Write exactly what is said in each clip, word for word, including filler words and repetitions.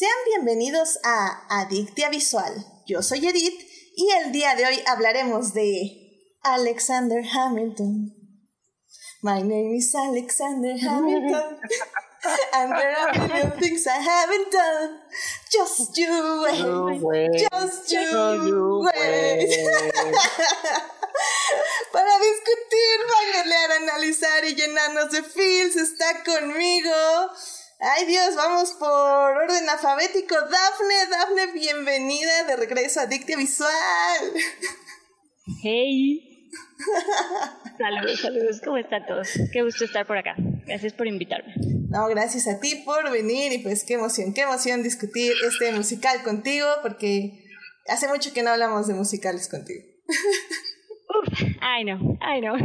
Sean bienvenidos a Adictia Visual. Yo soy Edith y el día de hoy hablaremos de Alexander Hamilton. My name is Alexander Hamilton and there are a million things I haven't done. Just you wait, you wait. Just you, you wait, wait. Para discutir, bailar, analizar y llenarnos de feels está conmigo. Ay Dios, vamos por orden alfabético. Dafne, Dafne, bienvenida de regreso a Adictia Visual. Hey. Saludos, saludos, ¿cómo están todos? Qué gusto estar por acá. Gracias por invitarme. No, gracias a ti por venir y pues qué emoción, qué emoción discutir este musical contigo porque hace mucho que no hablamos de musicales contigo. Uf, I know, I know.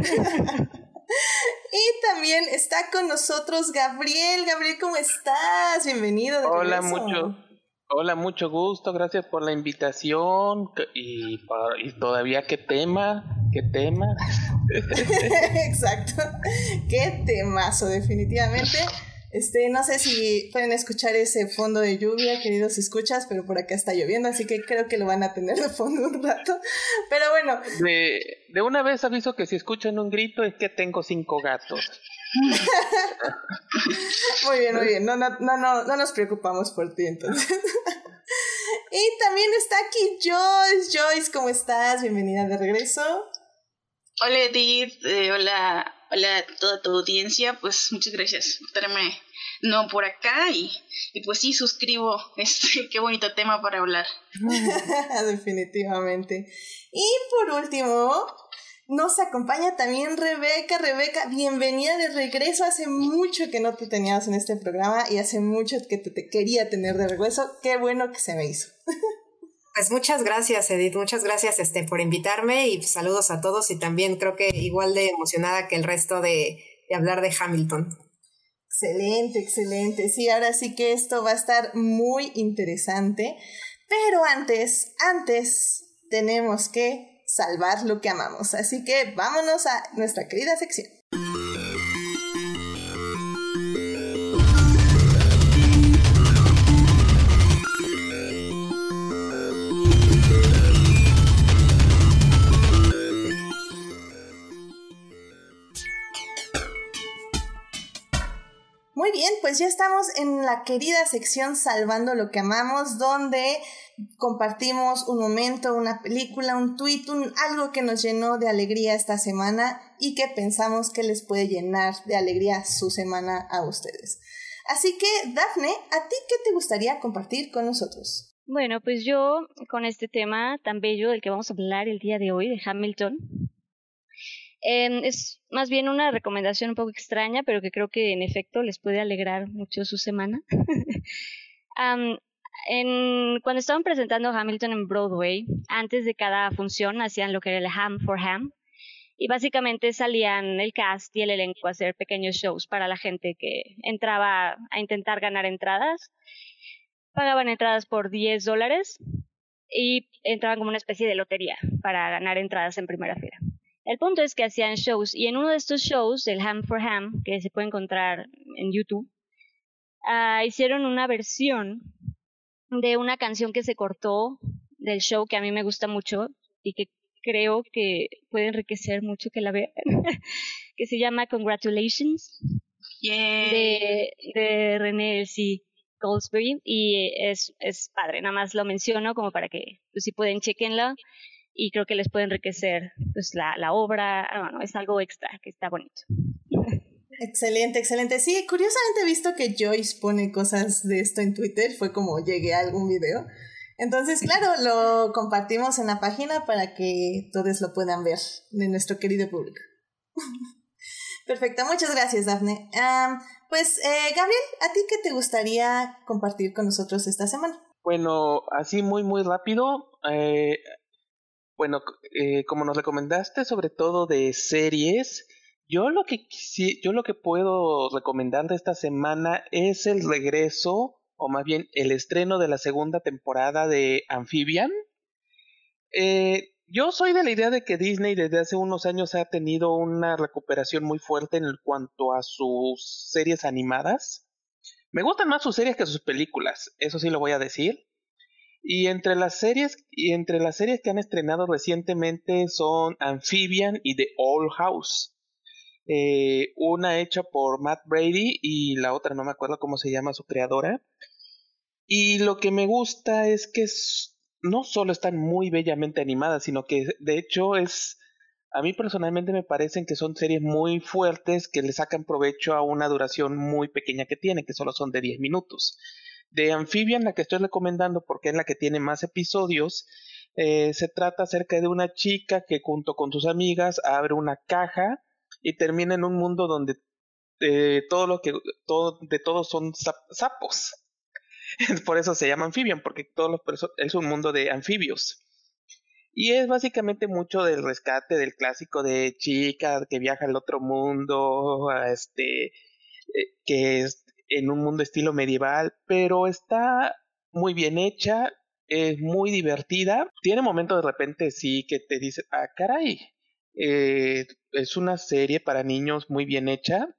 Y también está con nosotros Gabriel. Gabriel, ¿cómo estás? Bienvenido. De Hola, regreso. mucho. Hola, mucho gusto. Gracias por la invitación. Y, y todavía, ¿qué tema? ¿Qué tema? Exacto. Qué temazo, definitivamente. Este, no sé si pueden escuchar ese fondo de lluvia, queridos escuchas, pero por acá está lloviendo, así que creo que lo van a tener de fondo un rato. Pero bueno. De, de una vez aviso que si escuchan un grito es que tengo cinco gatos. Muy bien, muy bien. No, no, no, no, no nos preocupamos por ti entonces. Y también está aquí Joyce. Joyce, ¿cómo estás? Bienvenida de regreso. Hola Edith, eh, hola, hola a toda tu audiencia, pues muchas gracias por estarme no por acá y, y pues sí, suscribo, este, qué bonito tema para hablar. Definitivamente. Y por último, nos acompaña también Rebeca. Rebeca, bienvenida de regreso. Hace mucho que no te teníamos en este programa y hace mucho que te, te quería tener de regreso. Qué bueno que se me hizo. Pues muchas gracias, Edith, muchas gracias este, por invitarme y saludos a todos y también creo que igual de emocionada que el resto de, de hablar de Hamilton. Excelente, excelente. Sí, ahora sí que esto va a estar muy interesante, pero antes, antes tenemos que salvar lo que amamos, así que vámonos a nuestra querida sección. Muy bien, pues ya estamos en la querida sección Salvando lo que amamos, donde compartimos un momento, una película, un tuit, un, algo que nos llenó de alegría esta semana y que pensamos que les puede llenar de alegría su semana a ustedes. Así que, Dafne, ¿a ti qué te gustaría compartir con nosotros? Bueno, pues yo con este tema tan bello del que vamos a hablar el día de hoy, de Hamilton, Eh, es más bien una recomendación un poco extraña, pero que creo que en efecto les puede alegrar mucho su semana. um, en, cuando estaban presentando Hamilton en Broadway, antes de cada función hacían lo que era el Ham for Ham, y básicamente salían el cast y el elenco a hacer pequeños shows para la gente que entraba a intentar ganar entradas. Pagaban entradas por diez dólares y entraban como una especie de lotería para ganar entradas en primera fila. El punto es que hacían shows, y en uno de estos shows, el Ham for Ham, que se puede encontrar en YouTube, uh, hicieron una versión de una canción que se cortó del show que a mí me gusta mucho y que creo que puede enriquecer mucho que la vean, que se llama Congratulations, yeah. de, de René Elsie Goldsberry, y es, es padre, nada más lo menciono como para que, pues, si pueden, chequenlo. Y creo que les puede enriquecer pues la, la obra. Bueno, es algo extra que está bonito. Excelente, excelente. Sí, curiosamente he visto que Joyce pone cosas de esto en Twitter. Fue como llegué a algún video. Entonces, claro, lo compartimos en la página para que todos lo puedan ver de nuestro querido público. Perfecto, muchas gracias, Dafne. Um, pues, eh, Gabriel, ¿a ti qué te gustaría compartir con nosotros esta semana? Bueno, así muy, muy rápido. Eh... Bueno, eh, como nos recomendaste sobre todo de series, yo lo que quisi- yo lo que puedo recomendar de esta semana es el regreso, o más bien el estreno de la segunda temporada de Amphibian. Eh, yo soy de la idea de que Disney desde hace unos años ha tenido una recuperación muy fuerte en cuanto a sus series animadas. Me gustan más sus series que sus películas, eso sí lo voy a decir. Y entre las series, y entre las series que han estrenado recientemente son Amphibian y The Old House. Eh, una hecha por Matt Brady y la otra no me acuerdo cómo se llama su creadora. Y lo que me gusta es que es, no solo están muy bellamente animadas, sino que de hecho es, a mí personalmente me parecen que son series muy fuertes que le sacan provecho a una duración muy pequeña que tiene, que solo son de diez minutos. De Amphibian, la que estoy recomendando porque es la que tiene más episodios, eh, se trata acerca de una chica que junto con sus amigas abre una caja y termina en un mundo donde eh, todo lo que todo, de todos son sap- sapos. Por eso se llama Amphibian, porque todos los perso- es un mundo de anfibios. Y es básicamente mucho del rescate del clásico de chica que viaja al otro mundo, a este, eh, que es en un mundo estilo medieval, pero está muy bien hecha, es muy divertida. Tiene momentos de repente sí que te dice, ah, caray, eh, es una serie para niños muy bien hecha.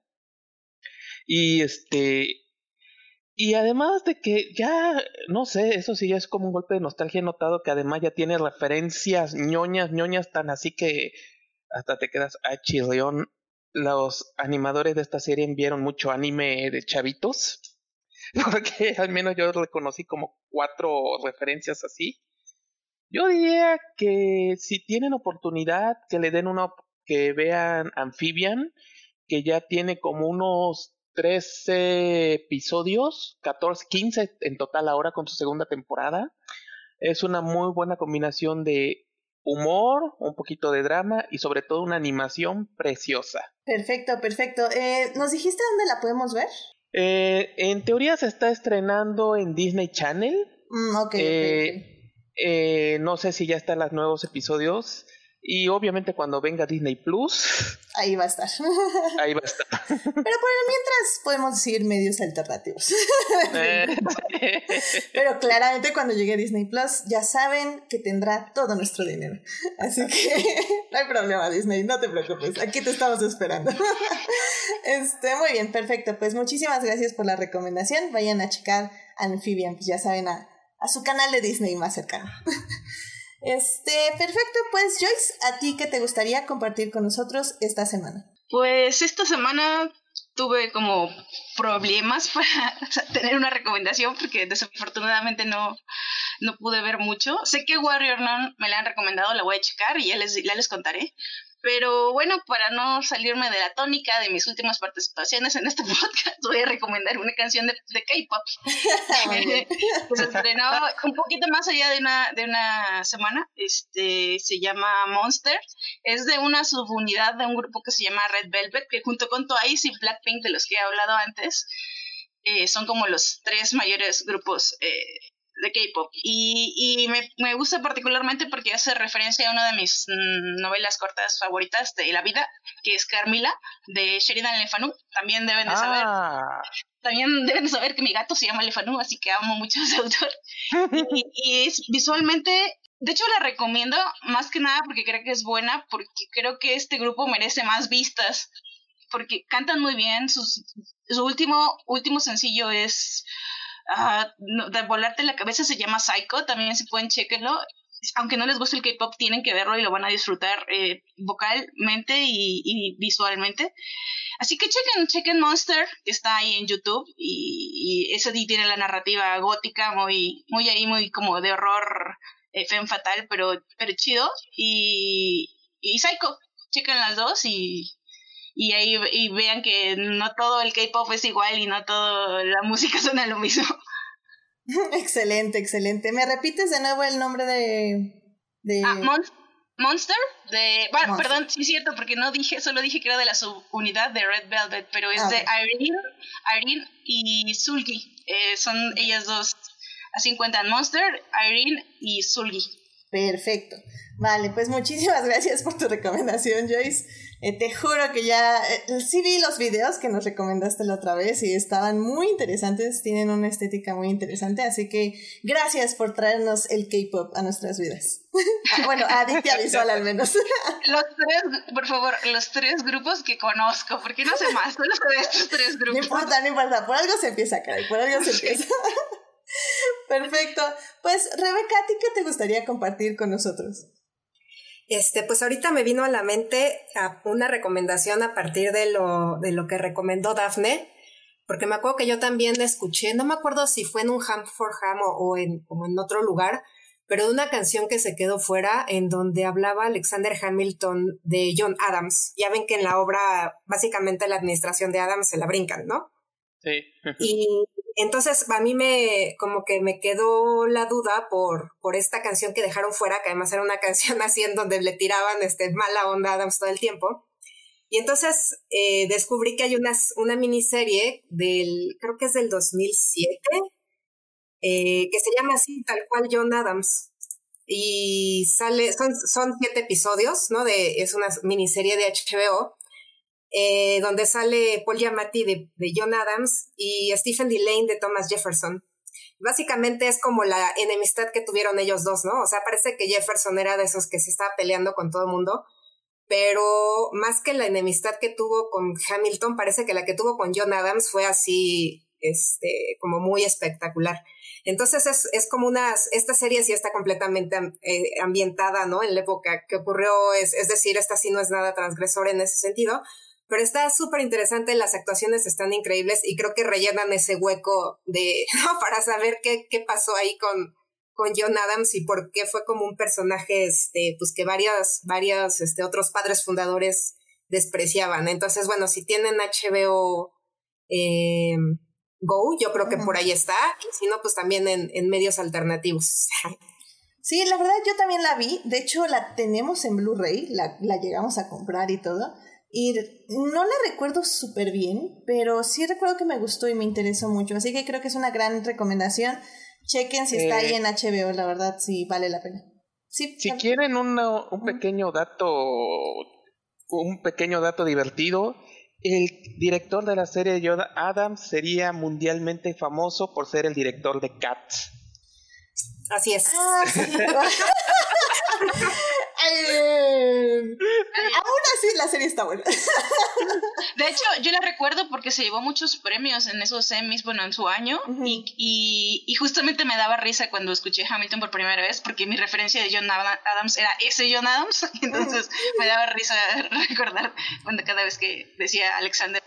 Y este, y además de que ya, no sé, eso sí ya es como un golpe de nostalgia. He notado que además ya tiene referencias ñoñas, ñoñas tan así que hasta te quedas a chirrión. Los animadores de esta serie enviaron mucho anime de chavitos, porque al menos yo reconocí como cuatro referencias así. Yo diría que si tienen oportunidad, que le den una, op- que vean Amphibian, que ya tiene como unos trece episodios, catorce, quince en total ahora con su segunda temporada. Es una muy buena combinación de humor, un poquito de drama y sobre todo una animación preciosa. Perfecto, perfecto. Eh, ¿nos dijiste dónde la podemos ver? Eh, en teoría se está estrenando en Disney Channel. Mm, ok, Eh, ok, ok. eh, no sé si ya están los nuevos episodios. Y obviamente cuando venga Disney Plus, Ahí va a estar. ahí va a estar. Pero por el mientras podemos decir medios alternativos. Eh, Pero claramente cuando llegue Disney Plus ya saben que tendrá todo nuestro dinero. Así que no hay problema, Disney, no te preocupes. Aquí te estamos esperando. Este, muy bien, perfecto. Pues muchísimas gracias por la recomendación. Vayan a checar Amphibian, pues ya saben, a, a su canal de Disney más cercano. Este, perfecto, pues Joyce, ¿a ti qué te gustaría compartir con nosotros esta semana? Pues esta semana tuve como problemas para o sea, tener una recomendación porque desafortunadamente no, no pude ver mucho. Sé que Warrior Nun me la han recomendado, la voy a checar y ya les, ya les contaré. Pero bueno, para no salirme de la tónica de mis últimas participaciones en este podcast, voy a recomendar una canción de, de K-pop que se estrenó un poquito más allá de una, de una semana. Este se llama Monster. Es de una subunidad de un grupo que se llama Red Velvet, que junto con Twice y Blackpink, de los que he hablado antes, eh, son como los tres mayores grupos eh, de K-pop. Y, y me, me gusta particularmente porque hace referencia a una de mis mm, novelas cortas favoritas de la vida, que es Carmilla, de Sheridan Le Fanu. También deben de saber, ah, también deben de saber que mi gato se llama Le Fanu, así que amo mucho a ese autor. Y, y es visualmente, de hecho la recomiendo más que nada porque creo que es buena, porque creo que este grupo merece más vistas, porque cantan muy bien. Sus, su último, último sencillo es... Uh, no, de volarte la cabeza, se llama Psycho. También si pueden, chequenlo. Aunque no les guste el K-pop, tienen que verlo y lo van a disfrutar eh, vocalmente y, y visualmente. Así que chequen, chequen Monster, que está ahí en YouTube. Y, y ese día tiene la narrativa gótica, muy, muy ahí, muy como de horror, eh, femme fatal, pero, pero chido. Y, y Psycho, chequen las dos y... Y ahí y vean que no todo el K-pop es igual y no toda la música suena lo mismo. Excelente, excelente. ¿Me repites de nuevo el nombre de...? de... Ah, Mon- Monster, de... Bueno, Monster. perdón, sí es cierto, porque no dije, solo dije que era de la subunidad de Red Velvet, pero es Ah, de okay. Irene, Irene y Sulgi. Eh, son ellas dos, así encuentran Monster, Irene y Sulgi. Perfecto. Vale, pues muchísimas gracias por tu recomendación, Joyce. Eh, te juro que ya, eh, sí vi los videos que nos recomendaste la otra vez y estaban muy interesantes, tienen una estética muy interesante, así que gracias por traernos el K-pop a nuestras vidas. Ah, bueno, a Aditya Visual al menos. Los tres, por favor, los tres grupos que conozco, porque no sé más, solo sé de estos tres grupos. No importa, no importa, por algo se empieza, caray, por algo se empieza. Perfecto. Pues, Rebeca, ¿a ti qué te gustaría compartir con nosotros? Este, pues ahorita me vino a la mente una recomendación a partir de lo, de lo que recomendó Dafne, porque me acuerdo que yo también escuché, no me acuerdo si fue en un Ham for Ham o, o, en, o en otro lugar, pero de una canción que se quedó fuera en donde hablaba Alexander Hamilton de John Adams. Ya ven que en la obra básicamente la administración de Adams se la brincan, ¿no? Sí. Y entonces a mí me como que me quedó la duda por, por esta canción que dejaron fuera, que además era una canción así en donde le tiraban este, mala onda a Adams todo el tiempo. Y entonces eh, descubrí que hay unas, una miniserie del, creo que es del dos mil siete, eh, que se llama así, tal cual John Adams. Y sale, son, son siete episodios, ¿no? De, es una miniserie de H B O. Eh, donde sale Paul Giamatti de, de John Adams y Stephen Delane de Thomas Jefferson. Básicamente es como la enemistad que tuvieron ellos dos, ¿no? O sea, parece que Jefferson era de esos que se estaba peleando con todo el mundo, pero más que la enemistad que tuvo con Hamilton, parece que la que tuvo con John Adams fue así, este, como muy espectacular. Entonces es, es como una, esta serie sí está completamente eh, ambientada, ¿no? En la época que ocurrió, es, es decir, esta sí no es nada transgresor en ese sentido, pero está súper interesante, las actuaciones están increíbles y creo que rellenan ese hueco de, ¿no? Para saber qué, qué pasó ahí con, con John Adams y por qué fue como un personaje, este, pues que varios, varios, este, otros padres fundadores despreciaban. Entonces, bueno, si tienen H B O eh, Go, yo creo que uh-huh. por ahí está, y si no, pues también en, en medios alternativos. Sí, la verdad yo también la vi, de hecho la tenemos en Blu-ray, la, la llegamos a comprar y todo. Y no la recuerdo súper bien, pero sí recuerdo que me gustó y me interesó mucho. Así que creo que es una gran recomendación. Chequen si está eh, ahí en H B O, la verdad, sí vale la pena. Sí, si quieren una, un pequeño dato, un pequeño dato divertido, el director de la serie John Adams sería mundialmente famoso por ser el director de Cats. Así es. Ah, sí. Eh, aún así la serie está buena. De hecho, yo la recuerdo porque se llevó muchos premios en esos Emmys, bueno, en su año, uh-huh. y, y, y justamente me daba risa cuando escuché Hamilton por primera vez, porque mi referencia de John Adams era ese John Adams, entonces uh-huh. me daba risa recordar cuando cada vez que decía Alexander.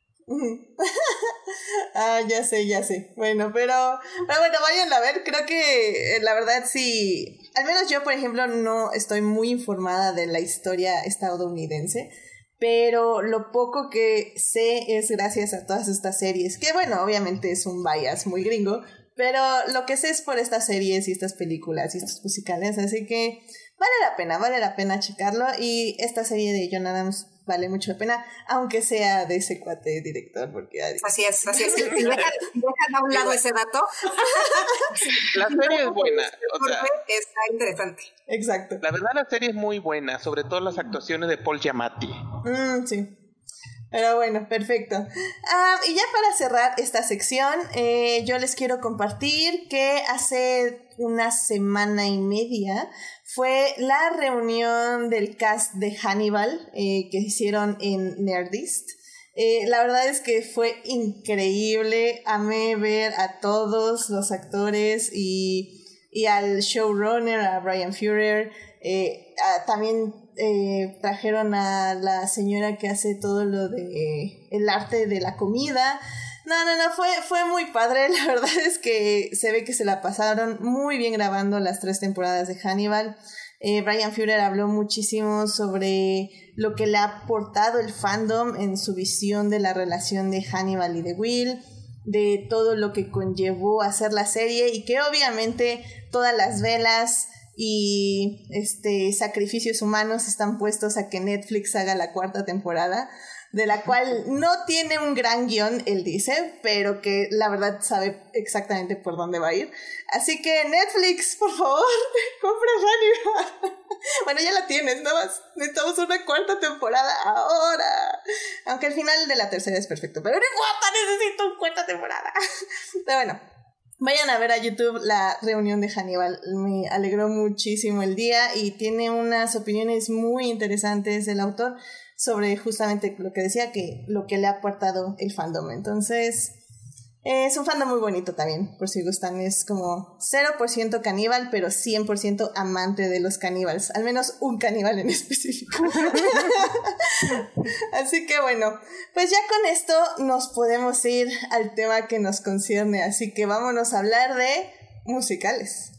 Ah, ya sé, ya sé. Bueno, pero, pero bueno, vayan a ver. Creo que eh, la verdad sí. Al menos yo, por ejemplo, no estoy muy informada de la historia estadounidense, pero lo poco que sé es gracias a todas estas series, que bueno, obviamente es un bias muy gringo, pero lo que sé es por estas series y estas películas y estos musicales, así que vale la pena, vale la pena checarlo. Y esta serie de John Adams vale mucho la pena, aunque sea de ese cuate director, porque... Así es, así es. Y dejan, dejan a un lado ese dato. La serie es buena, o sea... Está interesante. Exacto. La verdad la serie es muy buena, sobre todo las actuaciones de Paul Giamatti. Mm, sí. Pero bueno, perfecto. Ah, y ya para cerrar esta sección, eh, yo les quiero compartir que hace una semana y media fue la reunión del cast de Hannibal eh, que hicieron en Nerdist. Eh, la verdad es que fue increíble. Amé ver a todos los actores y, y al showrunner, a Brian Fuller. Eh, a, también eh, trajeron a la señora que hace todo lo de eh, el arte de la comida. No, no, no, fue, fue muy padre. La verdad es que se ve que se la pasaron muy bien grabando las tres temporadas de Hannibal. Eh, Brian Fuller habló muchísimo sobre lo que le ha aportado el fandom en su visión de la relación de Hannibal y de Will, de todo lo que conllevó hacer la serie y que obviamente todas las velas y este sacrificios humanos están puestos a que Netflix haga la cuarta temporada. de la cual no tiene un gran guión, él dice, pero que la verdad sabe exactamente por dónde va a ir. Así que Netflix, por favor, compra Hannibal. Bueno, ya la tienes, ¿no? Necesitamos una cuarta temporada ahora. Aunque el final de la tercera es perfecto, pero no importa, necesito una cuarta temporada. Pero bueno, vayan a ver a YouTube la reunión de Hannibal. Me alegró muchísimo el día y tiene unas opiniones muy interesantes del autor sobre justamente lo que decía, que lo que le ha aportado el fandom. Entonces, eh, es un fandom muy bonito también, por si gustan. Es como cero por ciento caníbal, pero cien por ciento amante de los caníbales. Al menos un caníbal en específico. Así que bueno, pues ya con esto nos podemos ir al tema que nos concierne. Así que vámonos a hablar de musicales.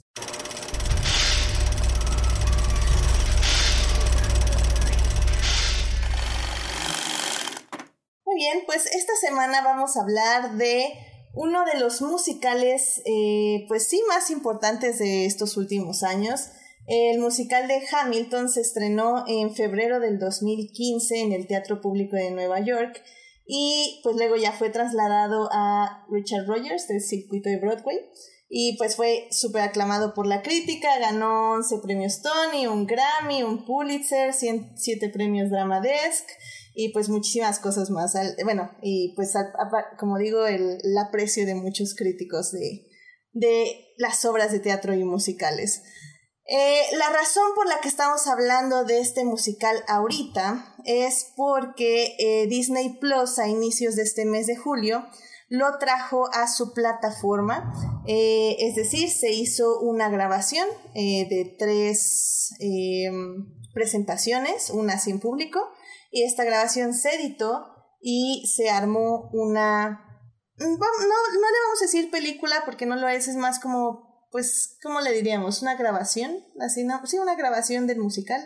Muy bien, pues esta semana vamos a hablar de uno de los musicales, eh, pues sí, más importantes de estos últimos años. El musical de Hamilton se estrenó en febrero del dos mil quince en el Teatro Público de Nueva York y pues luego ya fue trasladado a Richard Rodgers del circuito de Broadway y pues fue súper aclamado por la crítica. Ganó once premios Tony, un Grammy, un Pulitzer, siete premios Drama Desk y pues muchísimas cosas más. Bueno, y pues como digo, el, el aprecio de muchos críticos de, de las obras de teatro y musicales. Eh, la razón por la que estamos hablando de este musical ahorita es porque eh, Disney Plus a inicios de este mes de julio lo trajo a su plataforma, eh, es decir, se hizo una grabación eh, de tres eh, presentaciones, una sin público, y esta grabación se editó y se armó una... No, no, no le vamos a decir película porque no lo es, es más como, pues, ¿cómo le diríamos? Una grabación, así, ¿no? Sí, una grabación del musical,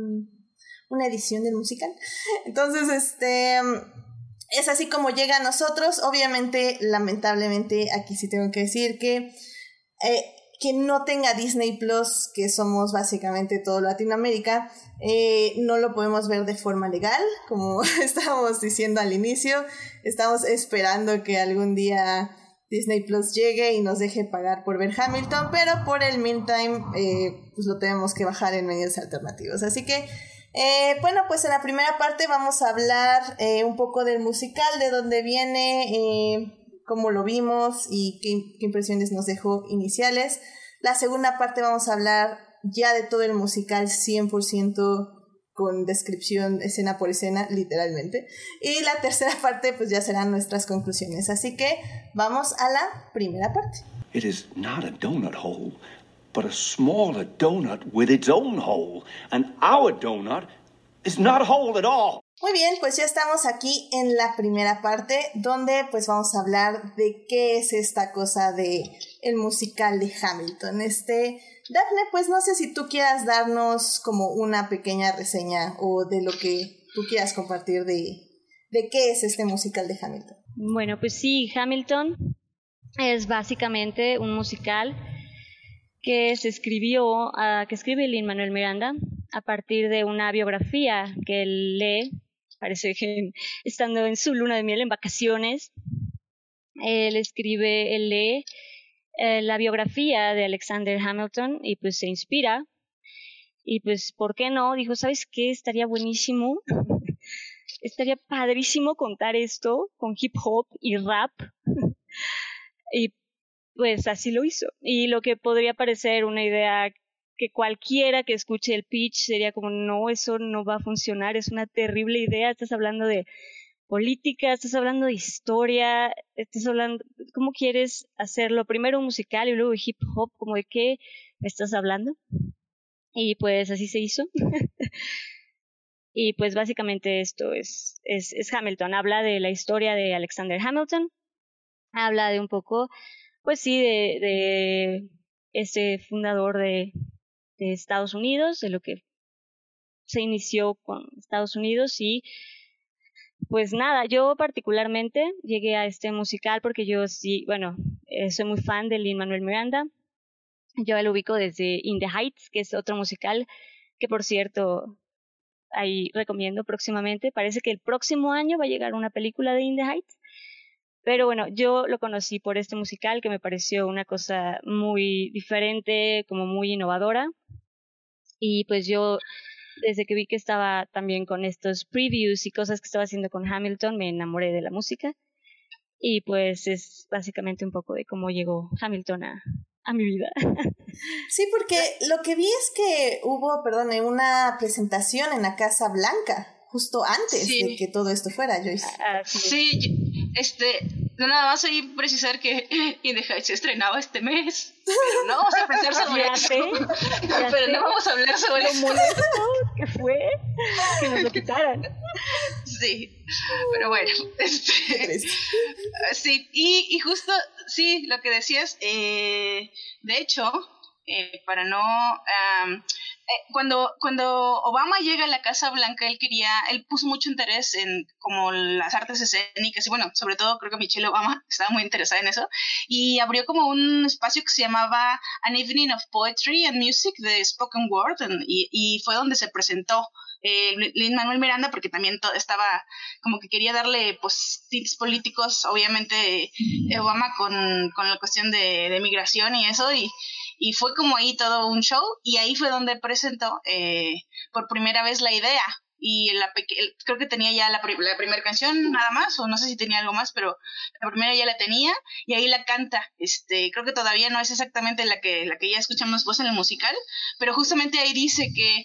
una edición del musical. Entonces, este... es así como llega a nosotros. Obviamente, lamentablemente, aquí sí tengo que decir que eh, que no tenga Disney Plus, que somos básicamente todo Latinoamérica, eh, no lo podemos ver de forma legal, como estábamos diciendo al inicio. Estamos esperando que algún día Disney Plus llegue y nos deje pagar por ver Hamilton, pero por el meantime, eh, pues lo tenemos que bajar en medios alternativos. Así que Eh, bueno, pues en la primera parte vamos a hablar eh, un poco del musical, de dónde viene, eh, cómo lo vimos y qué, qué impresiones nos dejó iniciales. La segunda parte vamos a hablar ya de todo el musical cien por ciento con descripción escena por escena, literalmente. Y la tercera parte pues ya serán nuestras conclusiones. Así que vamos a la primera parte. It is not a donut hole, but a smaller donut with its own hole. And our donut is not a hole at all. Muy bien, pues ya estamos aquí en la primera parte, donde pues vamos a hablar de qué es esta cosa de el musical de Hamilton. Este, Dafne, pues no sé si tú quieras darnos como una pequeña reseña o de lo que tú quieras compartir de, de qué es este musical de Hamilton. Bueno, pues sí, Hamilton es básicamente un musical que se escribió, uh, que escribe Lin-Manuel Miranda a partir de una biografía que él lee, parece que estando en su luna de miel en vacaciones. Él escribe, él lee eh, la biografía de Alexander Hamilton y pues se inspira y pues, ¿por qué no? Dijo, ¿sabes qué? Estaría buenísimo, estaría padrísimo contar esto con hip hop y rap y pues así lo hizo. Y lo que podría parecer una idea que cualquiera que escuche el pitch sería como, no, eso no va a funcionar, es una terrible idea, estás hablando de política, estás hablando de historia, estás hablando, ¿cómo quieres hacerlo? Primero un musical y luego hip hop, ¿como de qué me estás hablando? Y pues así se hizo. Y pues básicamente esto es, es, es Hamilton, habla de la historia de Alexander Hamilton, habla de un poco, pues sí, de, de este fundador de, de Estados Unidos, de lo que se inició con Estados Unidos y pues nada, yo particularmente llegué a este musical porque yo sí, bueno, eh, soy muy fan de Lin-Manuel Miranda. Yo lo ubico desde In the Heights, que es otro musical que por cierto ahí recomiendo próximamente. Parece que el próximo año va a llegar una película de In the Heights. Pero bueno, yo lo conocí por este musical que me pareció una cosa muy diferente, como muy innovadora. Y pues yo, desde que vi que estaba también con estos previews y cosas que estaba haciendo con Hamilton, me enamoré de la música. Y pues es básicamente un poco de cómo llegó Hamilton a, a mi vida. Sí, porque lo que vi es que hubo, perdón, una presentación en la Casa Blanca justo antes sí. de que todo esto fuera, Joyce. Ah, sí, sí este, nada más ahí precisar que In the Heights se estrenaba este mes, pero no vamos a pensar sobre ya eso. Sé, pero sé. no vamos a hablar sobre lo eso. molesto que fue que nos lo quitaran. Sí, pero bueno, este, sí, y, y justo, sí, lo que decías, eh, de hecho, eh, para no... Um, Eh, cuando cuando Obama llega a la Casa Blanca, él quería, él puso mucho interés en como las artes escénicas y bueno, sobre todo creo que Michelle Obama estaba muy interesada en eso y abrió como un espacio que se llamaba An Evening of Poetry and Music de Spoken Word and, y, y fue donde se presentó eh, Lin-Manuel Miranda porque también to- estaba como que quería darle pues tintes políticos, obviamente eh, Obama con, con la cuestión de, de migración y eso y Y fue como ahí todo un show, y ahí fue donde presentó eh, por primera vez la idea. Y la peque- creo que tenía ya la, pri- la primera canción nada más, o no sé si tenía algo más, pero la primera ya la tenía, y ahí la canta. Este, creo que todavía no es exactamente la que, la que ya escuchamos vos en el musical, pero justamente ahí dice que,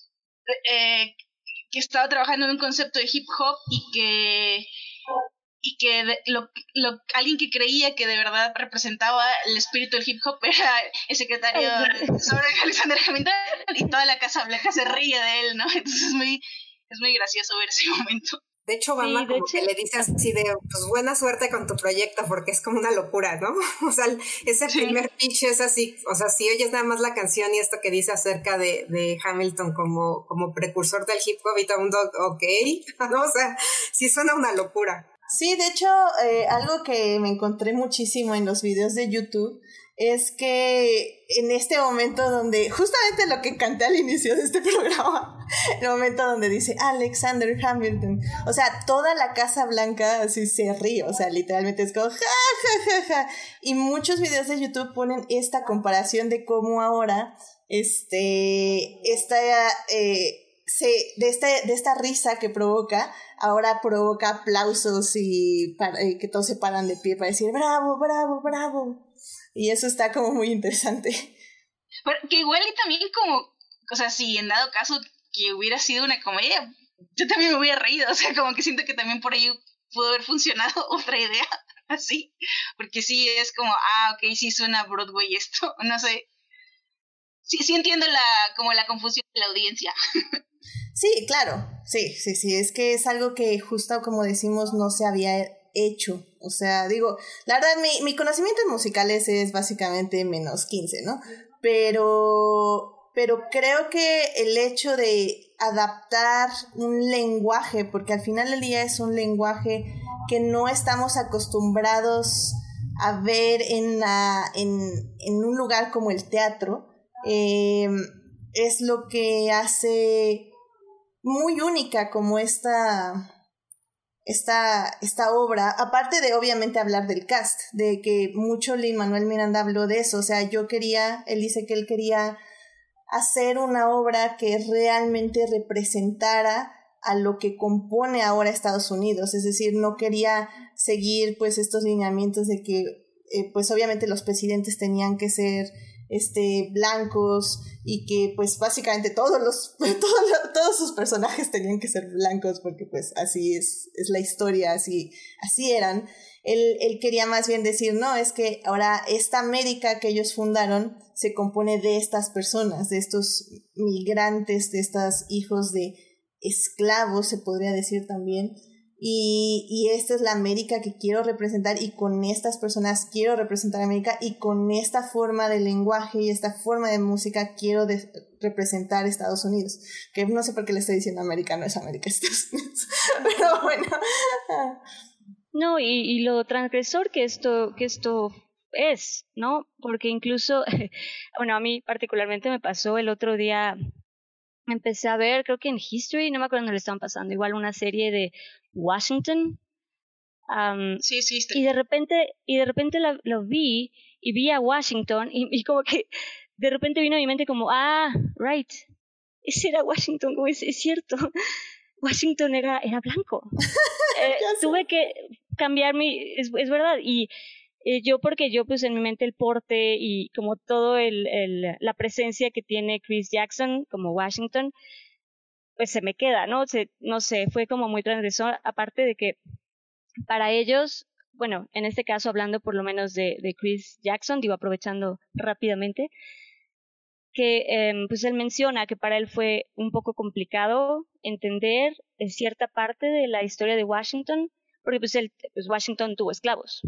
eh, que estaba trabajando en un concepto de hip hop y que... y que de, lo, lo, alguien que creía que de verdad representaba el espíritu del hip hop era el secretario del Tesoro Alexander Hamilton y toda la Casa Blanca se ríe de él, ¿no? Entonces es muy, es muy gracioso ver ese momento. De hecho, Obama sí, de como hecho, que le dice así de, pues buena suerte con tu proyecto, porque es como una locura, ¿no? O sea, ese sí. primer pitch es así, o sea, si oyes nada más la canción y esto que dice acerca de, de Hamilton como, como precursor del hip hop y todo el mundo, ok, ¿no? O sea, sí suena una locura. Sí, de hecho, eh, algo que me encontré muchísimo en los videos de YouTube es que en este momento donde, justamente lo que canté al inicio de este programa, el momento donde dice Alexander Hamilton, o sea, toda la Casa Blanca así se ríe, o sea, literalmente es como ja, ja, ja, ja, y muchos videos de YouTube ponen esta comparación de cómo ahora, este, esta, eh, se, de, este, de esta risa que provoca, ahora provoca aplausos y para, eh, que todos se paran de pie para decir bravo, bravo, bravo. Y eso está como muy interesante. Pero que igual y también como, o sea, si en dado caso que hubiera sido una comedia, yo también me hubiera reído, o sea, como que siento que también por ahí pudo haber funcionado otra idea así, porque sí es como, ah, ok, sí suena Broadway esto, no sé. Sí, sí entiendo la, como la confusión de la audiencia. Sí, claro, sí, sí, sí, es que es algo que justo como decimos no se había hecho, o sea, digo, la verdad mi, mi conocimiento en musicales es básicamente menos quince, ¿no? Pero, pero creo que el hecho de adaptar un lenguaje, porque al final del día es un lenguaje que no estamos acostumbrados a ver en, la, en, en un lugar como el teatro, eh, es lo que hace muy única como esta, esta, esta obra, aparte de obviamente hablar del cast, de que mucho Lin-Manuel Miranda habló de eso, o sea, yo quería, él dice que él quería hacer una obra que realmente representara a lo que compone ahora Estados Unidos, es decir, no quería seguir pues estos lineamientos de que eh, pues obviamente los presidentes tenían que ser este blancos y que pues básicamente todos los todos, todos sus personajes tenían que ser blancos porque pues así es, es la historia, así, así eran. Él, él quería más bien decir, no, es que ahora esta América que ellos fundaron se compone de estas personas, de estos migrantes, de estos hijos de esclavos, se podría decir también. Y, y esta es la América que quiero representar y con estas personas quiero representar a América y con esta forma de lenguaje y esta forma de música quiero de, representar Estados Unidos. Que no sé por qué le estoy diciendo América, no es América, Estados Unidos. Pero bueno. No, y, y lo transgresor que esto, que esto es, ¿no? Porque incluso, bueno, a mí particularmente me pasó el otro día, empecé a ver, creo que en History, no me acuerdo dónde le estaban pasando, igual una serie de Washington. Um, sí, sí, y de repente, y de repente la, lo vi, y vi a Washington, y, y como que de repente vino a mi mente como, ah, right, ese era Washington, como es, es cierto, Washington era, era blanco. eh, tuve que cambiar mi, es, es verdad, y eh, yo porque yo pues en mi mente el porte y como todo el, el la presencia que tiene Chris Jackson como Washington, pues se me queda, ¿no? Se, no sé, fue como muy transgresor, aparte de que para ellos, bueno, en este caso hablando por lo menos de, de Chris Jackson, digo aprovechando rápidamente, que eh, pues él menciona que para él fue un poco complicado entender cierta parte de la historia de Washington, porque pues, él, pues Washington tuvo esclavos.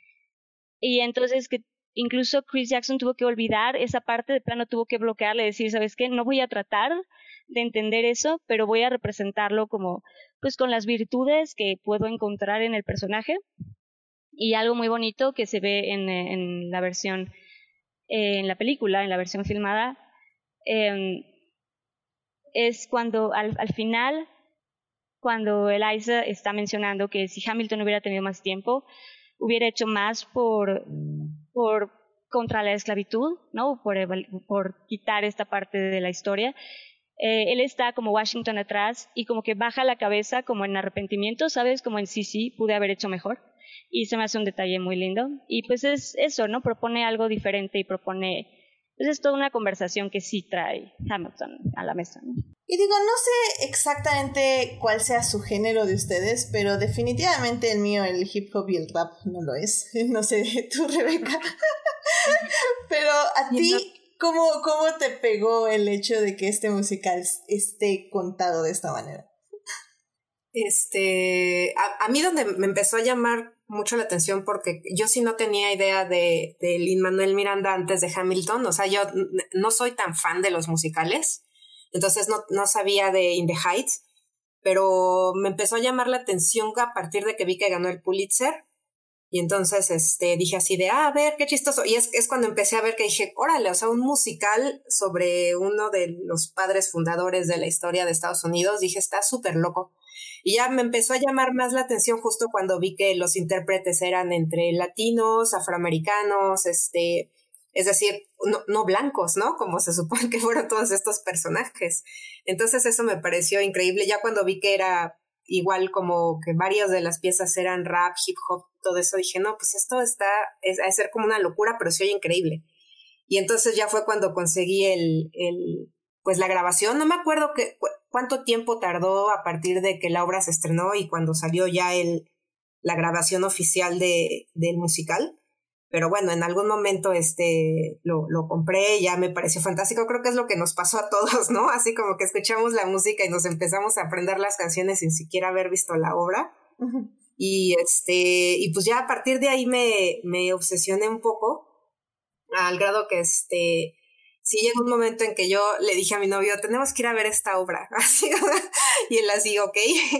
Y entonces que incluso Chris Jackson tuvo que olvidar esa parte, de plano tuvo que bloquearle, decir, ¿sabes qué? No voy a tratar de entender eso, pero voy a representarlo como, pues con las virtudes que puedo encontrar en el personaje. Y algo muy bonito que se ve en, en la versión, eh, en la película, en la versión filmada, eh, es cuando al, al final, cuando Eliza está mencionando que si Hamilton hubiera tenido más tiempo, hubiera hecho más por, por contra la esclavitud, ¿no? Por, por quitar esta parte de la historia. Eh, él está como Washington atrás y como que baja la cabeza como en arrepentimiento, ¿sabes? Como en sí, sí, pude haber hecho mejor. Y se me hace un detalle muy lindo. Y pues es eso, ¿no? Propone algo diferente y propone... Pues es toda una conversación que sí trae Hamilton a la mesa, ¿no? Y digo, no sé exactamente cuál sea su género de ustedes, pero definitivamente el mío, el hip hop y el rap, no lo es. No sé, tú, Rebeca. Pero a ti, ¿cómo, ¿cómo te pegó el hecho de que este musical esté contado de esta manera? Este, a, a mí donde me empezó a llamar mucho la atención, porque yo sí no tenía idea de, de Lin-Manuel Miranda antes de Hamilton, o sea, yo no soy tan fan de los musicales, entonces no, no sabía de In the Heights, pero me empezó a llamar la atención a partir de que vi que ganó el Pulitzer, y entonces este, dije así de, ah, a ver, qué chistoso, y es, es cuando empecé a ver que dije, órale, o sea, un musical sobre uno de los padres fundadores de la historia de Estados Unidos, dije, está súper loco. Y ya me empezó a llamar más la atención justo cuando vi que los intérpretes eran entre latinos, afroamericanos, este, es decir, no, no blancos, ¿no? Como se supone que fueron todos estos personajes. Entonces eso me pareció increíble. Ya cuando vi que era igual como que varias de las piezas eran rap, hip hop, todo eso, dije, no, pues esto está, es a ser como una locura, pero se oye increíble. Y entonces ya fue cuando conseguí el, el pues la grabación. No me acuerdo que, cuánto tiempo tardó a partir de que la obra se estrenó y cuando salió ya el, la grabación oficial de, del musical. Pero bueno, en algún momento este, lo, lo compré y ya me pareció fantástico. Creo que es lo que nos pasó a todos, ¿no? Así como que escuchamos la música y nos empezamos a aprender las canciones sin siquiera haber visto la obra. Uh-huh. Y, este, y pues ya a partir de ahí me, me obsesioné un poco, al grado que este... sí llegó un momento en que yo le dije a mi novio, tenemos que ir a ver esta obra, así, y él así, ok.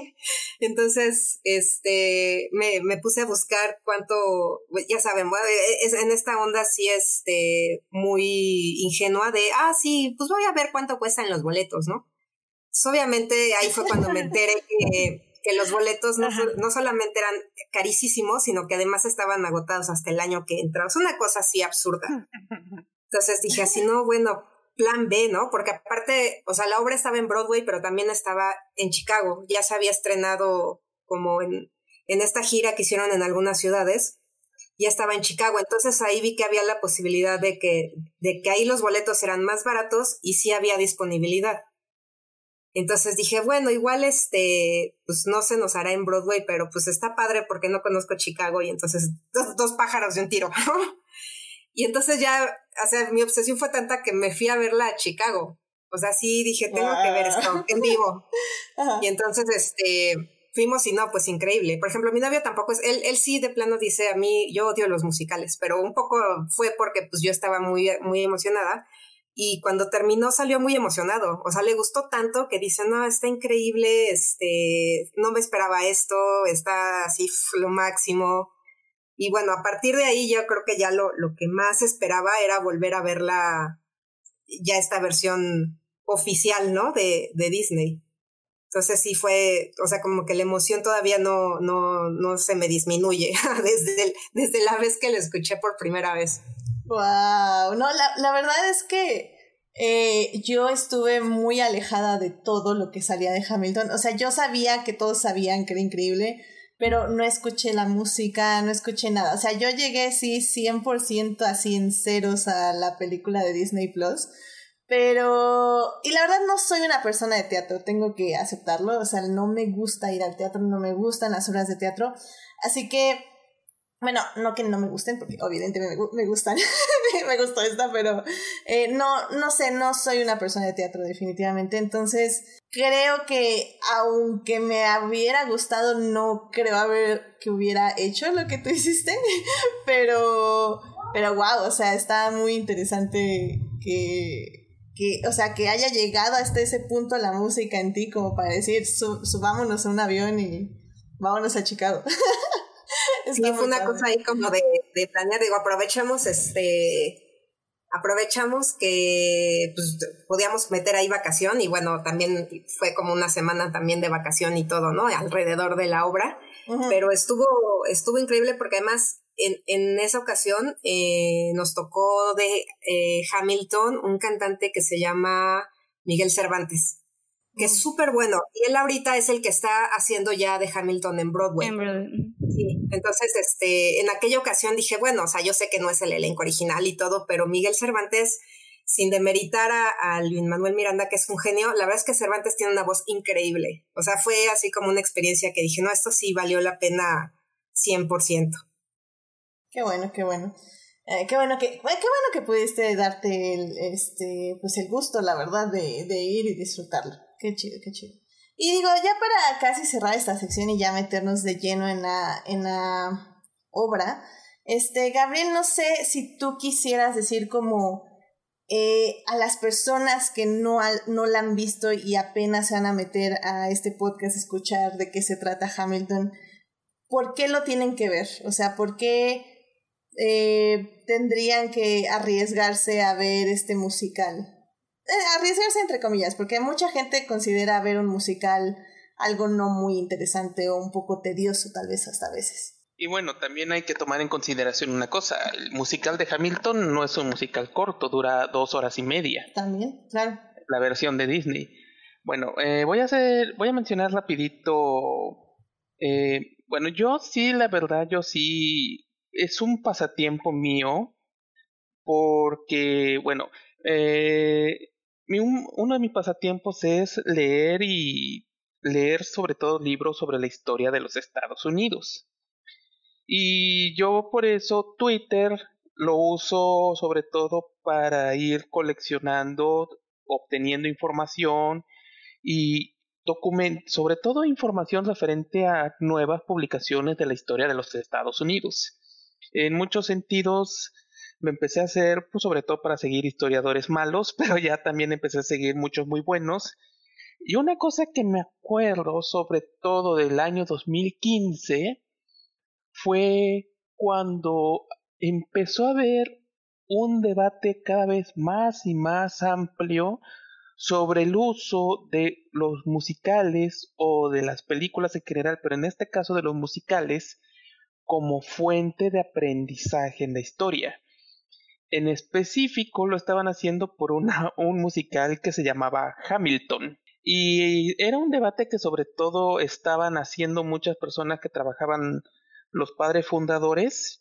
Entonces, este, me, me puse a buscar cuánto, ya saben, bueno, es, en esta onda sí, este, muy ingenua de, ah, sí, pues voy a ver cuánto cuestan los boletos, ¿no? Pues obviamente ahí fue cuando me enteré que, que los boletos no, no solamente eran carísimos, sino que además estaban agotados hasta el año que entraba. Es una cosa así absurda. Entonces dije así, no, bueno, plan B, ¿no? Porque aparte, o sea, la obra estaba en Broadway, pero también estaba en Chicago. Ya se había estrenado como en, en esta gira que hicieron en algunas ciudades. Ya estaba en Chicago. Entonces ahí vi que había la posibilidad de que, de que ahí los boletos eran más baratos y sí había disponibilidad. Entonces dije, bueno, igual este, pues no se nos hará en Broadway, pero pues está padre porque no conozco Chicago y entonces dos, dos pájaros de un tiro, ¿no? Y entonces ya, o sea, mi obsesión fue tanta que me fui a verla a Chicago. O sea, sí dije, tengo wow. que ver esto en vivo. Uh-huh. Y entonces, este, fuimos y no, pues increíble. Por ejemplo, mi novio tampoco es, él, él sí de plano dice, a mí, yo odio los musicales, pero un poco fue porque pues yo estaba muy, muy emocionada. Y cuando terminó salió muy emocionado. O sea, le gustó tanto que dice, no, está increíble, este, no me esperaba esto, está así lo máximo. Y bueno, a partir de ahí yo creo que ya lo, lo que más esperaba era volver a ver la, ya esta versión oficial, ¿no? De, de Disney. Entonces sí fue, o sea, como que la emoción todavía no, no, no se me disminuye desde, el, desde la vez que lo escuché por primera vez. Wow, no, la, la verdad es que eh, yo estuve muy alejada de todo lo que salía de Hamilton. O sea, yo sabía que todos sabían que era increíble, pero no escuché la música, no escuché nada. O sea, yo llegué, sí, cien por ciento así en ceros a la película de Disney Plus. Pero, y la verdad no soy una persona de teatro, tengo que aceptarlo, o sea, no me gusta ir al teatro, no me gustan las obras de teatro, así que, bueno, no que no me gusten, porque obviamente me, me gustan, me gustó esta, pero eh, no, no sé, no soy una persona de teatro definitivamente, entonces creo que aunque me hubiera gustado, no creo haber que hubiera hecho lo que tú hiciste, pero, pero wow, o sea, está muy interesante que... que, o sea, que haya llegado hasta ese punto la música en ti como para decir, sub, subámonos a un avión y vámonos a Chicago. Sí, fue una cosa ahí como de, de planear, digo, aprovechamos este, aprovechamos que pues podíamos meter ahí vacación y bueno, también fue como una semana también de vacación y todo, ¿no? Alrededor de la obra, uh-huh. Pero estuvo, estuvo increíble porque además En, en esa ocasión eh, nos tocó de eh, Hamilton un cantante que se llama Miguel Cervantes, que mm. es súper bueno. Y él ahorita es el que está haciendo ya de Hamilton en Broadway. En Broadway. Sí, entonces este, en aquella ocasión dije, bueno, o sea, yo sé que no es el elenco original y todo, pero Miguel Cervantes, sin demeritar a, a Lin-Manuel Miranda, que es un genio, la verdad es que Cervantes tiene una voz increíble. O sea, fue así como una experiencia que dije, no, esto sí valió la pena cien por ciento. Qué bueno, qué bueno. Eh, qué bueno que, qué bueno que pudiste darte el, este, pues el gusto, la verdad, de, de ir y disfrutarlo. Qué chido, qué chido. Y digo, ya para casi cerrar esta sección y ya meternos de lleno en la, en la obra, este, Gabriel, no sé si tú quisieras decir como eh, a las personas que no, no la han visto y apenas se van a meter a este podcast a escuchar de qué se trata Hamilton, ¿por qué lo tienen que ver? O sea, ¿por qué Eh, tendrían que arriesgarse a ver este musical? Eh, arriesgarse entre comillas, porque mucha gente considera ver un musical algo no muy interesante o un poco tedioso tal vez hasta a veces. Y bueno, también hay que tomar en consideración una cosa, el musical de Hamilton no es un musical corto, dura dos horas y media. También, claro. La versión de Disney. Bueno, eh, voy a hacer, voy a mencionar rapidito, eh, bueno, yo sí, la verdad, yo sí... Es un pasatiempo mío porque, bueno, eh, mi, un, uno de mis pasatiempos es leer y leer sobre todo libros sobre la historia de los Estados Unidos. Y yo por eso Twitter lo uso sobre todo para ir coleccionando, obteniendo información y document, sobre todo información referente a nuevas publicaciones de la historia de los Estados Unidos. En muchos sentidos me empecé a hacer, pues sobre todo para seguir historiadores malos, pero ya también empecé a seguir muchos muy buenos. Y una cosa que me acuerdo sobre todo del año dos mil quince fue cuando empezó a haber un debate cada vez más y más amplio sobre el uso de los musicales o de las películas en general, pero en este caso de los musicales, como fuente de aprendizaje en la historia. En específico lo estaban haciendo por una, un musical que se llamaba Hamilton. Y era un debate que sobre todo estaban haciendo muchas personas que trabajaban los padres fundadores,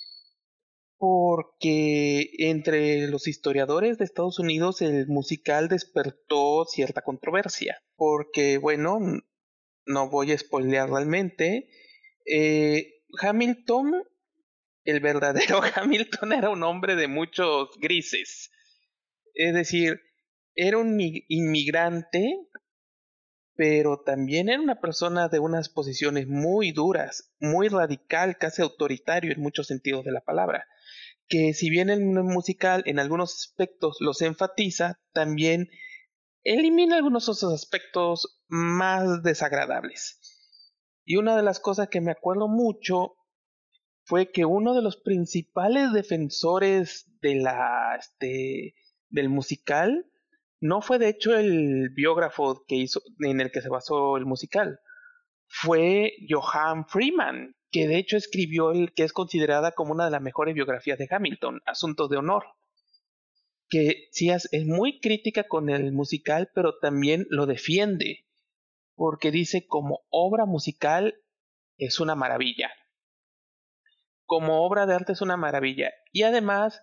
porque entre los historiadores de Estados Unidos el musical despertó cierta controversia. Porque, bueno, no voy a spoilear realmente, eh, Hamilton, el verdadero Hamilton, era un hombre de muchos grises. Es decir, era un inmigrante, pero también era una persona de unas posiciones muy duras, muy radical, casi autoritario en muchos sentidos de la palabra. Que si bien el musical en algunos aspectos los enfatiza, también elimina algunos otros aspectos más desagradables. Y una de las cosas que me acuerdo mucho fue que uno de los principales defensores de la, este, del musical no fue de hecho el biógrafo que hizo, en el que se basó el musical. Fue Johann Freeman, que de hecho escribió el que es considerada como una de las mejores biografías de Hamilton, Asuntos de Honor, que sí es, es muy crítica con el musical, pero también lo defiende, porque dice como obra musical es una maravilla, como obra de arte es una maravilla, y además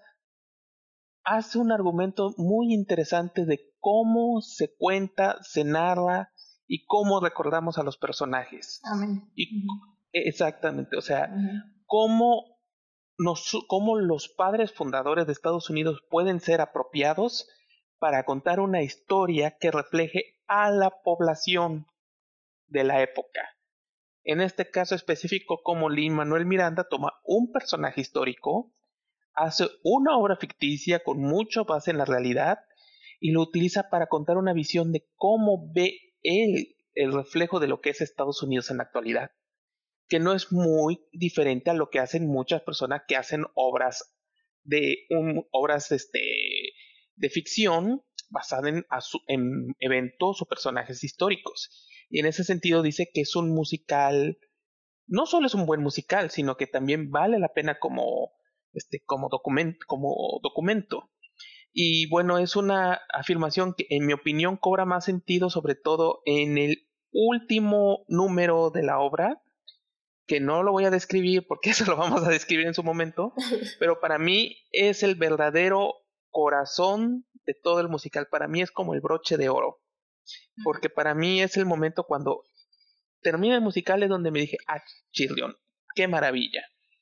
hace un argumento muy interesante de cómo se cuenta, se narra y cómo recordamos a los personajes. Amén. Y, uh-huh. Exactamente, o sea, uh-huh. cómo, nos, cómo los padres fundadores de Estados Unidos pueden ser apropiados para contar una historia que refleje a la población de la época. En este caso específico, cómo Lin-Manuel Miranda toma un personaje histórico, hace una obra ficticia con mucha base en la realidad y lo utiliza para contar una visión de cómo ve él el reflejo de lo que es Estados Unidos en la actualidad, que no es muy diferente a lo que hacen muchas personas que hacen obras de un, obras este, de ficción basadas en, en eventos o personajes históricos. Y en ese sentido dice que es un musical, no solo es un buen musical, sino que también vale la pena como Este, como, document, como documento. Y bueno, es una afirmación que en mi opinión cobra más sentido, sobre todo en el último número de la obra, que no lo voy a describir porque eso lo vamos a describir en su momento, pero para mí es el verdadero corazón de todo el musical. Para mí es como el broche de oro, porque para mí es el momento cuando termina el musical es donde me dije, ah, chirrión, qué maravilla.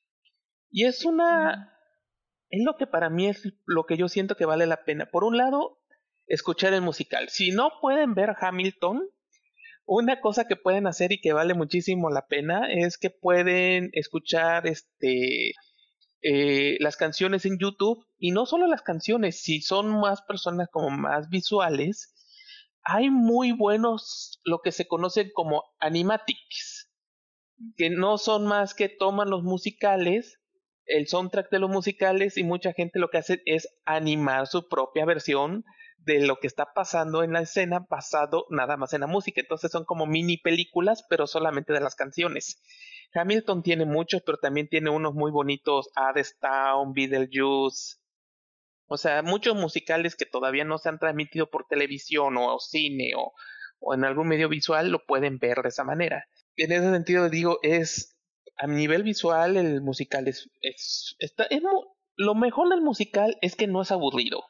Y es una... Es lo que para mí es lo que yo siento que vale la pena. Por un lado, escuchar el musical. Si no pueden ver Hamilton, una cosa que pueden hacer y que vale muchísimo la pena es que pueden escuchar este eh, las canciones en YouTube. Y no solo las canciones, si son más personas como más visuales, hay muy buenos, lo que se conocen como animatics, que no son más que toman los musicales, el soundtrack de los musicales, y mucha gente lo que hace es animar su propia versión de lo que está pasando en la escena basado nada más en la música. Entonces son como mini películas, pero solamente de las canciones. Hamilton tiene muchos, pero también tiene unos muy bonitos, Hadestown, Beetlejuice, o sea, muchos musicales que todavía no se han transmitido por televisión o, o cine o, o en algún medio visual lo pueden ver de esa manera. En ese sentido digo, es a nivel visual el musical es, es, está, es lo mejor del musical es que no es aburrido.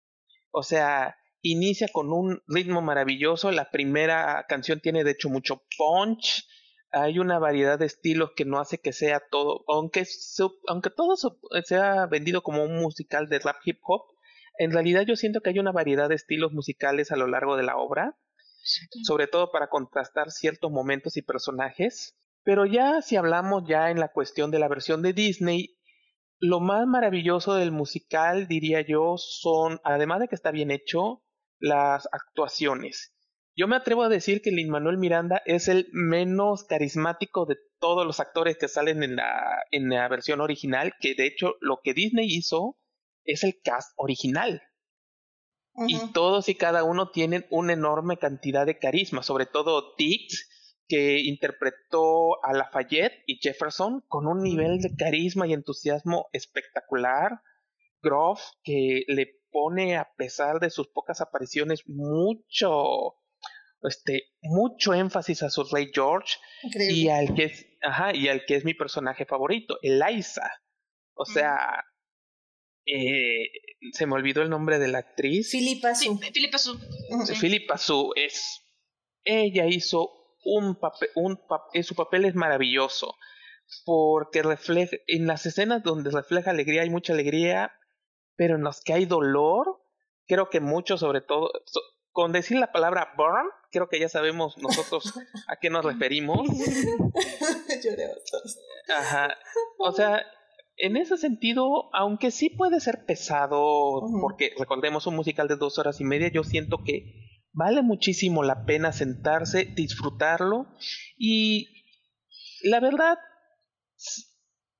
O sea, inicia con un ritmo maravilloso. La primera canción tiene de hecho mucho punch. Hay una variedad de estilos que no hace que sea todo, aunque, aunque todo sea vendido como un musical de rap hip hop, en realidad yo siento que hay una variedad de estilos musicales a lo largo de la obra, sí, sobre todo para contrastar ciertos momentos y personajes. Pero ya si hablamos ya en la cuestión de la versión de Disney, lo más maravilloso del musical, diría yo, son, además de que está bien hecho, las actuaciones. Yo me atrevo a decir que Lin-Manuel Miranda es el menos carismático de todos los actores que salen en la, en la versión original, que de hecho lo que Disney hizo es el cast original. Uh-huh. Y todos y cada uno tienen una enorme cantidad de carisma, sobre todo Dix, que interpretó a Lafayette y Jefferson con un nivel de carisma y entusiasmo espectacular. Groff, que le pone, a pesar de sus pocas apariciones, mucho, este, mucho énfasis a su rey George. Increíble. y al que es, ajá, y al que es mi personaje favorito, Eliza. O sea, mm. eh, se me olvidó el nombre de la actriz. Philippa Sue. Sí, Philippa Sue. Uh-huh. Philippa Sue es, ella hizo un papel, un papel, su papel es maravilloso porque refleja, en las escenas donde refleja alegría hay mucha alegría, pero en las que hay dolor, creo que mucho, sobre todo, so, con decir la palabra burn, creo que ya sabemos nosotros a qué nos referimos. Ajá. O sea, en ese sentido, aunque sí puede ser pesado, uh-huh. porque recordemos un musical de dos horas y media, yo siento que vale muchísimo la pena sentarse, disfrutarlo y la verdad,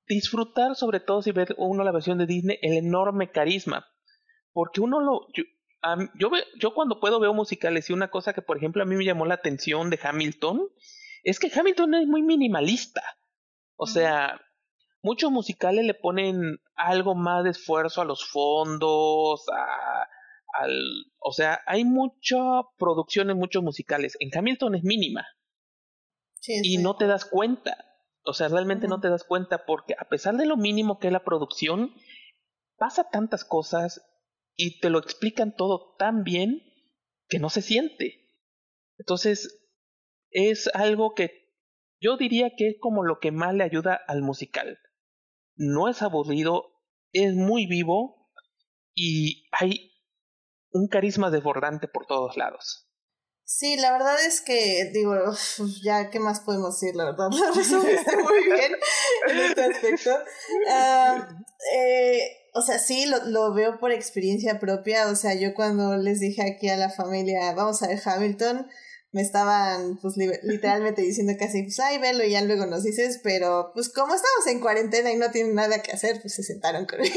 disfrutar sobre todo si ve uno la versión de Disney, el enorme carisma, porque uno lo, yo, Um, yo, ve, yo cuando puedo veo musicales y una cosa que por ejemplo a mí me llamó la atención de Hamilton es que Hamilton es muy minimalista. O sea, muchos musicales le ponen algo más de esfuerzo a los fondos, a, al, o sea, hay mucha producción en muchos musicales. En Hamilton es mínima. Sí, y sí. No te das cuenta. O sea, realmente uh-huh. no te das cuenta porque a pesar de lo mínimo que es la producción, pasa tantas cosas y te lo explican todo tan bien que no se siente. Entonces, es algo que yo diría que es como lo que más le ayuda al musical. No es aburrido, es muy vivo y hay un carisma desbordante por todos lados. Sí, la verdad es que, digo, ya, ¿qué más podemos decir? La verdad, lo resumiste muy bien en este aspecto. Uh, eh, o sea, sí, lo, lo veo por experiencia propia. O sea, yo cuando les dije aquí a la familia, vamos a ver Hamilton, me estaban, pues, li- literalmente diciendo casi, pues, ay, velo y ya luego nos dices, pero, pues, como estamos en cuarentena y no tienen nada que hacer, pues, se sentaron conmigo.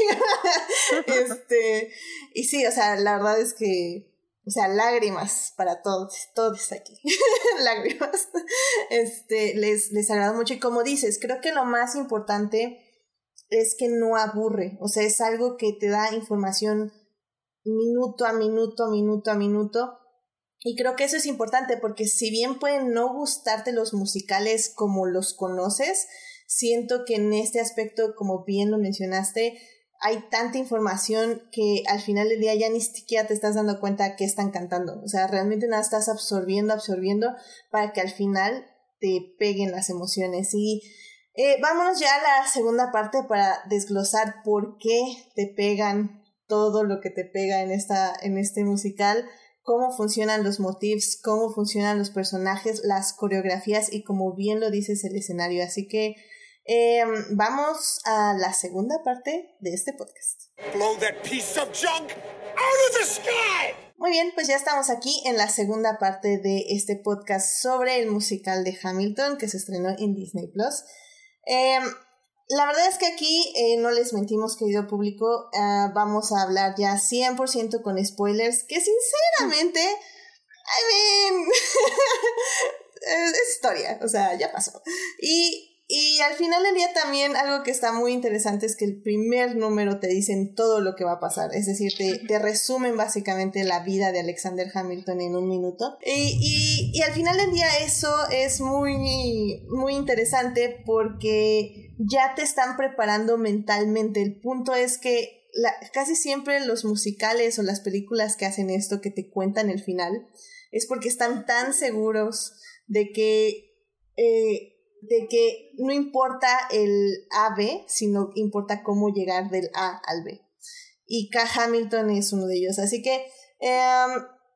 este, y sí, o sea, la verdad es que, o sea, lágrimas para todos, todos aquí, lágrimas, este, les, les agradó mucho, y como dices, creo que lo más importante es que no aburre, o sea, es algo que te da información minuto a minuto, minuto a minuto. Y creo que eso es importante porque si bien pueden no gustarte los musicales como los conoces, siento que en este aspecto, como bien lo mencionaste, hay tanta información que al final del día ya ni siquiera te estás dando cuenta que están cantando. O sea, realmente nada estás absorbiendo, absorbiendo para que al final te peguen las emociones. Y eh, vámonos ya a la segunda parte para desglosar por qué te pegan todo lo que te pega en, esta, en este musical. Cómo funcionan los motifs, cómo funcionan los personajes, las coreografías y como bien lo dices el escenario. Así que eh, vamos a la segunda parte de este podcast. Blow that piece of junk out of the sky. Muy bien, pues ya estamos aquí en la segunda parte de este podcast sobre el musical de Hamilton que se estrenó en Disney Plus. Eh, La verdad es que aquí eh, no les mentimos, querido público, uh, vamos a hablar ya cien por ciento con spoilers, que sinceramente, I mean, es historia, o sea, ya pasó. Y, y al final del día también algo que está muy interesante es que el primer número te dicen todo lo que va a pasar, es decir, te, te resumen básicamente la vida de Alexander Hamilton en un minuto. Y, y, y al final del día eso es muy, muy interesante porque ya te están preparando mentalmente. El punto es que la, casi siempre los musicales o las películas que hacen esto, que te cuentan el final, es porque están tan seguros de que, eh, de que no importa el A B, sino importa cómo llegar del A al B. Y K. Hamilton es uno de ellos. Así que, eh,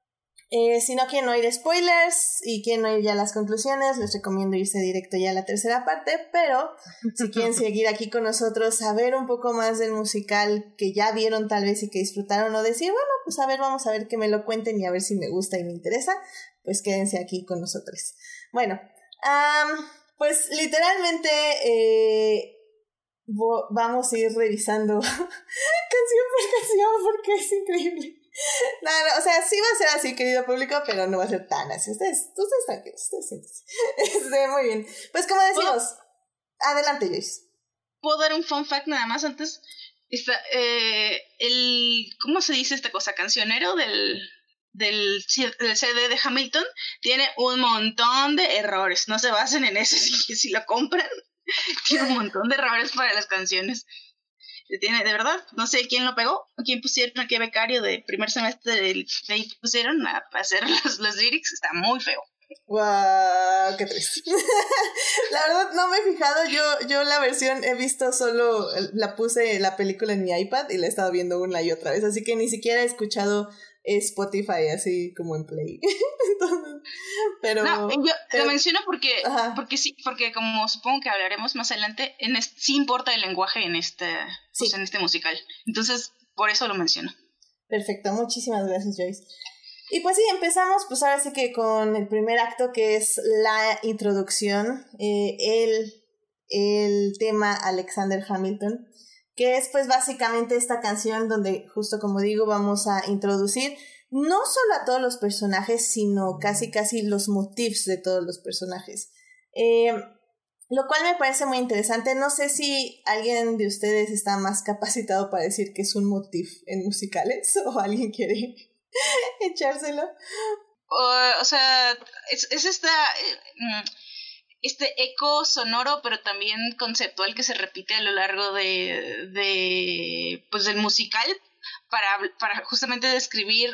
Eh, si no quieren oír spoilers y quieren oír ya las conclusiones, les recomiendo irse directo ya a la tercera parte, pero si quieren seguir aquí con nosotros, saber un poco más del musical que ya vieron tal vez y que disfrutaron, o decir, bueno, pues a ver, vamos a ver que me lo cuenten y a ver si me gusta y me interesa, pues quédense aquí con nosotros. Bueno, um, pues literalmente eh, vo- vamos a ir revisando canción por canción porque es increíble. No, no, o sea, sí va a ser así, querido público, pero no va a ser tan así. Ustedes, ustedes tranquilos, ustedes siéntense. Este, muy bien. Pues como decimos, adelante, Joyce. ¿Puedo dar un fun fact nada más antes? Está, eh, el, ¿cómo se dice esta cosa? Cancionero del, del, del C D de Hamilton tiene un montón de errores. No se basen en eso si, si lo compran. Tiene un montón de errores para las canciones. Tiene, de verdad, no sé quién lo pegó, quién pusieron aquí a becario de primer semestre, de ahí pusieron a, a hacer los, los lyrics, está muy feo. Wow, qué triste. La verdad no me he fijado, yo, yo la versión he visto solo, la puse la película en mi iPad y la he estado viendo una y otra vez, así que ni siquiera he escuchado Spotify así como en Play. Entonces, pero no, yo pero, lo menciono porque porque sí, porque como supongo que hablaremos más adelante, en este, sí importa el lenguaje en este, sí. pues en este musical. Entonces, por eso lo menciono. Perfecto, muchísimas gracias, Joyce. Y pues sí, empezamos pues ahora sí que con el primer acto, que es la introducción, eh, el, el tema Alexander Hamilton, que es pues básicamente esta canción donde justo como digo vamos a introducir no solo a todos los personajes, sino casi casi los motifs de todos los personajes. Eh, lo cual me parece muy interesante. No sé si alguien de ustedes está más capacitado para decir que es un motif en musicales o alguien quiere echárselo. Uh, o sea, es, es esta... Eh, este eco sonoro, pero también conceptual que se repite a lo largo de, de pues del musical para, para justamente describir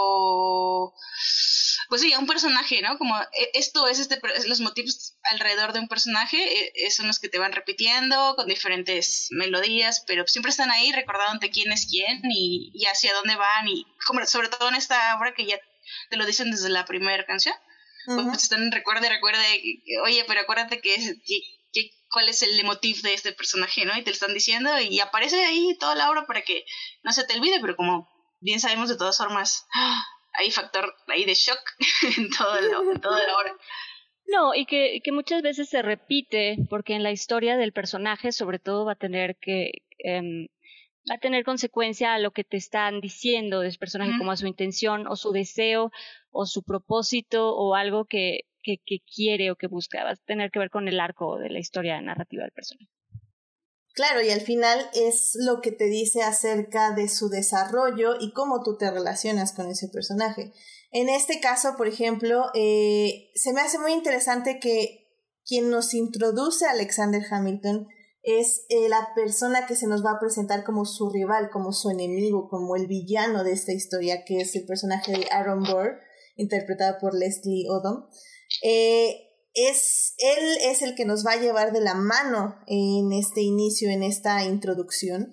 o pues sí, a un personaje, ¿no? Como esto es este los motivos alrededor de un personaje eh, son los que te van repitiendo con diferentes melodías, pero siempre están ahí recordándote quién es quién y, y hacia dónde van y como sobre todo en esta obra que ya te lo dicen desde la primera canción. Pues uh-huh. están, recuerde, recuerde, oye, pero acuérdate que, que, que cuál es el motif de este personaje, ¿no? Y te lo están diciendo y aparece ahí toda la obra para que no se te olvide, pero como bien sabemos de todas formas, hay factor ahí de shock en, todo lo, en toda la obra. No, y que, que muchas veces se repite, porque en la historia del personaje sobre todo va a tener que... Um, va a tener consecuencia a lo que te están diciendo de ese personaje, uh-huh. como a su intención o su deseo o su propósito o algo que, que, que quiere o que busca. Va a tener que ver con el arco de la historia narrativa del personaje. Claro, y al final es lo que te dice acerca de su desarrollo y cómo tú te relacionas con ese personaje. En este caso, por ejemplo, eh, se me hace muy interesante que quien nos introduce a Alexander Hamilton es eh, la persona que se nos va a presentar como su rival, como su enemigo, como el villano de esta historia, que es el personaje de Aaron Burr, interpretado por Leslie Odom. Eh, es, él es el que nos va a llevar de la mano en este inicio, en esta introducción,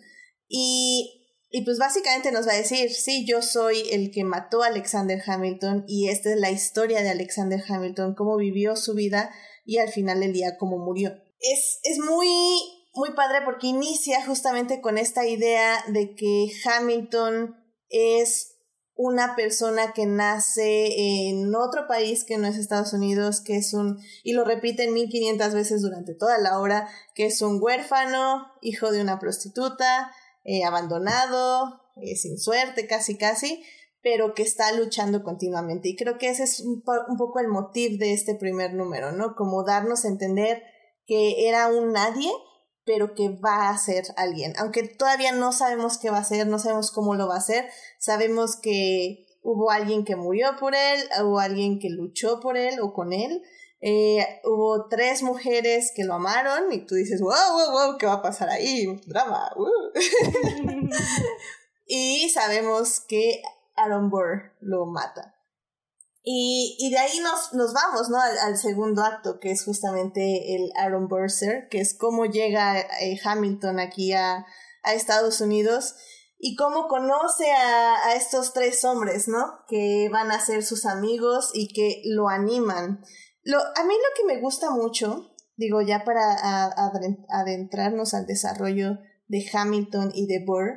y, y pues básicamente nos va a decir, sí, yo soy el que mató a Alexander Hamilton, y esta es la historia de Alexander Hamilton, cómo vivió su vida, y al final del día cómo murió. Es, es muy... muy padre porque inicia justamente con esta idea de que Hamilton es una persona que nace en otro país que no es Estados Unidos, que es un, y lo repiten mil quinientas veces durante toda la obra, que es un huérfano, hijo de una prostituta, eh, abandonado, eh, sin suerte casi casi, pero que está luchando continuamente. Y creo que ese es un, po- un poco el motivo de este primer número, ¿no? Como darnos a entender que era un nadie, pero que va a ser alguien. Aunque todavía no sabemos qué va a ser, no sabemos cómo lo va a hacer, sabemos que hubo alguien que murió por él, hubo alguien que luchó por él o con él, eh, hubo tres mujeres que lo amaron y tú dices, wow, wow, wow, ¿qué va a pasar ahí? Drama. Uh. Y sabemos que Aaron Burr lo mata. Y, y de ahí nos, nos vamos, ¿no? Al, al segundo acto, que es justamente el Aaron Burr, que es cómo llega eh, Hamilton aquí a, a Estados Unidos y cómo conoce a, a estos tres hombres, ¿no? Que van a ser sus amigos y que lo animan. Lo, a mí lo que me gusta mucho, digo, ya para a, a, adentrarnos al desarrollo de Hamilton y de Burr,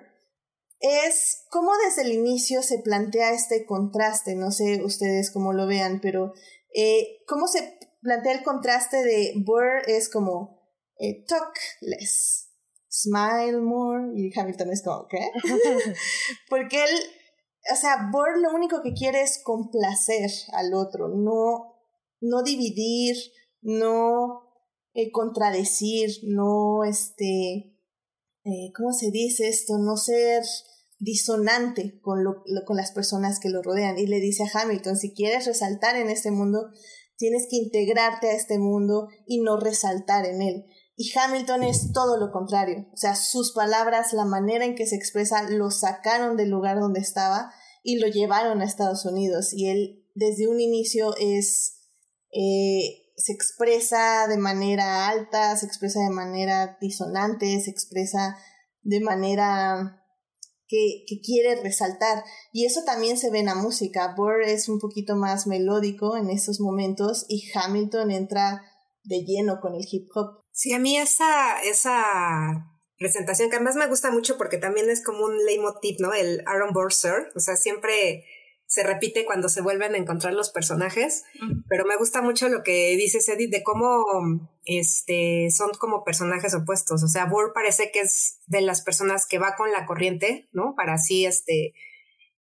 es cómo desde el inicio se plantea este contraste, no sé ustedes cómo lo vean, pero eh, cómo se plantea el contraste de Burr es como eh, talk less, smile more, y Hamilton es como, ¿qué? Porque él, o sea, Burr lo único que quiere es complacer al otro, no, no dividir, no eh, contradecir, no, este... Eh, ¿cómo se dice esto? No ser disonante con, lo, lo, con las personas que lo rodean. Y le dice a Hamilton, si quieres resaltar en este mundo, tienes que integrarte a este mundo y no resaltar en él. Y Hamilton es todo lo contrario. O sea, sus palabras, la manera en que se expresa, lo sacaron del lugar donde estaba y lo llevaron a Estados Unidos. Y él, desde un inicio, es... Eh, se expresa de manera alta, se expresa de manera disonante, se expresa de manera que, que quiere resaltar. Y eso también se ve en la música. Burr es un poquito más melódico en esos momentos y Hamilton entra de lleno con el hip hop. Sí, a mí esa, esa presentación que además me gusta mucho porque también es como un leitmotiv, ¿no? El Aaron Burr, sir. O sea, siempre se repite cuando se vuelven a encontrar los personajes, uh-huh. Pero me gusta mucho lo que dices, Edith, de cómo este, son como personajes opuestos. O sea, Burr parece que es de las personas que va con la corriente, ¿no? Para así este,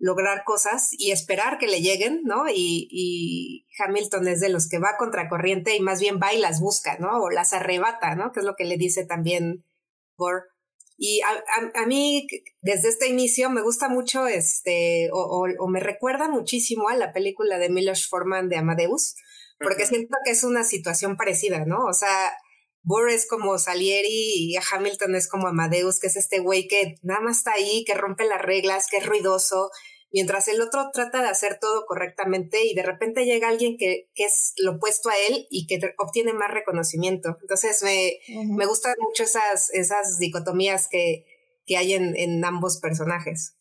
lograr cosas y esperar que le lleguen, ¿no? Y, y Hamilton es de los que va contracorriente y más bien va y las busca, ¿no? O las arrebata, ¿no? Que es lo que le dice también Gore. Y a, a, a mí, desde este inicio, me gusta mucho, este, o, o, o me recuerda muchísimo a la película de Milos Forman de Amadeus, porque uh-huh. siento que es una situación parecida, ¿no? O sea, Gore es como Salieri y Hamilton es como Amadeus, que es este güey que nada más está ahí, que rompe las reglas, que es ruidoso, mientras el otro trata de hacer todo correctamente y de repente llega alguien que, que es lo opuesto a él y que obtiene más reconocimiento. Entonces me, uh-huh. me gustan mucho esas, esas dicotomías que, que hay en, en ambos personajes.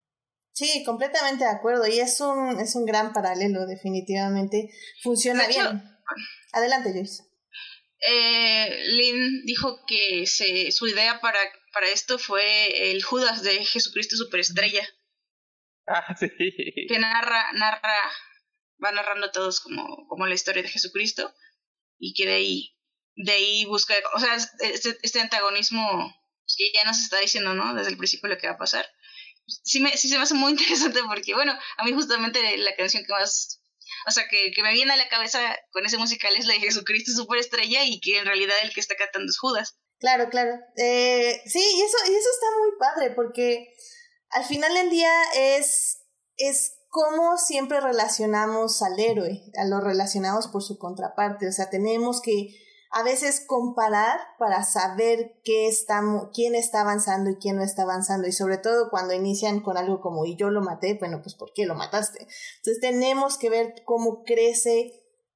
Sí, completamente de acuerdo, y es un, es un gran paralelo, definitivamente. Funciona de bien. Hecho, adelante, Joyce. Eh, Lynn dijo que se, su idea para, para esto fue el Judas de Jesucristo Superestrella. Ah, sí. Que narra, narra, va narrando todos como, como la historia de Jesucristo y que de ahí, de ahí busca, o sea, este, este antagonismo que ya nos está diciendo, ¿no? Desde el principio lo que va a pasar. Sí, me, sí se me hace muy interesante porque, bueno, a mí justamente la canción que más, o sea, que, que me viene a la cabeza con ese musical es la de Jesucristo Superestrella y que en realidad el que está cantando es Judas. Claro, claro. Eh, sí, y eso, y eso está muy padre porque al final del día es, es cómo siempre relacionamos al héroe, a lo relacionamos por su contraparte. O sea, tenemos que a veces comparar para saber qué estamos, quién está avanzando y quién no está avanzando. Y sobre todo cuando inician con algo como, y yo lo maté, bueno, pues ¿por qué lo mataste? Entonces tenemos que ver cómo crece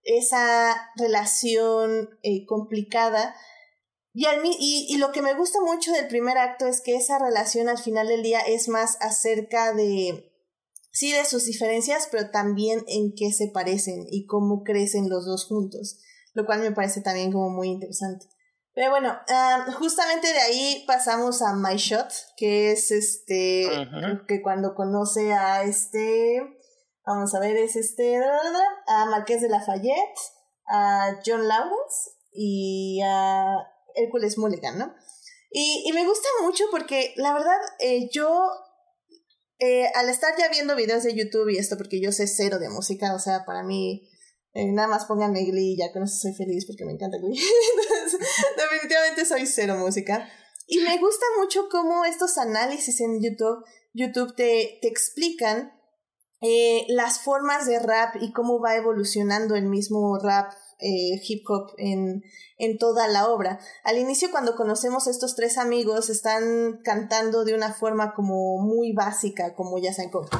esa relación eh, complicada. Y, al, y, y lo que me gusta mucho del primer acto es que esa relación al final del día es más acerca de, sí, de sus diferencias, pero también en qué se parecen y cómo crecen los dos juntos, lo cual me parece también como muy interesante. Pero bueno, uh, justamente de ahí pasamos a My Shot, que es este, uh-huh. que cuando conoce a este, vamos a ver, es este, a Marqués de Lafayette, a John Lawrence y a Hércules Mulligan, ¿no? Y, y me gusta mucho porque la verdad eh, yo eh, al estar ya viendo videos de YouTube y esto, porque yo sé cero de música, o sea, para mí eh, nada más pónganme Glee y ya con eso soy feliz porque me encanta Glee. Entonces, definitivamente soy cero música. Y me gusta mucho cómo estos análisis en YouTube, YouTube te, te explican eh, las formas de rap y cómo va evolucionando el mismo rap Eh, hip hop en, en toda la obra. Al inicio, cuando conocemos a estos tres amigos, están cantando de una forma como muy básica, como ya saben, como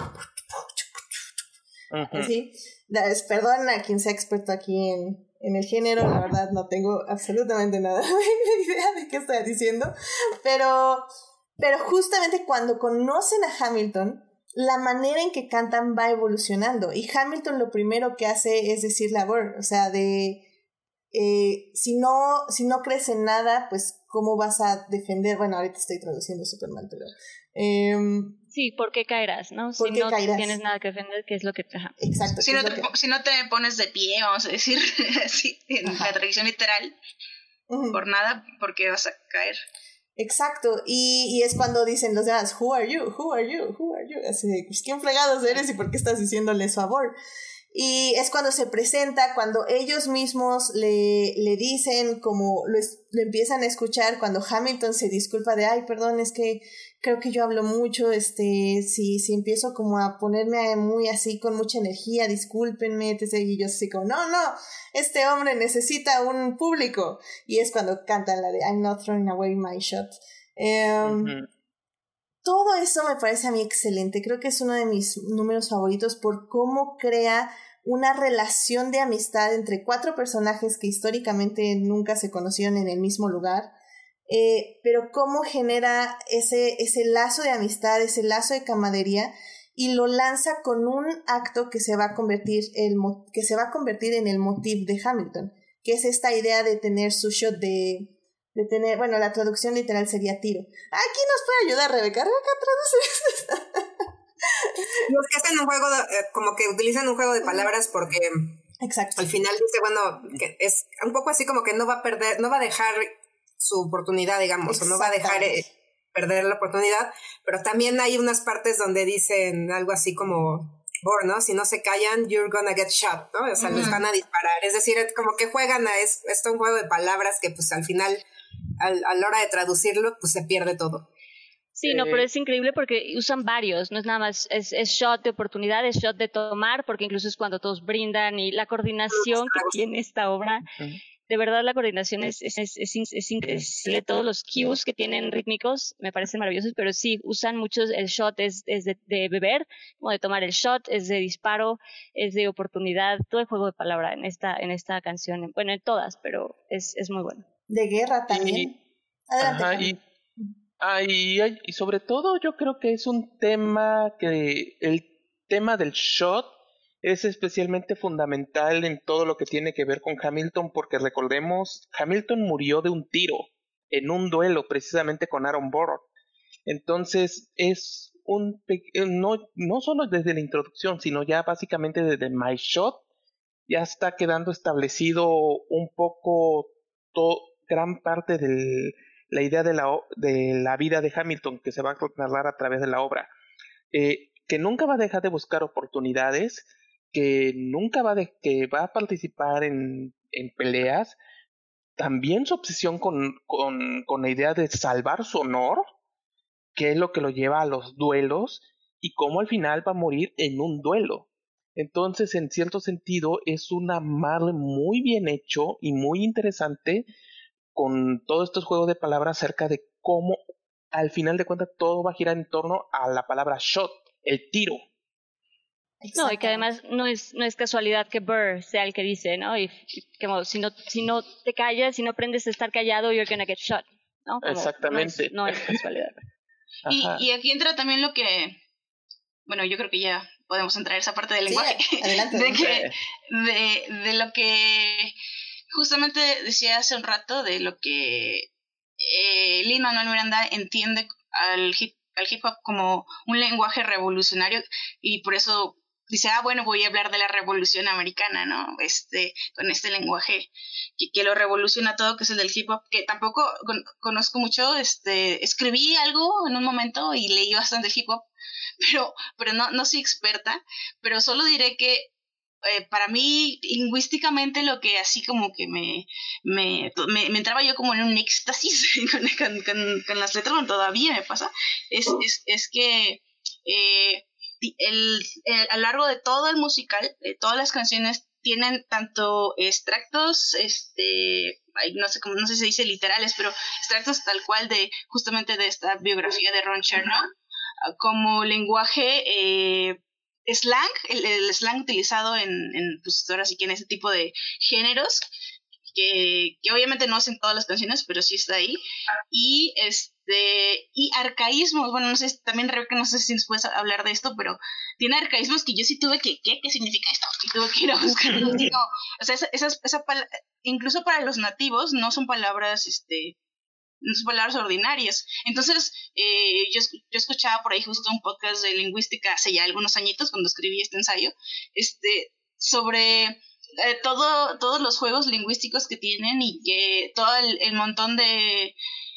uh-huh. ¿sí? Perdón a quien sea experto aquí en, en el género, la verdad no tengo absolutamente nada de idea de qué estoy diciendo, pero, pero justamente cuando conocen a Hamilton, la manera en que cantan va evolucionando, y Hamilton lo primero que hace es decirle a Gore, o sea, de eh, si no si no crees en nada, pues ¿cómo vas a defender? Bueno, ahorita estoy traduciendo súper mal, pero eh, sí, ¿por qué caerás? ¿No? ¿Por si qué no caerás? tienes nada que defender, ¿qué es lo que te... Ajá. Exacto. Si no, te, que... si no te pones de pie, vamos a decir, así, en Ajá. la tradición literal, uh-huh. por nada, porque vas a caer. Exacto, y, y es cuando dicen los demás, who are you, who are you, who are you, así de, pues, ¿quién fregados eres y por qué estás diciéndole eso a Gore? Y es cuando se presenta, cuando ellos mismos le, le dicen, como lo, es, lo empiezan a escuchar, cuando Hamilton se disculpa de, ay, perdón, es que creo que yo hablo mucho, este, si, si empiezo como a ponerme muy así, con mucha energía, discúlpenme, etcétera. Y yo así como, no, no, este hombre necesita un público. Y es cuando cantan la de I'm not throwing away my shot. Um, uh-huh. Todo eso me parece a mí excelente, creo que es uno de mis números favoritos por cómo crea una relación de amistad entre cuatro personajes que históricamente nunca se conocieron en el mismo lugar, eh, pero cómo genera ese, ese lazo de amistad, ese lazo de camaradería, y lo lanza con un acto que se va a convertir, el, que se va a convertir en el motif de Hamilton, que es esta idea de tener su shot de... de tener, bueno, la traducción literal sería tiro. Aquí nos puede ayudar Rebeca. Rebeca, traduce. Los que hacen un juego, de, eh, como que utilizan un juego de palabras porque exacto. Al final dice, bueno, que es un poco así como que no va a perder, no va a dejar su oportunidad, digamos, o no va a dejar, eh, perder la oportunidad, pero también hay unas partes donde dicen algo así como, Burr, ¿no? Si no se callan, you're gonna get shot, ¿no? O sea, uh-huh. les van a disparar. Es decir, como que juegan a es, es un juego de palabras que pues al final, al, a la hora de traducirlo, pues se pierde todo. Sí, no, pero es increíble porque usan varios, no es nada más, es, es shot de oportunidad, es shot de tomar, porque incluso es cuando todos brindan y la coordinación que tiene esta obra, uh-huh. de verdad la coordinación es, es, es, es, es increíble, todos los cues que tienen rítmicos me parecen maravillosos, pero sí, usan muchos, el shot es, es de, de beber, como de tomar el shot, es de disparo, es de oportunidad, todo el juego de palabra en esta, en esta canción, bueno, en todas, pero es, es muy bueno. De guerra también. Y, ajá, y Ah, y, y sobre todo yo creo que es un tema que el tema del shot es especialmente fundamental en todo lo que tiene que ver con Hamilton, porque recordemos, Hamilton murió de un tiro en un duelo precisamente con Aaron Burr. Entonces es un no, no solo desde la introducción, sino ya básicamente desde My Shot ya está quedando establecido un poco to, gran parte del la idea de la, de la vida de Hamilton que se va a narrar a través de la obra, eh, que nunca va a dejar de buscar oportunidades, que nunca va, de, que va a participar en, en peleas, también su obsesión con, con, con la idea de salvar su honor, que es lo que lo lleva a los duelos, y cómo al final va a morir en un duelo. Entonces, en cierto sentido, es un amarre muy bien hecho y muy interesante con todos estos juegos de palabras acerca de cómo al final de cuentas todo va a girar en torno a la palabra shot, el tiro. No, y que además no es no es casualidad que Burr sea el que dice, ¿no? Y como si no si no te callas, si no aprendes a estar callado, you're gonna get shot, ¿no? Como exactamente. No es, no es casualidad. y, y aquí entra también lo que, bueno, yo creo que ya podemos entrar a esa parte del lenguaje, sí, adelante, de que de, de lo que justamente decía hace un rato de lo que eh, Lin-Manuel Miranda entiende al hip, al hip hop como un lenguaje revolucionario, y por eso dice, ah, bueno, voy a hablar de la revolución americana, ¿no? Este, con este lenguaje que, que lo revoluciona todo, que es el del hip hop, que tampoco con, conozco mucho, este, escribí algo en un momento y leí bastante hip hop, pero, pero no, no soy experta, pero solo diré que Eh, para mí, lingüísticamente, lo que así como que me, me, me, me entraba yo como en un éxtasis con, con, con, con las letras, bueno, todavía me pasa, es, es, es que eh, el, el, a lo largo de todo el musical, de todas las canciones, tienen tanto extractos, este, no sé cómo, no sé si se dice literales, pero extractos tal cual de justamente de esta biografía de Ron Chernow, como lenguaje eh, slang, el, el slang utilizado en, en pues ahora sí que en ese tipo de géneros, que, que obviamente no hacen todas las canciones, pero sí está ahí, y este y arcaísmos, bueno, no sé, también Rebeca, no sé si nos puedes hablar de esto, pero tiene arcaísmos que yo sí tuve que, ¿qué, qué significa esto? Y tuve que ir a buscarlos, digo, o sea, esa, esa, esa pala- incluso para los nativos no son palabras, este, no son palabras ordinarias. Entonces, eh, yo, yo escuchaba por ahí justo un podcast de lingüística hace ya algunos añitos, cuando escribí este ensayo, este, sobre eh, todo, todos los juegos lingüísticos que tienen y que todo el, el montón de,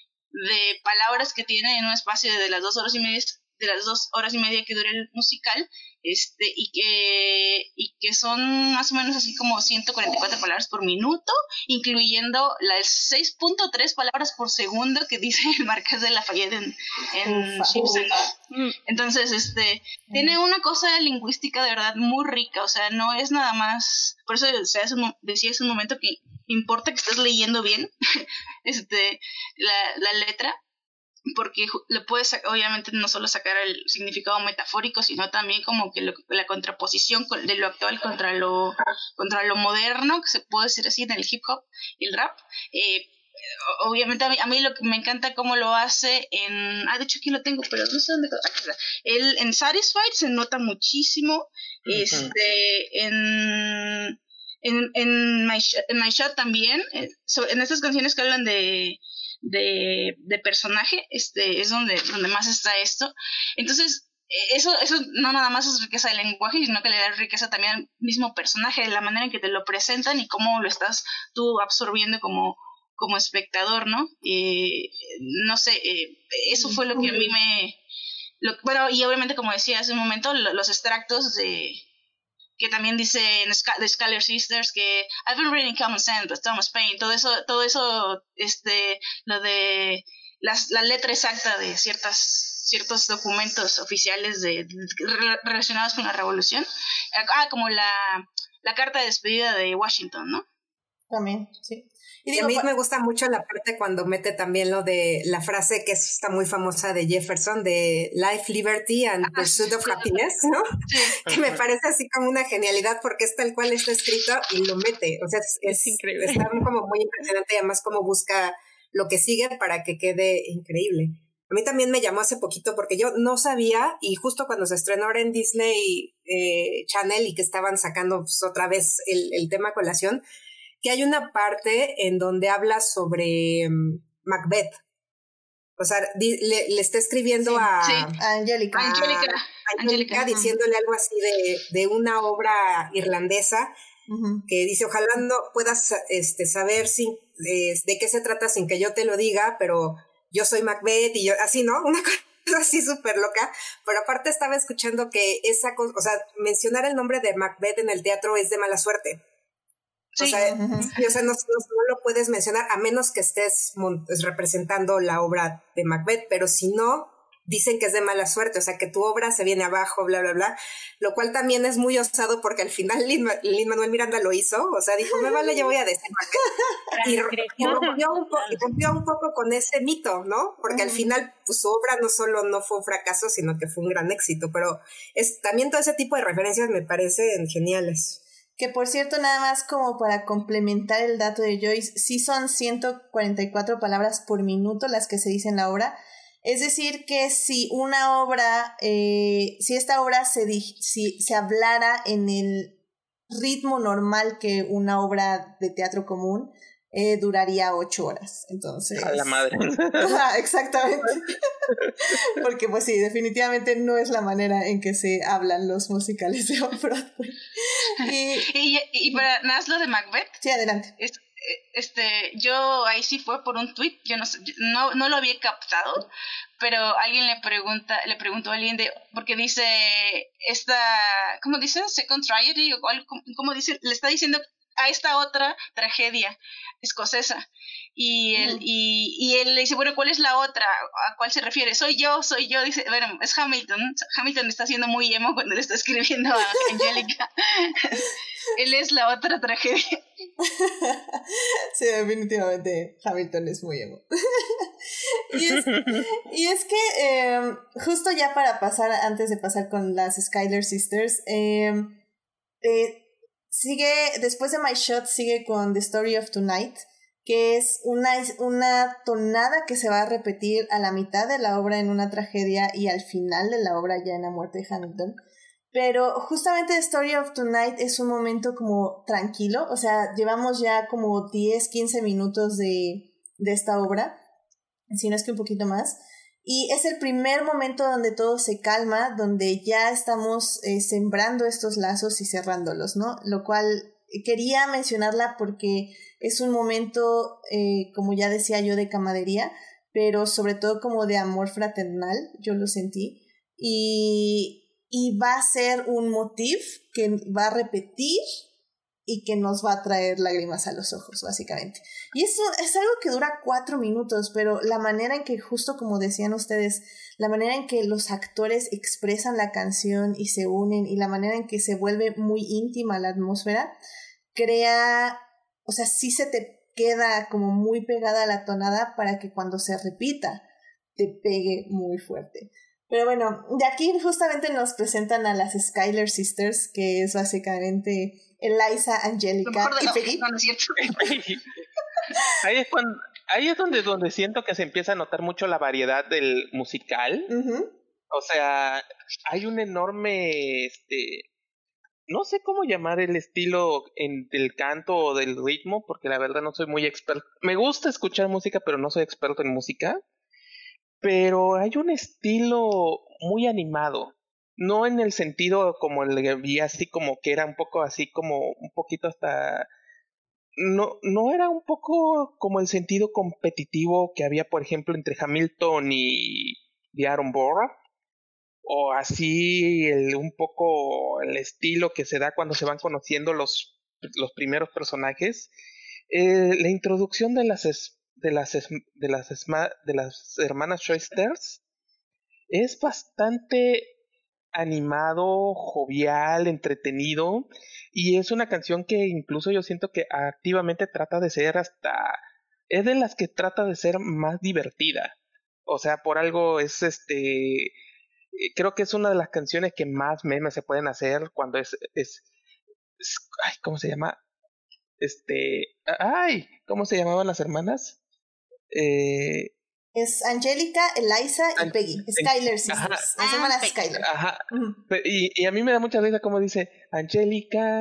de palabras que tienen en un espacio de las dos horas y media de las dos horas y media que dura el musical, este, y que, y que son más o menos así como ciento cuarenta y cuatro palabras por minuto, incluyendo las seis punto tres palabras por segundo que dice el Marqués de Lafayette en, en Ships and Gold. Entonces, este, tiene una cosa lingüística de verdad muy rica, o sea, no es nada más, por eso o sea, hace un, decía hace un momento que importa que estés leyendo bien este, la, la letra, porque le puedes obviamente no solo sacar el significado metafórico, sino también como que lo, la contraposición de lo actual contra lo contra lo moderno, que se puede decir así en el hip hop y el rap. Eh, obviamente a mí, a mí lo que me encanta cómo lo hace en... Ah, de hecho aquí lo tengo, pero no sé dónde... Él en Satisfied se nota muchísimo, uh-huh. este en... En, en, my, en My Shot también, eh, so, en estas canciones que hablan de de, de personaje, este es donde, donde más está esto. Entonces, eso, eso no nada más es riqueza del lenguaje, sino que le da riqueza también al mismo personaje, de la manera en que te lo presentan y cómo lo estás tú absorbiendo como, como espectador, ¿no? Eh, no sé, eh, eso fue lo que a mí me... Lo, bueno, y obviamente, como decía hace un momento, lo, los extractos de... que también dice en The Skyler Sisters que I've been reading Common Sense, but Thomas Paine, todo eso, todo eso, este, lo de las, la letra exacta de ciertas, ciertos documentos oficiales de, de relacionados con la revolución, ah, como la, la carta de despedida de Washington, ¿no? También, sí. Y digo, a mí me gusta mucho la parte cuando mete también lo de la frase que está muy famosa de Jefferson, de Life, Liberty and Pursuit of Happiness, ¿no? Sí. Que me parece así como una genialidad porque es tal cual está escrito y lo mete. O sea, es, es increíble. Está como muy impresionante y además como busca lo que sigue para que quede increíble. A mí también me llamó hace poquito porque yo no sabía, y justo cuando se estrenó ahora en Disney eh, Channel y que estaban sacando pues, otra vez el, el tema a colación, que hay una parte en donde habla sobre um, Macbeth. O sea, di, le, le está escribiendo sí, a, sí. a Angélica, a, a Angélica diciéndole algo así de, de una obra irlandesa, uh-huh. que dice, ojalá no puedas este, saber sin, eh, de qué se trata sin que yo te lo diga, pero yo soy Macbeth y yo, así, ¿no? Una cosa así súper loca, pero aparte estaba escuchando que esa cosa, o sea, mencionar el nombre de Macbeth en el teatro es de mala suerte. Sí. O sea, uh-huh. o sea no, no, no lo puedes mencionar a menos que estés representando la obra de Macbeth, pero si no, dicen que es de mala suerte, o sea, que tu obra se viene abajo, bla, bla, bla, lo cual también es muy osado porque al final Lin-Manuel Miranda lo hizo, o sea, dijo, me vale, yo voy a decir Macbeth. Y, y, rompió un po- y rompió un poco con ese mito, ¿no? Porque uh-huh. al final pues, su obra no solo no fue un fracaso, sino que fue un gran éxito, pero es también todo ese tipo de referencias me parecen geniales. Que por cierto, nada más como para complementar el dato de Joyce, sí son ciento cuarenta y cuatro palabras por minuto las que se dicen en la obra. Es decir, que si una obra, eh, si esta obra se, di- si, se hablara en el ritmo normal que una obra de teatro común, eh, duraría ocho horas. Entonces... A la madre. Ajá, exactamente. Porque pues sí, definitivamente no es la manera en que se hablan los musicales de Broadway. Y, y, y para nada más lo de Macbeth. Sí, adelante. Es, este, yo ahí sí fue por un tweet, yo no sé, no, no lo había captado, pero alguien le pregunta, le preguntó a alguien de, porque dice esta, ¿cómo dice? Second tragedy o algo, ¿cómo dice? Le está diciendo a esta otra tragedia escocesa. Y él, mm. y, y él le dice, bueno, ¿cuál es la otra? ¿A cuál se refiere? Soy yo, soy yo. Dice, bueno, es Hamilton. Hamilton está siendo muy emo cuando le está escribiendo a Angélica. Él es la otra tragedia. Sí, definitivamente Hamilton es muy emo. y, es, y es que eh, justo ya para pasar, antes de pasar con las Skyler Sisters, eh, eh, sigue, después de My Shot, sigue con The Story of Tonight, que es una, una tonada que se va a repetir a la mitad de la obra en una tragedia y al final de la obra ya en la muerte de Hamilton. Pero justamente The Story of Tonight es un momento como tranquilo, o sea, llevamos ya como diez, quince minutos de, de esta obra, si no es que un poquito más, y es el primer momento donde todo se calma, donde ya estamos eh, sembrando estos lazos y cerrándolos, ¿no? Lo cual quería mencionarla porque es un momento, eh, como ya decía yo, de camaradería, pero sobre todo como de amor fraternal, yo lo sentí, y... y va a ser un motif que va a repetir y que nos va a traer lágrimas a los ojos, básicamente. Y eso es algo que dura cuatro minutos, pero la manera en que, justo como decían ustedes, la manera en que los actores expresan la canción y se unen, y la manera en que se vuelve muy íntima la atmósfera, crea, o sea, sí se te queda como muy pegada a la tonada para que cuando se repita, te pegue muy fuerte. Pero bueno, de aquí justamente nos presentan a las Skyler Sisters, que es básicamente Eliza, Angélica y Peggy. No, no es cierto. Ahí es cuando, ahí es donde, donde siento que se empieza a notar mucho la variedad del musical. Uh-huh. O sea, hay un enorme, este, no sé cómo llamar el estilo en, del canto o del ritmo, porque la verdad no soy muy experto. Me gusta escuchar música, pero no soy experto en música. Pero hay un estilo muy animado, no en el sentido como el que vi así como que era un poco así como un poquito hasta no, no era un poco como el sentido competitivo que había, por ejemplo, entre Hamilton y, y Aaron Burr, o así el, un poco el estilo que se da cuando se van conociendo los, los primeros personajes. Eh, la introducción de las es, de las es, de las esma, de las hermanas Schuesters es bastante animado, jovial, entretenido, y es una canción que incluso yo siento que activamente trata de ser hasta, es de las que trata de ser más divertida. O sea, por algo es este, creo que es una de las canciones que más memes se pueden hacer cuando es, es, es ay, ¿cómo se llama? Este, ay, ¿cómo se llamaban las hermanas? Eh, Es Angélica, Eliza y An- Peggy. Skyler Sisters. Las Ah, hermanas Peggy. Skyler. Ajá. Ujú. Pe- Y, y a mí me da mucha risa como dice Angélica,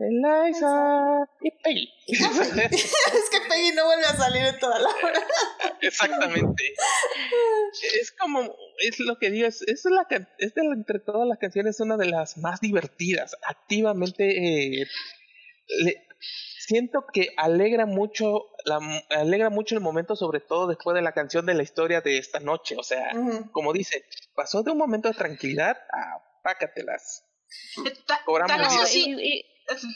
Eliza y Peggy. Ah, Peggy. Es que Peggy no vuelve a salir en toda la hora. Exactamente. Es como, es lo que digo, es, es, la, can- es de la- entre todas las canciones una de las más divertidas. Activamente eh, le- siento que alegra mucho, la, alegra mucho el momento, sobre todo después de la canción de la historia de esta noche. O sea, Ujú. como dice, pasó de un momento de tranquilidad a pácatelas. Ta- Cobramos tal vez No, diez. así. y, y-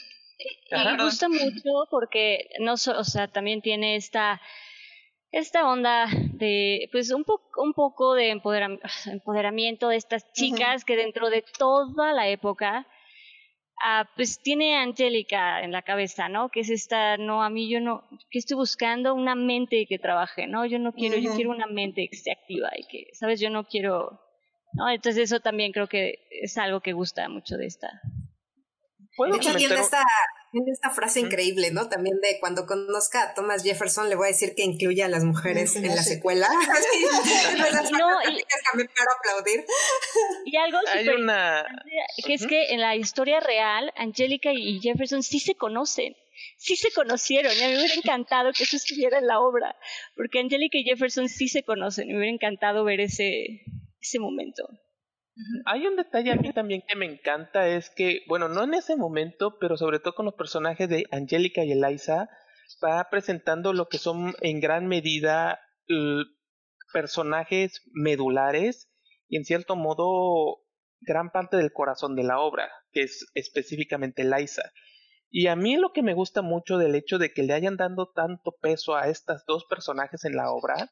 y Ajá. me gusta mucho porque no so- o sea, también tiene esta esta onda de pues un poco un poco de empoderam- empoderamiento de estas chicas que dentro de toda la época ah, pues tiene a Angélica en la cabeza, ¿no? Que es esta, no, a mí yo no, que estoy buscando una mente que trabaje, ¿no? Yo no quiero, yo Ujú. quiero una mente que esté activa y que, ¿sabes? Yo no quiero, ¿no? Entonces eso también creo que es algo que gusta mucho de esta. ¿Puedo De hecho, tiene comentar un- esta, tiene esta frase Ujú. increíble, ¿no? También de cuando conozca a Thomas Jefferson, le voy a decir que incluya a las mujeres Sí, en la sí. secuela. Sí, esas No, y- fantásticas que me paro a aplaudir. Y algo Hay súper una... que es Ujú. que en la historia real, Angélica y Jefferson sí se conocen, sí se conocieron, y a mí me hubiera encantado que eso estuviera en la obra, porque Angélica y Jefferson sí se conocen, me hubiera encantado ver ese, ese momento. Hay un detalle a mí también que me encanta, es que, bueno, no en ese momento, pero sobre todo con los personajes de Angélica y Eliza, va presentando lo que son en gran medida l- personajes medulares y en cierto modo gran parte del corazón de la obra, que es específicamente Eliza. Y a mí lo que me gusta mucho del hecho de que le hayan dado tanto peso a estas dos personajes en la obra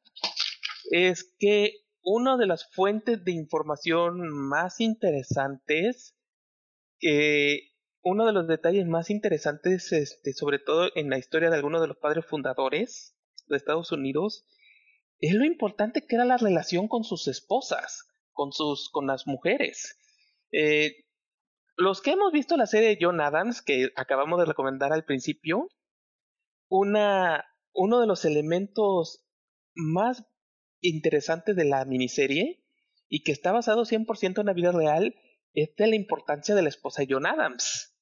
es que una de las fuentes de información más interesantes, que uno de los detalles más interesantes, este, sobre todo en la historia de algunos de los padres fundadores de Estados Unidos, es lo importante que era la relación con sus esposas, con sus, con las mujeres. Eh, los que hemos visto la serie de John Adams, que acabamos de recomendar al principio, una, uno de los elementos más interesantes de la miniserie y que está basado cien por ciento en la vida real es de la importancia de la esposa de John Adams.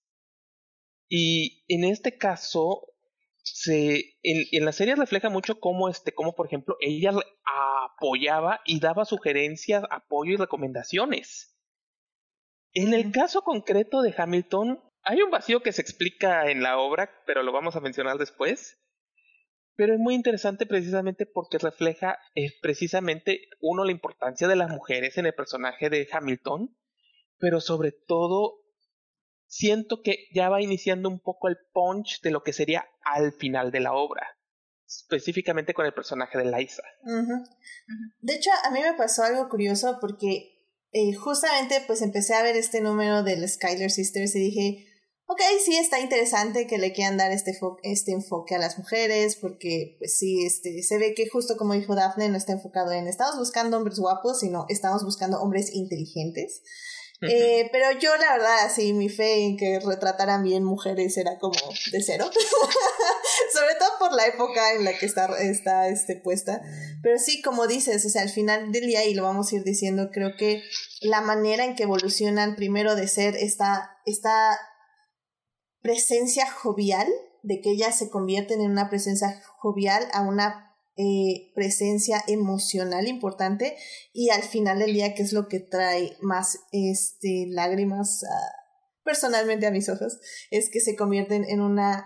Y en este caso, se, en, en la serie refleja mucho cómo, este, cómo, por ejemplo, ella apoyaba y daba sugerencias, apoyo y recomendaciones. En el caso concreto de Hamilton, hay un vacío que se explica en la obra, pero lo vamos a mencionar después. Pero es muy interesante precisamente porque refleja eh, precisamente, uno, la importancia de las mujeres en el personaje de Hamilton, pero sobre todo siento que ya va iniciando un poco el punch de lo que sería al final de la obra, específicamente con el personaje de Eliza. Ujú. De hecho, a mí me pasó algo curioso porque eh, justamente pues empecé a ver este número del Skyler Sisters y dije, ok, sí está interesante que le quieran dar este, fo- este enfoque a las mujeres porque pues sí, este, se ve que justo como dijo Daphne, no está enfocado en estamos buscando hombres guapos, sino estamos buscando hombres inteligentes. Eh, pero yo la verdad, así mi fe en que retrataran bien mujeres era como de cero. Sobre todo por la época en la que está, está este, puesta. Pero sí, como dices, o sea, al final del día, y lo vamos a ir diciendo, creo que la manera en que evolucionan primero de ser esta, esta presencia jovial, de que ellas se convierten en una presencia jovial a una eh, presencia emocional importante, y al final del día, que es lo que trae más este, lágrimas uh, personalmente a mis ojos, es que se convierten en una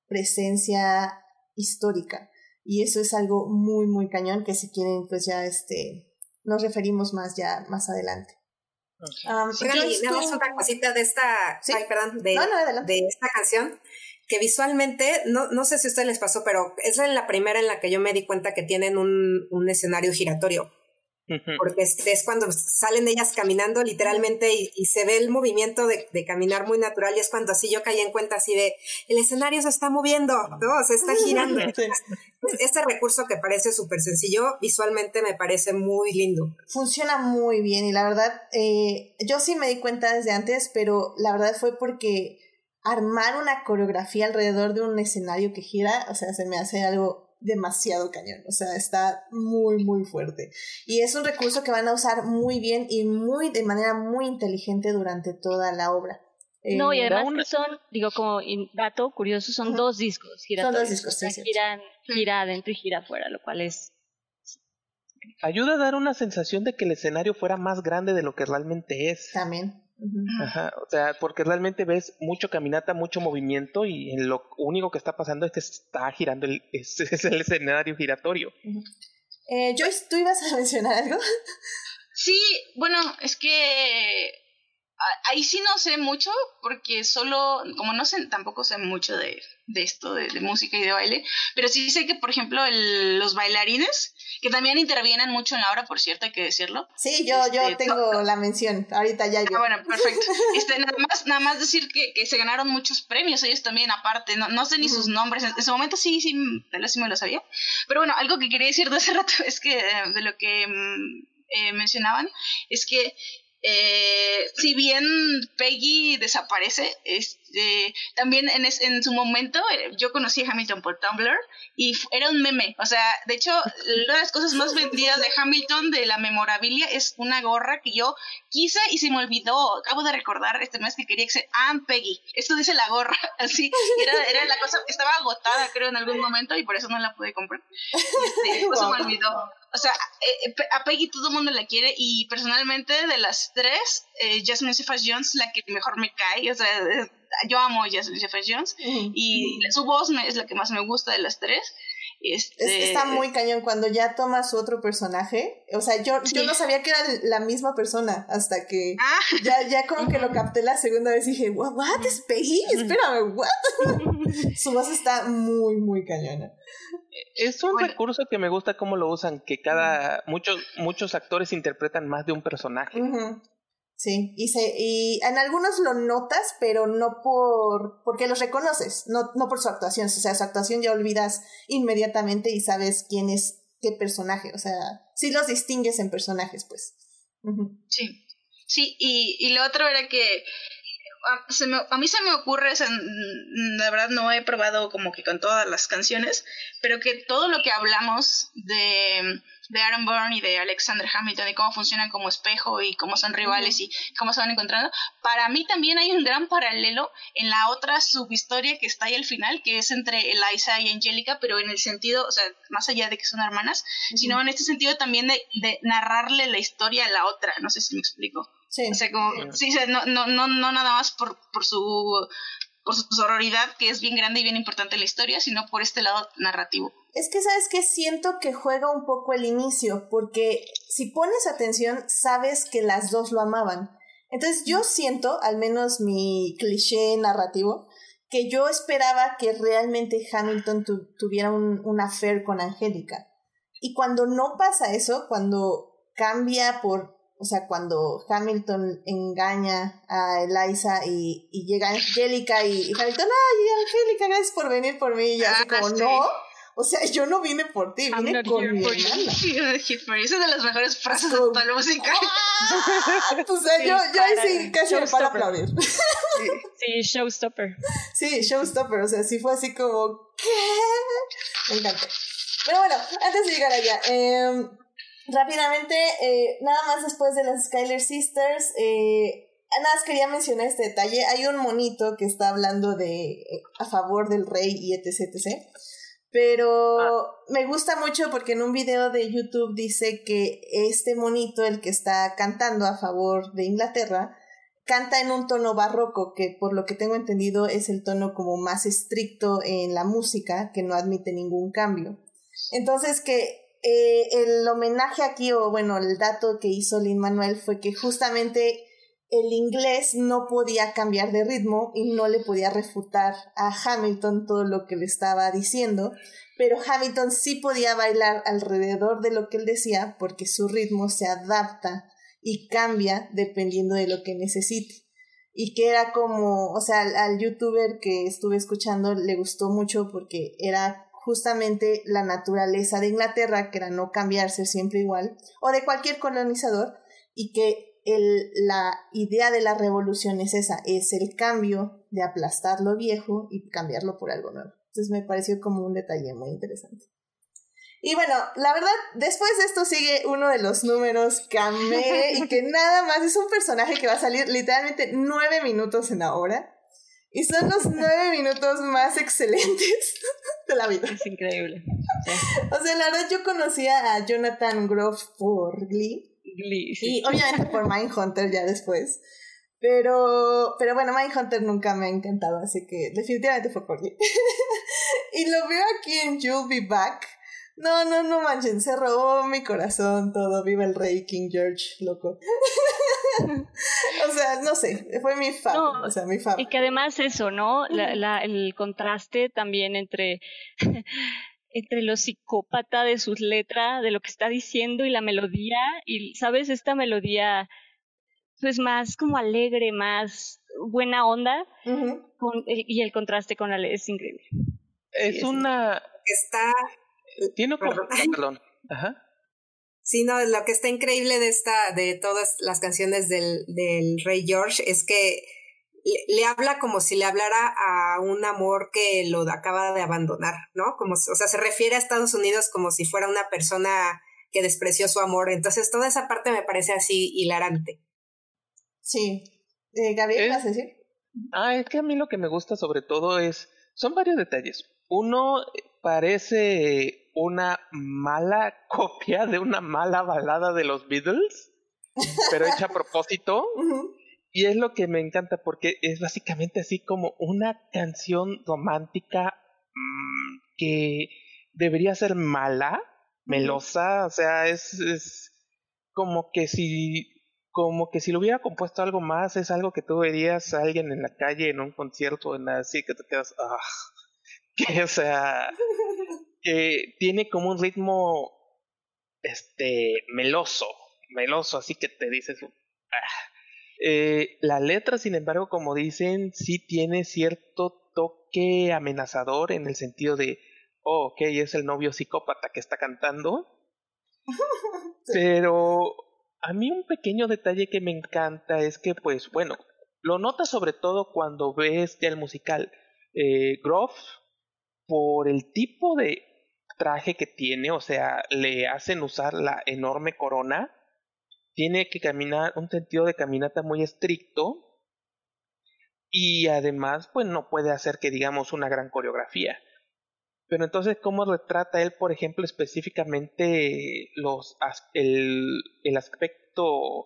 presencia histórica. Y eso es algo muy, muy cañón que si quieren, pues ya este, nos referimos más ya más adelante. Um, sí, Oigan, y nada más otra cosita de esta, ¿sí? ay, perdón, de, no, no, de esta canción, que visualmente, no, no sé si a ustedes les pasó, pero es la primera en la que yo me di cuenta que tienen un, un escenario giratorio. Porque este es cuando salen ellas caminando literalmente y, y se ve el movimiento de, de caminar muy natural, y es cuando así yo caí en cuenta así de el escenario se está moviendo, ¿no? Se está girando. Este recurso que parece súper sencillo, visualmente me parece muy lindo. Funciona muy bien y la verdad, eh, yo sí me di cuenta desde antes, pero la verdad fue porque armar una coreografía alrededor de un escenario que gira, o sea, se me hace algo demasiado cañón, o sea, está muy muy fuerte y es un recurso que van a usar muy bien y muy de manera muy inteligente durante toda la obra. No, y además una... que son, digo, como dato curioso, son uh-huh. dos discos giratorios. Son dos discos, sí, o sea, giran, gira adentro y gira afuera, lo cual es... Ayuda a dar una sensación de que el escenario fuera más grande de lo que realmente es. También. Uh-huh. Ajá, o sea, porque realmente ves mucho caminata, mucho movimiento y lo único que está pasando es que está girando, el, es, es el escenario giratorio. Uh-huh. eh, Joyce, ¿tú ibas a mencionar algo? Sí, bueno, es que ahí sí no sé mucho porque solo, como no sé, tampoco sé mucho de, de esto, de, de música y de baile, pero sí sé que, por ejemplo, el, los bailarines, que también intervienen mucho en la obra, por cierto, hay que decirlo. Sí, yo, este, yo tengo no, no. la mención, ahorita ya yo. Ah, bueno, perfecto. Este, nada más, nada más decir que, que se ganaron muchos premios ellos también, aparte, no, no sé ni uh-huh. sus nombres, en, en su momento sí, sí, tal vez sí me lo sabía, pero bueno, algo que quería decir de hace rato es que, de lo que eh, mencionaban, es que Eh, si bien Peggy desaparece, este, también en, es, en su momento eh, yo conocí a Hamilton por Tumblr y f- era un meme, o sea, de hecho una de las cosas más vendidas de Hamilton, de la memorabilia, es una gorra que yo quise y se me olvidó, acabo de recordar este mes que quería que sea I'm Peggy, esto dice la gorra, así, era, era la cosa, estaba agotada creo en algún momento y por eso no la pude comprar, y este, pues se me olvidó. O sea, eh, a Peggy todo el mundo la quiere y personalmente de las tres, eh, Jasmine Cephas-Jones la que mejor me cae, o sea, eh, yo amo a Jasmine Cephas-Jones uh-huh. y su voz me, es la que más me gusta de las tres. Este... Es, está muy cañón cuando ya toma su otro personaje, o sea, yo, sí. yo no sabía que era la misma persona hasta que ah. ya, ya como que lo capté la segunda vez y dije, what, what? ¿Es Peggy? Espérame, what? Su voz está muy, muy cañona. Es un bueno. recurso que me gusta cómo lo usan, que cada uh-huh. muchos muchos actores interpretan más de un personaje. Uh-huh. Sí, y se y en algunos lo notas, pero no por porque los reconoces, no no por su actuación, o sea, su actuación ya olvidas inmediatamente y sabes quién es qué personaje, o sea, sí los distingues en personajes, pues. Uh-huh. Sí. Sí, y y lo otro era que A, se me, a mí se me ocurre, o sea, la verdad no he probado como que con todas las canciones, pero que todo lo que hablamos de, de Aaron Burr y de Alexander Hamilton y cómo funcionan como espejo y cómo son rivales uh-huh. y cómo se van encontrando, para mí también hay un gran paralelo en la otra subhistoria que está ahí al final, que es entre Eliza y Angelica, pero en el sentido, o sea, más allá de que son hermanas, uh-huh. sino en este sentido también de, de narrarle la historia a la otra, no sé si me explico. Sí. O sea, como, sí, no, no, no, no nada más por, por su por su sororidad, que es bien grande y bien importante en la historia, sino por este lado narrativo. Es que, ¿sabes qué? Siento que juega un poco el inicio, porque si pones atención, sabes que las dos lo amaban. Entonces yo siento, al menos mi cliché narrativo, que yo esperaba que realmente Hamilton tu, tuviera un, un affair con Angélica. Y cuando no pasa eso, cuando cambia por... O sea, cuando Hamilton engaña a Eliza y, y llega Angélica y, y Hamilton, ay, Angélica, gracias por venir por mí. Y yo así ah, como, sí. no, o sea, yo no vine por ti, vine con mi hermana. Esa es de las mejores frases de toda la música. O sea, sí, yo, yo ahí sí casi me paro a aplaudir. Sí. sí, showstopper. Sí, showstopper, o sea, sí fue así como, ¿qué? Me encantó. Pero bueno, antes de llegar allá, eh... rápidamente, eh, nada más después de las Schuyler Sisters, eh, nada más quería mencionar este detalle. Hay un monito que está hablando de eh, a favor del rey y etc, etc. Pero ah. me gusta mucho porque en un video de YouTube dice que este monito, el que está cantando a favor de Inglaterra, canta en un tono barroco, que por lo que tengo entendido es el tono como más estricto en la música, que no admite ningún cambio. Entonces que eh, el homenaje aquí, o bueno, el dato que hizo Lin-Manuel fue que justamente el inglés no podía cambiar de ritmo y no le podía refutar a Hamilton todo lo que le estaba diciendo, pero Hamilton sí podía bailar alrededor de lo que él decía porque su ritmo se adapta y cambia dependiendo de lo que necesite. Y que era como, o sea, al, al youtuber que estuve escuchando le gustó mucho porque era justamente la naturaleza de Inglaterra, que era no cambiarse siempre igual, o de cualquier colonizador, y que el, la idea de la revolución es esa, es el cambio de aplastar lo viejo y cambiarlo por algo nuevo. Entonces me pareció como un detalle muy interesante. Y bueno, la verdad, después de esto sigue uno de los números que amé y que nada más es un personaje que va a salir literalmente nueve minutos en la hora. Y son los nueve minutos más excelentes de la vida. Es increíble. Sí. O sea, la verdad yo conocía a Jonathan Groff por Glee. Glee, sí. Y obviamente por Mindhunter ya después. Pero, pero bueno, Mindhunter nunca me ha encantado, así que definitivamente fue por Glee. Y lo veo aquí en You'll Be Back. No, no, no manchen, se robó mi corazón todo. Viva el rey King George, loco. O sea, no sé, fue mi fab, no, o sea, mi fab. Y que además eso, ¿no? La, la, el contraste también entre, entre lo psicópata de sus letras, de lo que está diciendo y la melodía. Y, ¿sabes? Esta melodía, pues más como alegre, más buena onda. Uh-huh. Con, y el contraste con la es increíble. Es sí, una... Está... Tiene como... Perdón. Ajá. Sí, no, lo que está increíble de esta, de todas las canciones del, del Rey George es que le, le habla como si le hablara a un amor que lo acaba de abandonar, ¿no? Como, o sea, se refiere a Estados Unidos como si fuera una persona que despreció su amor. Entonces, toda esa parte me parece así hilarante. Sí. Eh, Gabriel, ¿vas a decir? Ah, es que a mí lo que me gusta sobre todo es, son varios detalles. Uno, parece una mala copia de una mala balada de los Beatles, pero hecha a propósito. Uh-huh. Y es lo que me encanta porque es básicamente así como una canción romántica mmm, que debería ser mala, melosa, uh-huh. O sea, es, es como que si como que si lo hubiera compuesto algo más, es algo que tú verías a alguien en la calle, en un concierto, en así que te quedas, ah, que o sea, que tiene como un ritmo este meloso, meloso, así que te dices, ah. Eh, la letra, sin embargo, como dicen, sí tiene cierto toque amenazador en el sentido de, oh, ok, es el novio psicópata que está cantando. Sí. Pero a mí un pequeño detalle que me encanta es que, pues, bueno, lo notas sobre todo cuando ves ya el musical. Eh, Groff, por el tipo de traje que tiene, o sea, le hacen usar la enorme corona, tiene que caminar un sentido de caminata muy estricto y además pues no puede hacer que digamos una gran coreografía. Pero entonces, ¿cómo retrata él, por ejemplo, específicamente los el, el aspecto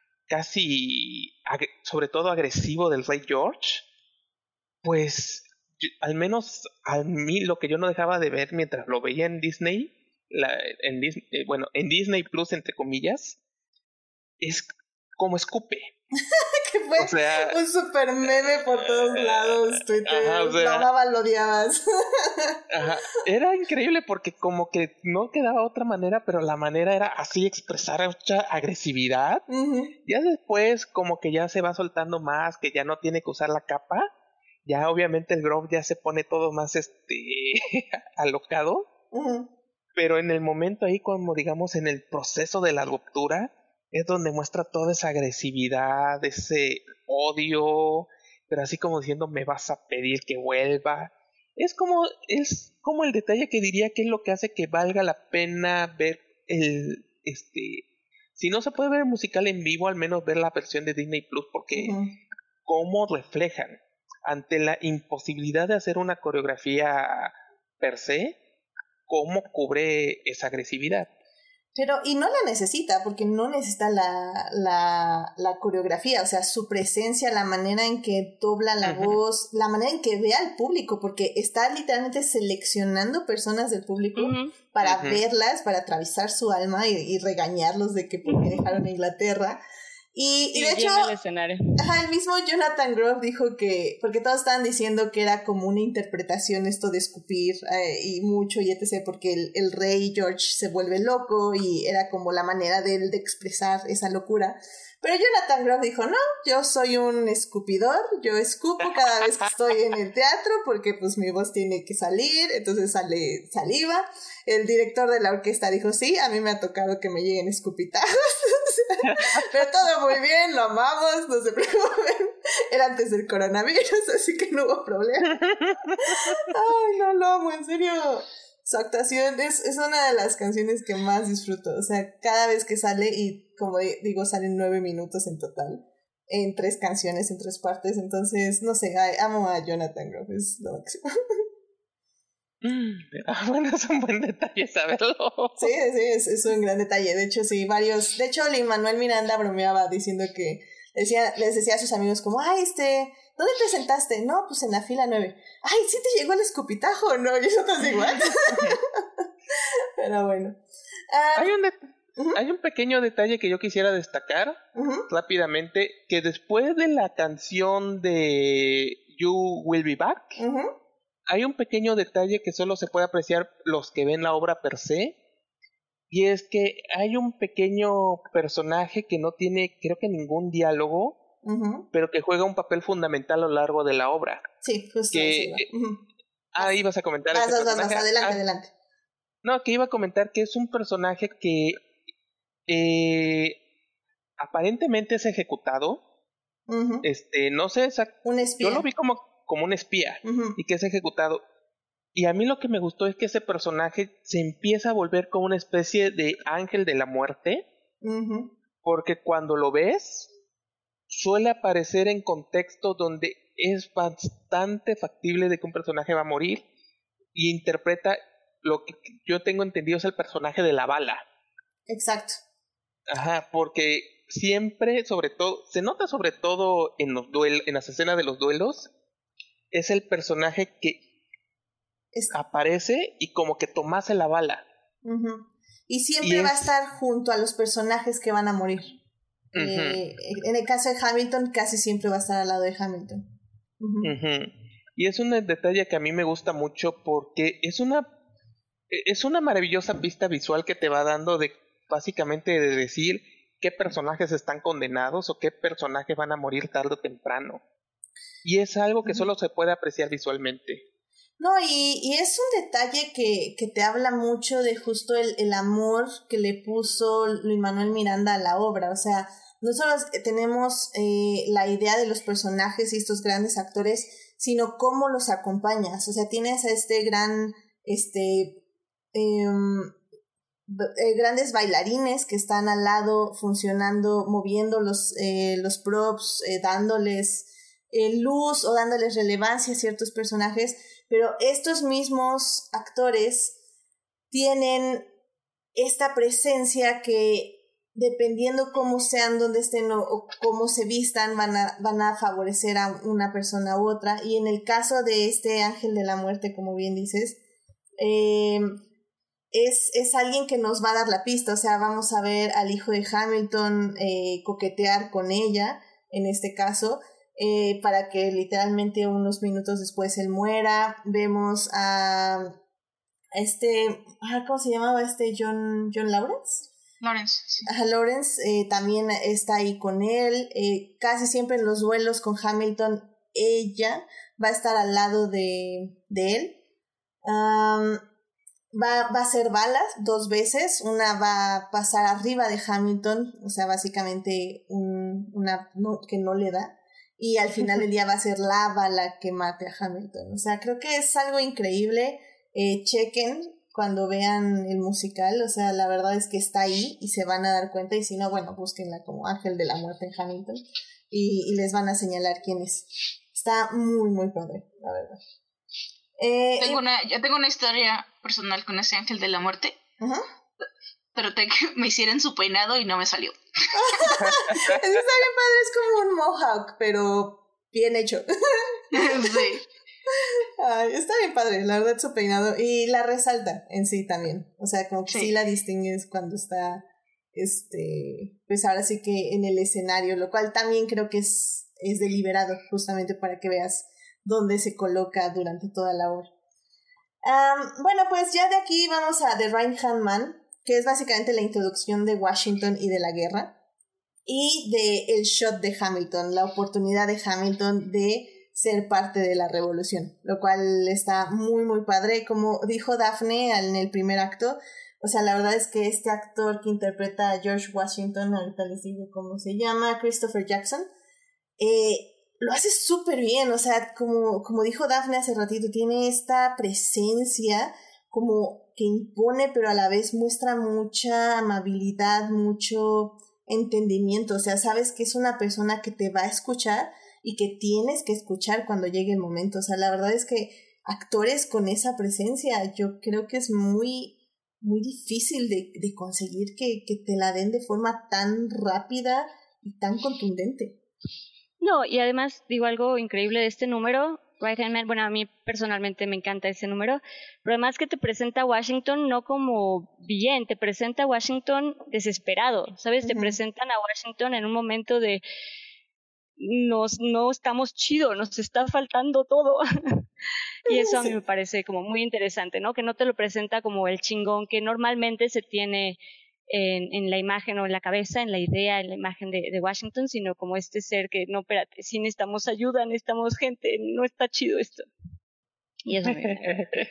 casi sobre todo agresivo del Rey George? Pues al menos a mí lo que yo no dejaba de ver mientras lo veía en Disney, la, en Disney bueno, en Disney Plus entre comillas, es como escupe. Que fue o sea, un super meme por todos lados, Twitter, ajá, o sea, lo amabas, lo odiabas. Ajá. Era increíble porque como que no quedaba otra manera, pero la manera era así expresar mucha agresividad. Uh-huh. Ya después como que ya se va soltando más, que ya no tiene que usar la capa. Ya obviamente el Groff ya se pone todo más este alocado. Uh-huh. Pero en el momento ahí, como digamos en el proceso de la ruptura, es donde muestra toda esa agresividad, ese odio, pero así como diciendo me vas a pedir que vuelva. Es como, es como el detalle que diría que es lo que hace que valga la pena ver el, este, si no se puede ver el musical en vivo, al menos ver la versión de Disney Plus, porque uh-huh. Cómo reflejan ante la imposibilidad de hacer una coreografía per se, cómo cubre esa agresividad. Pero, y no la necesita, porque no necesita la, la, la coreografía, o sea, su presencia, la manera en que dobla la uh-huh. voz, la manera en que ve al público, porque está literalmente seleccionando personas del público uh-huh. para uh-huh. verlas, para atravesar su alma y, y regañarlos de que por qué dejaron a Inglaterra. Y, y de hecho, ajá, el mismo Jonathan Groff dijo que, porque todos estaban diciendo que era como una interpretación esto de escupir eh, y mucho y etcétera, porque el, el rey George se vuelve loco y era como la manera de él de expresar esa locura. Pero Jonathan Groff dijo, no, yo soy un escupidor, yo escupo cada vez que estoy en el teatro porque pues mi voz tiene que salir, entonces sale saliva. El director de la orquesta dijo, sí, a mí me ha tocado que me lleguen escupitajos, pero todo muy bien, lo amamos, no se preocupen. Era antes del coronavirus, así que no hubo problema. Ay, no lo amo, en serio. Su actuación es, es una de las canciones que más disfruto. O sea, cada vez que sale, y como digo, salen nueve minutos en total, en tres canciones, en tres partes. Entonces, no sé, ay, amo a Jonathan Groff, es lo máximo. Ah, bueno, es un buen detalle saberlo. Sí, sí, es, es un gran detalle. De hecho, sí, varios. De hecho, Lin-Manuel Miranda bromeaba diciendo que decía, les decía a sus amigos como, ay, este, ¿dónde te sentaste? No, pues en la fila nueve. Ay, ¿sí te llegó el escupitajo? No, y eso te igual. Pero bueno. Um, hay, un de- uh-huh. hay un pequeño detalle que yo quisiera destacar uh-huh. rápidamente, que después de la canción de You Will Be Back, uh-huh. hay un pequeño detalle que solo se puede apreciar los que ven la obra per se, y es que hay un pequeño personaje que no tiene, creo que ningún diálogo, uh-huh. pero que juega un papel fundamental a lo largo de la obra. Sí, justo que, sí, uh-huh. Ah, ibas a comentar ah, ese vas, personaje. vas, adelante, ah, adelante. No, que iba a comentar que es un personaje que eh, aparentemente es ejecutado. Uh-huh. Este, no sé exactamente. Un espía. Yo lo vi como, como un espía uh-huh. y que es ejecutado. Y a mí lo que me gustó es que ese personaje se empieza a volver como una especie de ángel de la muerte. Uh-huh. Porque cuando lo ves, suele aparecer en contextos donde es bastante factible de que un personaje va a morir. Y interpreta lo que yo tengo entendido es el personaje de la bala. Exacto. Ajá, porque siempre, sobre todo, se nota sobre todo en los duel- en las escenas de los duelos, es el personaje que es... aparece y como que tomase la bala. Uh-huh. Y siempre y es... va a estar junto a los personajes que van a morir. Uh-huh. Eh, en el caso de Hamilton, casi siempre va a estar al lado de Hamilton. Uh-huh. Uh-huh. Y es un detalle que a mí me gusta mucho porque es una es una maravillosa pista visual que te va dando de básicamente de decir qué personajes están condenados o qué personajes van a morir tarde o temprano. Y es algo que uh-huh. solo se puede apreciar visualmente. No, y, y es un detalle que, que te habla mucho de justo el, el amor que le puso Lin-Manuel Miranda a la obra. O sea, nosotros tenemos eh, la idea de los personajes y estos grandes actores, sino cómo los acompañas. O sea, tienes a este gran, este, eh, eh, grandes bailarines que están al lado funcionando, moviendo los, eh, los props, eh, dándoles eh, luz o dándoles relevancia a ciertos personajes, pero estos mismos actores tienen esta presencia que dependiendo cómo sean, dónde estén o, o cómo se vistan, van a, van a favorecer a una persona u otra. Y en el caso de este ángel de la muerte, como bien dices, eh, es, es alguien que nos va a dar la pista. O sea, vamos a ver al hijo de Hamilton eh, coquetear con ella, en este caso, eh, para que literalmente unos minutos después él muera. Vemos a este, ¿cómo se llamaba este? John, John Lawrence. Lawrence, sí. Ajá, Lawrence eh, también está ahí con él. Eh, casi siempre en los duelos con Hamilton, ella va a estar al lado de, de él. Um, va, va a hacer balas dos veces. Una va a pasar arriba de Hamilton, o sea, básicamente un, una no, que no le da. Y al final del día va a ser la bala que mate a Hamilton. O sea, creo que es algo increíble. Eh, chequen cuando vean el musical, o sea, la verdad es que está ahí y se van a dar cuenta, y si no, bueno, búsquenla como Ángel de la Muerte en Hamilton y, y les van a señalar quién es. Está muy, muy padre, la verdad. Eh, tengo una, yo tengo una historia personal con ese Ángel de la Muerte. Uh-huh. traté que me hicieran su peinado y no me salió. Eso está bien padre, es como un mohawk, pero bien hecho. Sí. Ay, está bien padre, la verdad, su peinado. Y la resalta en sí también. O sea, como que sí, sí la distingues cuando está, este, pues ahora sí que en el escenario, lo cual también creo que es, es deliberado, justamente para que veas dónde se coloca durante toda la obra. Um, bueno, pues ya de aquí vamos a The Right Hand Man, que es básicamente la introducción de Washington y de la guerra, y de el shot de Hamilton, la oportunidad de Hamilton de ser parte de la revolución, lo cual está muy muy padre. Como dijo Daphne en el primer acto, o sea, la verdad es que este actor que interpreta a George Washington, ahorita les digo cómo se llama, Christopher Jackson, eh, lo hace súper bien. O sea, como, como dijo Daphne hace ratito, tiene esta presencia como que impone, pero a la vez muestra mucha amabilidad, mucho entendimiento. O sea, sabes que es una persona que te va a escuchar y que tienes que escuchar cuando llegue el momento. O sea, la verdad es que actores con esa presencia, yo creo que es muy, muy difícil de, de conseguir que, que te la den de forma tan rápida y tan contundente. No, y además digo algo increíble de este número, Right Hand Man, bueno, a mí personalmente me encanta ese número, pero además que te presenta a Washington no como bien, te presenta a Washington desesperado, ¿sabes? Uh-huh. Te presentan a Washington en un momento de nos, no estamos chido, nos está faltando todo. Y eso a mí me parece como muy interesante, ¿no? Que no te lo presenta como el chingón que normalmente se tiene en, en la imagen o en la cabeza, en la idea, en la imagen de, de Washington, sino como este ser que, no, espérate, sí necesitamos ayuda, necesitamos gente, no está chido esto. Y eso me...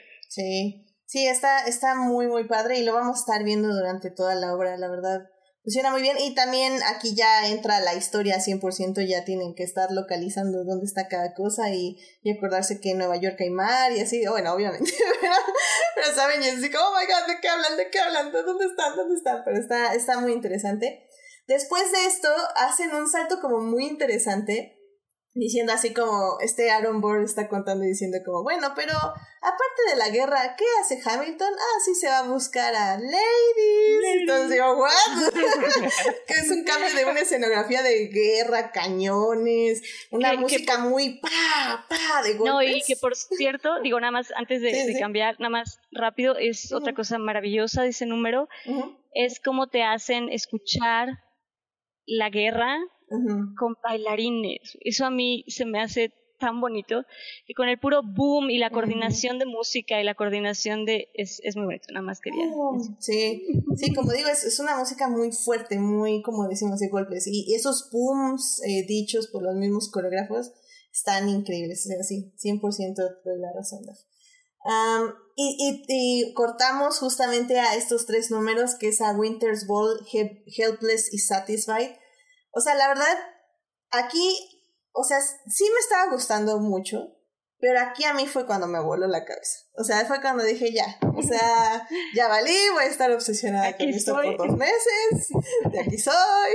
Sí, sí, está, está muy, muy padre y lo vamos a estar viendo durante toda la obra, la verdad. Funciona muy bien y también aquí ya entra la historia cien por ciento, ya tienen que estar localizando dónde está cada cosa y, y acordarse que en Nueva York hay mar y así, bueno, obviamente, pero, pero saben, y es así como, oh my god, ¿de qué hablan? ¿De qué hablan? ¿Dónde están? ¿Dónde están? Pero está, está muy interesante. Después de esto, hacen un salto como muy interesante, diciendo así como, este Aaron Burr está contando y diciendo como, bueno, pero aparte de la guerra, ¿qué hace Hamilton? Ah, sí, se va a buscar a ladies. Ladies. Entonces digo, ¿what? Que es un cambio de una escenografía de guerra, cañones, una que, música que por... muy pa, pa, de golpes. No, y que por cierto, digo nada más, antes de, sí, de sí. cambiar, nada más rápido, es uh-huh. otra cosa maravillosa de ese número, uh-huh. es cómo te hacen escuchar la guerra Uh-huh. con bailarines. Eso a mí se me hace tan bonito y con el puro boom y la coordinación uh-huh. de música y la coordinación de es, es muy bonito, nada más quería uh, sí, sí, como digo, es, es una música muy fuerte, muy, como decimos, de golpes, y esos booms eh, dichos por los mismos coreógrafos están increíbles. O sea, sí, cien por ciento de la razón. Um, y, y, y cortamos justamente a estos tres números, que es a Winter's Ball, He- Helpless y Satisfied. O sea, la verdad, aquí, o sea, sí me estaba gustando mucho, pero aquí a mí fue cuando me voló la cabeza. O sea, fue cuando dije, ya, o sea, ya valí, voy a estar obsesionada aquí con esto soy. por dos meses, de aquí soy.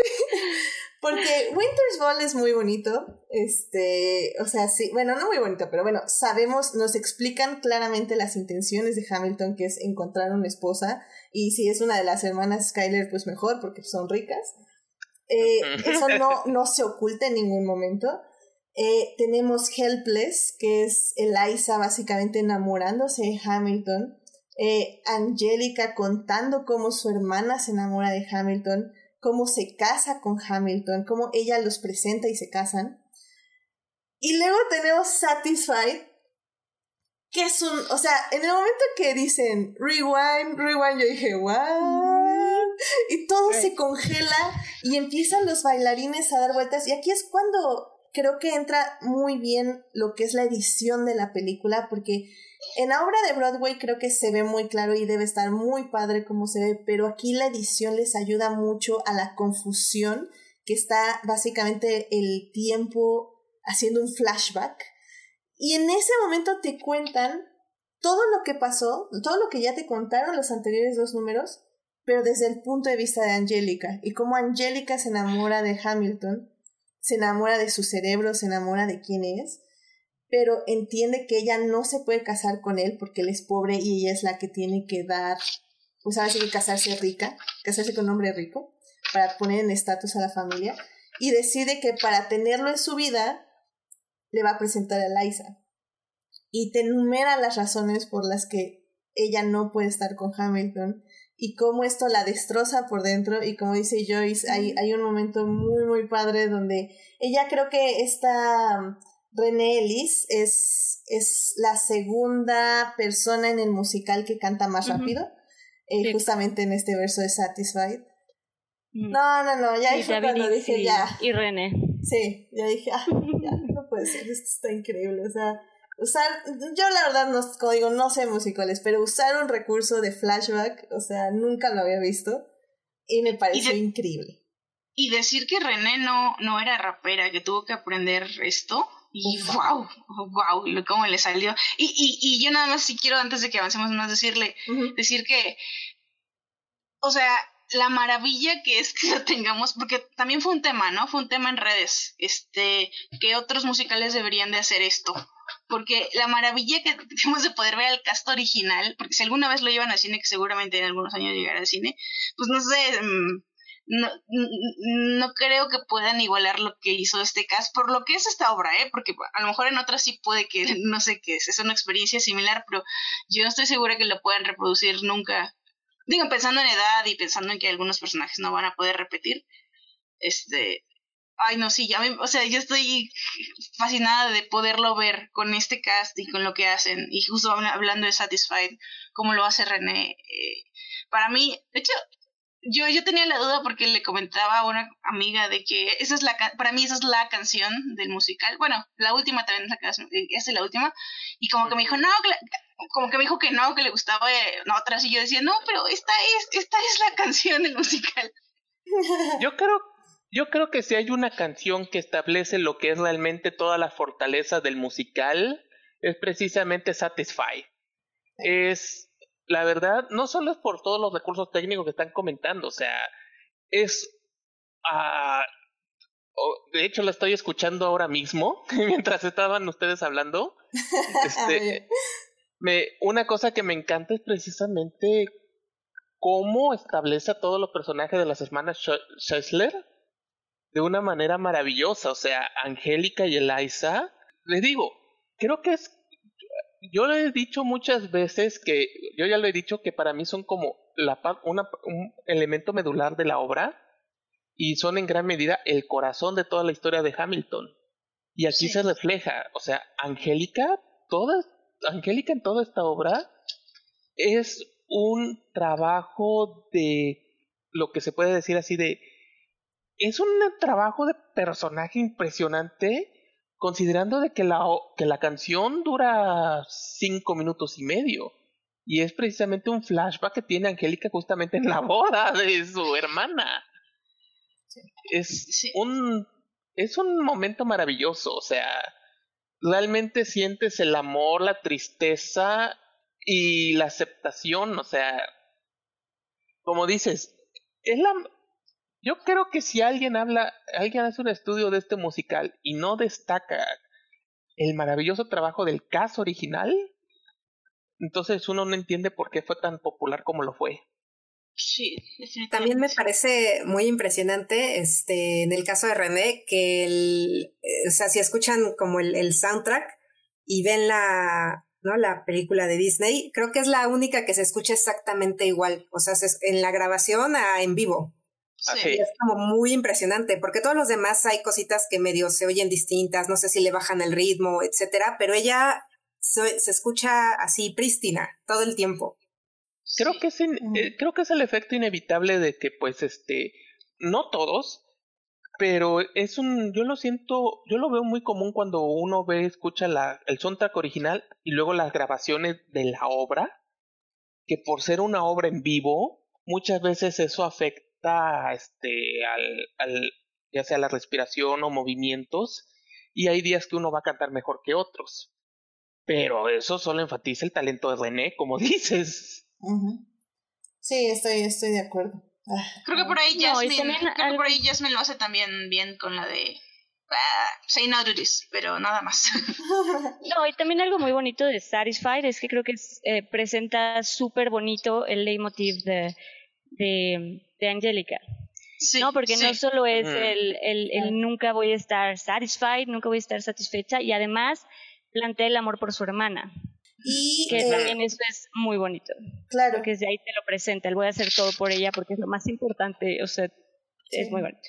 Porque Winter's Ball es muy bonito, este, o sea, sí, bueno, no muy bonito, pero bueno, sabemos, nos explican claramente las intenciones de Hamilton, que es encontrar una esposa, y si es una de las hermanas Skyler, pues mejor, porque son ricas. Eh, eso no, no se oculta en ningún momento. Eh, tenemos Helpless, que es Eliza básicamente enamorándose de Hamilton, eh, Angélica contando cómo su hermana se enamora de Hamilton, cómo se casa con Hamilton, cómo ella los presenta y se casan. Y luego tenemos Satisfied, que es un, o sea, en el momento que dicen rewind, rewind, yo dije, what? Y todo right. se congela y empiezan los bailarines a dar vueltas, y aquí es cuando creo que entra muy bien lo que es la edición de la película, porque en la obra de Broadway creo que se ve muy claro y debe estar muy padre como se ve, pero aquí la edición les ayuda mucho a la confusión, que está básicamente el tiempo haciendo un flashback, y en ese momento te cuentan todo lo que pasó, todo lo que ya te contaron los anteriores dos números, pero desde el punto de vista de Angélica, y cómo Angélica se enamora de Hamilton, se enamora de su cerebro, se enamora de quién es, pero entiende que ella no se puede casar con él porque él es pobre y ella es la que tiene que dar pues ahora sí que casarse rica, casarse con un hombre rico, para poner en estatus a la familia, y decide que para tenerlo en su vida, le va a presentar a Liza. Y te enumera las razones por las que ella no puede estar con Hamilton, y cómo esto la destroza por dentro, y como dice Joyce, hay, hay un momento muy muy padre donde ella, creo que esta Renée Elise es, es la segunda persona en el musical que canta más uh-huh. rápido, eh, sí. justamente en este verso de Satisfied. Uh-huh. No, no, no, ya sí, ahí fue cuando y, dije sí, ya. Y René. Sí, ya dije, ah, ya, no puede ser, esto está increíble, o sea... Usar, yo la verdad no, como digo, no sé musicales, pero usar un recurso de flashback, o sea, nunca lo había visto y me pareció y de, increíble. Y decir que René no, no era rapera, que tuvo que aprender esto, y Ufa. wow, wow, cómo le salió. Y, y, y yo nada más si quiero, antes de que avancemos más, decirle, uh-huh. decir que, o sea, la maravilla que es que lo tengamos, porque también fue un tema, ¿no? Fue un tema en redes, este, que otros musicales deberían de hacer esto. Porque la maravilla que tenemos de poder ver al cast original, porque si alguna vez lo llevan al cine, que seguramente en algunos años llegará al cine, pues no sé, no, no creo que puedan igualar lo que hizo este cast, por lo que es esta obra, ¿eh? Porque a lo mejor en otras sí puede que, no sé qué es, es una experiencia similar, pero yo no estoy segura que lo puedan reproducir nunca. Digo, pensando en edad y pensando en que algunos personajes no van a poder repetir, este... Ay, no, sí, ya me, o sea, yo estoy fascinada de poderlo ver con este cast y con lo que hacen. Y justo hablando de Satisfied, cómo lo hace René. Eh, para mí, de hecho, yo, yo tenía la duda porque le comentaba a una amiga de que esa es la para mí esa es la canción del musical. Bueno, la última también es la, esa es la última. Y como que me dijo, no, que la, como que me dijo que no, que le gustaba eh, otras. Y yo decía, no, pero esta es, esta es la canción del musical. Yo creo Yo creo que si hay una canción que establece lo que es realmente toda la fortaleza del musical, es precisamente Satisfy. Es, la verdad, no solo es por todos los recursos técnicos que están comentando, o sea, es... Uh, oh, de hecho, la estoy escuchando ahora mismo, mientras estaban ustedes hablando. Este, me, una cosa que me encanta es precisamente cómo establece a todos los personajes de las hermanas Schessler de una manera maravillosa. O sea, Angélica y Eliza, les digo, creo que es, yo le he dicho muchas veces que, yo ya lo he dicho que para mí son como la, una, un elemento medular de la obra y son en gran medida el corazón de toda la historia de Hamilton. Y aquí sí se refleja, o sea, Angélica, toda, Angélica en toda esta obra es un trabajo de, lo que se puede decir así de, es un trabajo de personaje impresionante, considerando de que la, que la canción dura cinco minutos y medio. Y es precisamente un flashback que tiene Angélica justamente en la boda de su hermana. Sí. Es, sí. un, es un momento maravilloso, o sea, realmente sientes el amor, la tristeza y la aceptación, o sea, como dices, es la... Yo creo que si alguien habla, alguien hace un estudio de este musical y no destaca el maravilloso trabajo del cast original, entonces uno no entiende por qué fue tan popular como lo fue. Sí, también me parece muy impresionante, este, en el caso de René, que el, o sea, si escuchan como el, el soundtrack y ven la, ¿no? la película de Disney, creo que es la única que se escucha exactamente igual, o sea, en la grabación a en vivo. Sí. Es como muy impresionante, porque todos los demás hay cositas que medio se oyen distintas, no sé si le bajan el ritmo, etcétera, pero ella se, se escucha así prístina todo el tiempo. Creo que es in, eh, creo que es el efecto inevitable de que pues este no todos, pero es un yo lo siento, yo lo veo muy común cuando uno ve, escucha la el soundtrack original y luego las grabaciones de la obra, que por ser una obra en vivo, muchas veces eso afecta este al, al ya sea la respiración o movimientos, y hay días que uno va a cantar mejor que otros, pero eso solo enfatiza el talento de René, como dices. Uh-huh. Sí, estoy estoy de acuerdo. Ah. Creo que por ahí Jasmine, no, creo que por ahí Jasmine lo hace también bien con la de uh, say no to this, pero nada más. No, y también algo muy bonito de Satisfied es que creo que es, eh, presenta súper bonito el leitmotiv de, de, de Angélica. Sí, no, porque sí. no solo es Mm. el, el, el nunca voy a estar satisfied, nunca voy a estar satisfecha, y además plantea el amor por su hermana, Y que eh, también eso es muy bonito, claro, porque desde ahí te lo presenta, el voy a hacer todo por ella porque es lo más importante, o sea, es Sí. muy bonito.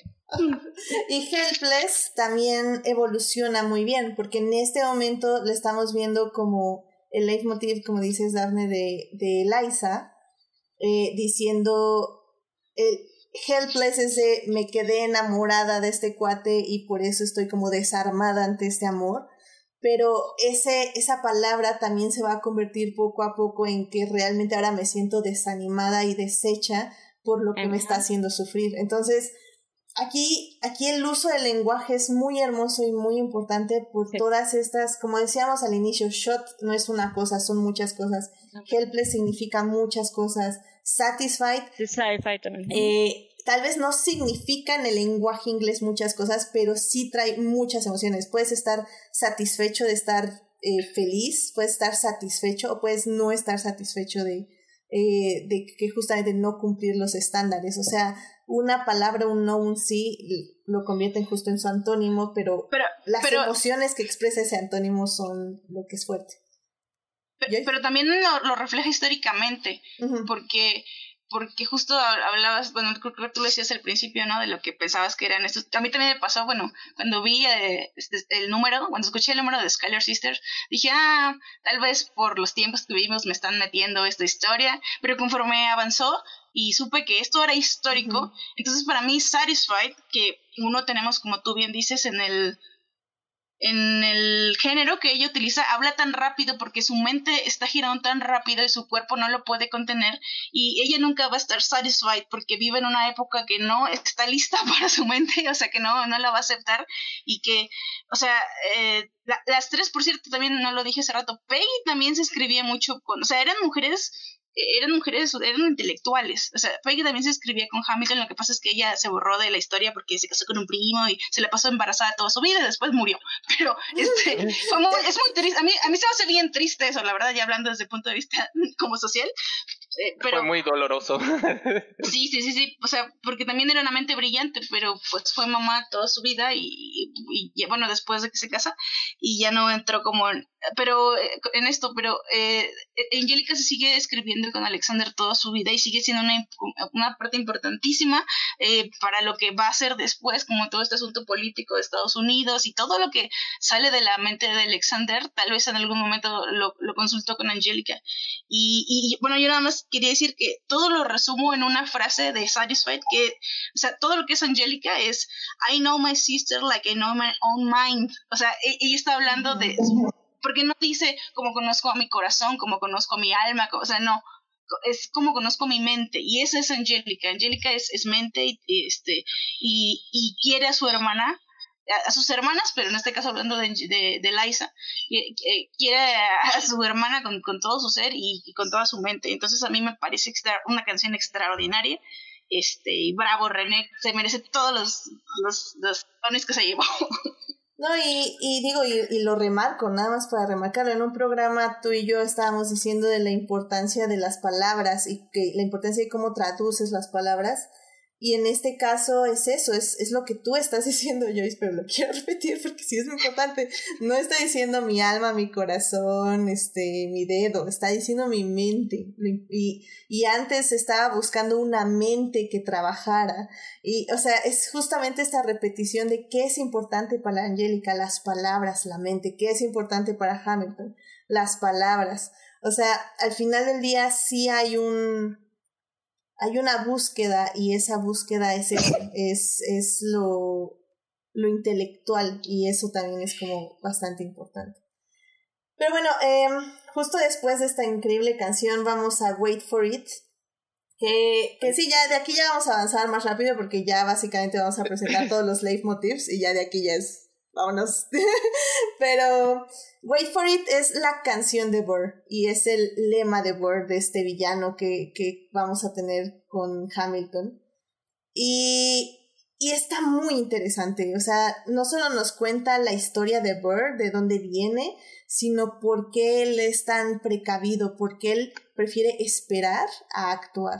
y Helpless también evoluciona muy bien, porque en este momento le estamos viendo como el leitmotiv, como dices, Daphne, de, de Eliza, eh, diciendo, el Helpless es de me quedé enamorada de este cuate y por eso estoy como desarmada ante este amor, pero ese, esa palabra también se va a convertir poco a poco en que realmente ahora me siento desanimada y deshecha por lo que Ajá. me está haciendo sufrir. Entonces, Aquí, aquí el uso del lenguaje es muy hermoso y muy importante por Sí. todas estas, como decíamos al inicio, shot no es una cosa, son muchas cosas. Helpless significa muchas cosas. Satisfied, Sí, Satisfied también. eh, tal vez no significa en el lenguaje inglés muchas cosas, pero sí trae muchas emociones. Puedes estar satisfecho de estar eh, feliz, puedes estar satisfecho o puedes no estar satisfecho de, eh, de que justamente no cumplir los estándares. O sea, una palabra, un no, un sí, lo convierten justo en su antónimo, pero, Pero, las pero, emociones que expresa ese antónimo son lo que es fuerte. pero, pero también lo, lo refleja históricamente, Uh-huh. porque porque justo hablabas, bueno, creo que tú lo decías al principio, ¿no? De lo que pensabas que eran estos. A mí también me pasó, bueno, cuando vi eh, este, el número, cuando escuché el número de Skylar Sisters, dije, ah, tal vez por los tiempos que vivimos me están metiendo esta historia, pero conforme avanzó y supe que esto era histórico, uh-huh. Entonces para mí Satisfied, que uno tenemos, como tú bien dices, en el... en el género que ella utiliza, habla tan rápido porque su mente está girando tan rápido y su cuerpo no lo puede contener, y ella nunca va a estar satisfied porque vive en una época que no está lista para su mente, o sea, que no, no la va a aceptar, y que, o sea, eh, la, las tres, por cierto, también no lo dije hace rato, Peggy también se escribía mucho con, o sea, eran mujeres... eran mujeres, eran intelectuales, o sea, Peggy también se escribía con Hamilton, lo que pasa es que ella se borró de la historia porque se casó con un primo y se la pasó embarazada toda su vida y después murió, pero este, fue muy, es muy triste, a mí, a mí se me hace bien triste eso, la verdad, ya hablando desde el punto de vista como social, eh, pero... Fue muy doloroso. Sí, sí, sí, sí, o sea, porque también era una mente brillante, pero pues fue mamá toda su vida y, y, y bueno, después de que se casa, y ya no entró como en, pero en esto, pero eh, Angélica se sigue escribiendo con Alexander toda su vida y sigue siendo una, una parte importantísima eh, para lo que va a ser después, como todo este asunto político de Estados Unidos y todo lo que sale de la mente de Alexander, tal vez en algún momento lo, lo consultó con Angélica, y, y bueno, yo nada más quería decir que todo lo resumo en una frase de Satisfied, que, o sea, todo lo que es Angélica es I know my sister like I know my own mind, o sea, ella está hablando de, porque no dice como conozco a mi corazón, como conozco a mi alma, o sea, no, es como conozco mi mente, y esa es Angélica. Angélica es, es mente y, y, este, y, y quiere a su hermana, a, a sus hermanas, pero en este caso hablando de, de, de Liza, quiere a su hermana con, con todo su ser y, y con toda su mente. Entonces a mí me parece extra, una canción extraordinaria, este, y bravo, René, se merece todos los los, los tones que se llevó. No, y, y digo, y, y lo remarco, nada más para remarcarlo, en un programa tú y yo estábamos diciendo de la importancia de las palabras y que la importancia de cómo traduces las palabras, y en este caso es eso, es, es lo que tú estás diciendo, Joyce, pero lo quiero repetir porque sí es muy importante. No está diciendo mi alma, mi corazón, este, mi dedo, está diciendo mi mente, y, y antes estaba buscando una mente que trabajara, y o sea, es justamente esta repetición de qué es importante para Angélica, las palabras, la mente, qué es importante para Hamilton, las palabras. O sea, al final del día sí hay un hay una búsqueda, y esa búsqueda es eso, es, es lo, lo intelectual, y eso también es como bastante importante. Pero bueno, eh, justo después de esta increíble canción vamos a Wait for It, que, que sí, ya de aquí ya vamos a avanzar más rápido porque ya básicamente vamos a presentar todos los leitmotivs y ya de aquí ya es, vámonos. Pero Wait for It es la canción de Burr y es el lema de Burr, de este villano que, que vamos a tener con Hamilton. Y, y está muy interesante, o sea, no solo nos cuenta la historia de Burr, de dónde viene, sino por qué él es tan precavido, por qué él prefiere esperar a actuar.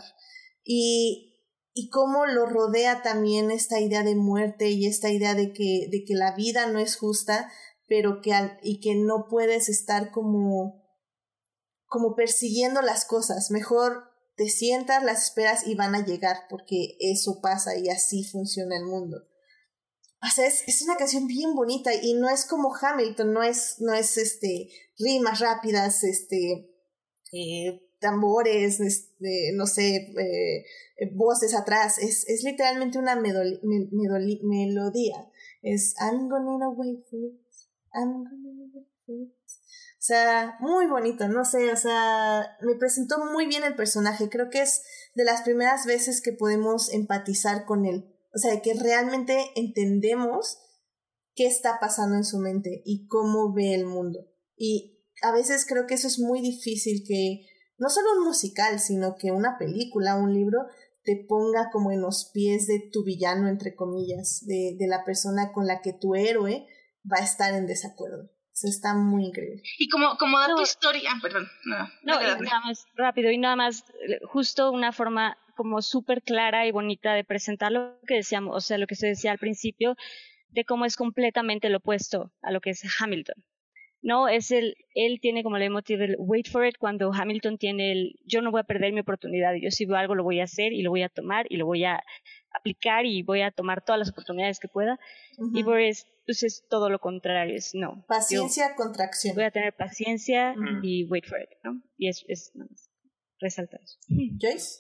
Y, y cómo lo rodea también esta idea de muerte y esta idea de que, de que la vida no es justa, pero que al, y que no puedes estar como, como persiguiendo las cosas. Mejor te sientas, las esperas y van a llegar, porque eso pasa y así funciona el mundo. O sea, es, es una canción bien bonita y no es como Hamilton, no es, no es este, rimas rápidas, este, eh, tambores, este, no sé, eh, voces atrás. Es, es literalmente una medoli, me, medoli, melodía. Es I'm gonna wait for it, I'm gonna wait for it. O sea, muy bonito, no sé, o sea, me presentó muy bien el personaje. Creo que es de las primeras veces que podemos empatizar con él. O sea, que realmente entendemos qué está pasando en su mente y cómo ve el mundo. Y a veces creo que eso es muy difícil, que no solo un musical, sino que una película, un libro, te ponga como en los pies de tu villano, entre comillas, de, de la persona con la que tu héroe va a estar en desacuerdo. O sea, está muy increíble. Y como, como dato no, historia, ah, perdón, no, no, y nada más rápido, y nada más, justo una forma como súper clara y bonita de presentar lo que decíamos, o sea, lo que se decía al principio, de cómo es completamente lo opuesto a lo que es Hamilton. No, es el, él tiene como el emotivo del wait for it, cuando Hamilton tiene el, yo no voy a perder mi oportunidad, yo si veo algo lo voy a hacer y lo voy a tomar y lo voy a aplicar y voy a tomar todas las oportunidades que pueda. Uh-huh. Y Boris, pues es todo lo contrario, es no. Paciencia contra acción. Voy a tener paciencia Uh-huh. y wait for it, ¿no? Y es, es nada más resaltar eso. ¿Joyce?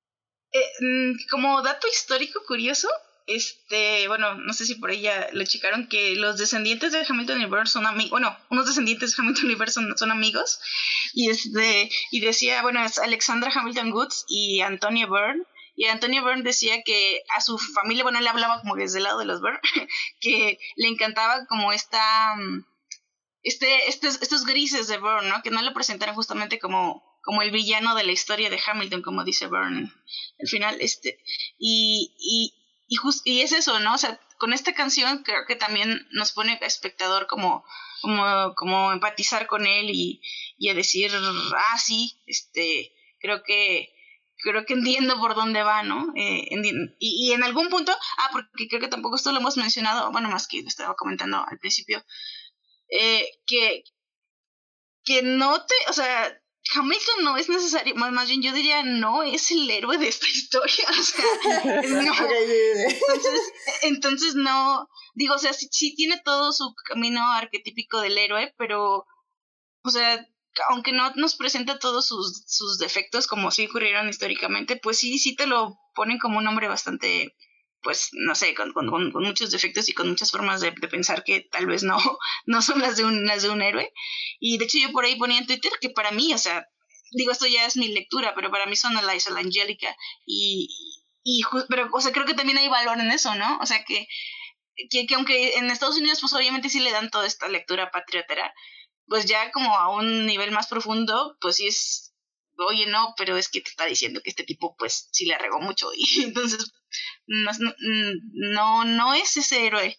Eh, como dato histórico curioso, este, bueno, no sé si por ahí ya lo checaron, que los descendientes de Hamilton y Burr son amigos, bueno, unos descendientes de Hamilton y Burr son, son amigos, y este, y decía, bueno, es Alexandra Hamilton Woods y Antonia Burr, y Antonia Burr decía que a su familia, bueno, él hablaba como desde el lado de los Burr, que le encantaba como esta, este, estos, estos grises de Burr, ¿no? Que no lo presentaran justamente como como el villano de la historia de Hamilton, como dice Burn al final, este, y, y, y, just, y es eso, ¿no? O sea, con esta canción creo que también nos pone a espectador como, como, como empatizar con él y, y a decir, ah, sí, este, creo que, creo que entiendo por dónde va, ¿no? Eh, y, y en algún punto, ah, porque creo que tampoco esto lo hemos mencionado, bueno, más que lo estaba comentando al principio, eh, que, que no te, o sea, Hamilton no es necesario, más, más bien yo diría no es el héroe de esta historia, o sea, no. entonces, entonces no, digo, o sea, sí, sí tiene todo su camino arquetípico del héroe, pero, o sea, aunque no nos presenta todos sus, sus defectos como sí ocurrieron históricamente, pues sí, sí te lo ponen como un hombre bastante, pues, no sé, con, con, con muchos defectos y con muchas formas de, de pensar que tal vez no, no son las de, un, las de un héroe. Y de hecho yo por ahí ponía en Twitter que para mí, o sea, digo, esto ya es mi lectura, pero para mí son Eliza, la Angélica, y, y, pero, o sea, creo que también hay valor en eso, ¿no? O sea, que, que, que aunque en Estados Unidos, pues obviamente sí le dan toda esta lectura patriotera, pues ya como a un nivel más profundo, pues sí es, oye, no, pero es que te está diciendo que este tipo, pues, sí le regó mucho, y entonces, no, no, no es ese héroe,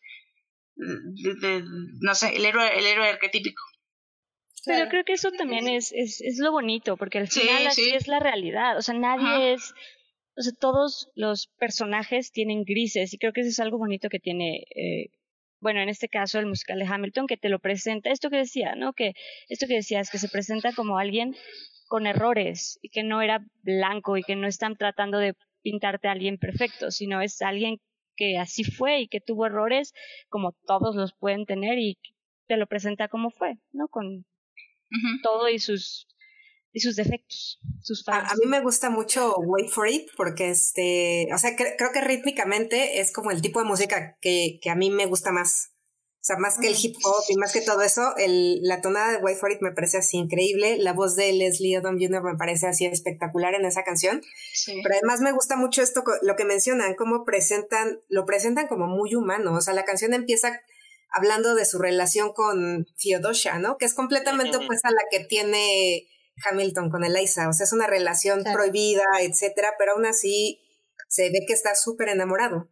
de, de, no sé, el héroe, el héroe arquetípico. Pero claro, creo que eso también es, es, es lo bonito, porque al final sí, así sí. es la realidad, o sea, nadie Ajá. es, o sea, todos los personajes tienen grises, y creo que eso es algo bonito que tiene, eh, bueno, en este caso el musical de Hamilton, que te lo presenta, esto que decía, ¿no? Que esto que decías, que se presenta como alguien con errores, y que no era blanco, y que no están tratando de pintarte a alguien perfecto, sino es alguien que así fue, y que tuvo errores, como todos los pueden tener, y te lo presenta como fue, ¿no? Con Uh-huh. todo y sus y sus defectos, sus fallos. A, a mí me gusta mucho Wait for It porque este, o sea, cre- creo que rítmicamente es como el tipo de música que, que a mí me gusta más. O sea, más que el hip hop y más que todo eso, el, la tonada de Wait for It me parece así increíble, la voz de Leslie Odom junior me parece así espectacular en esa canción. Sí. Pero además me gusta mucho esto, lo que mencionan, cómo presentan, lo presentan como muy humano. O sea, la canción empieza hablando de su relación con Theodosia, ¿no? Que es completamente uh-huh. opuesta a la que tiene Hamilton con Eliza. O sea, es una relación claro. prohibida, etcétera, pero aún así se ve que está súper enamorado.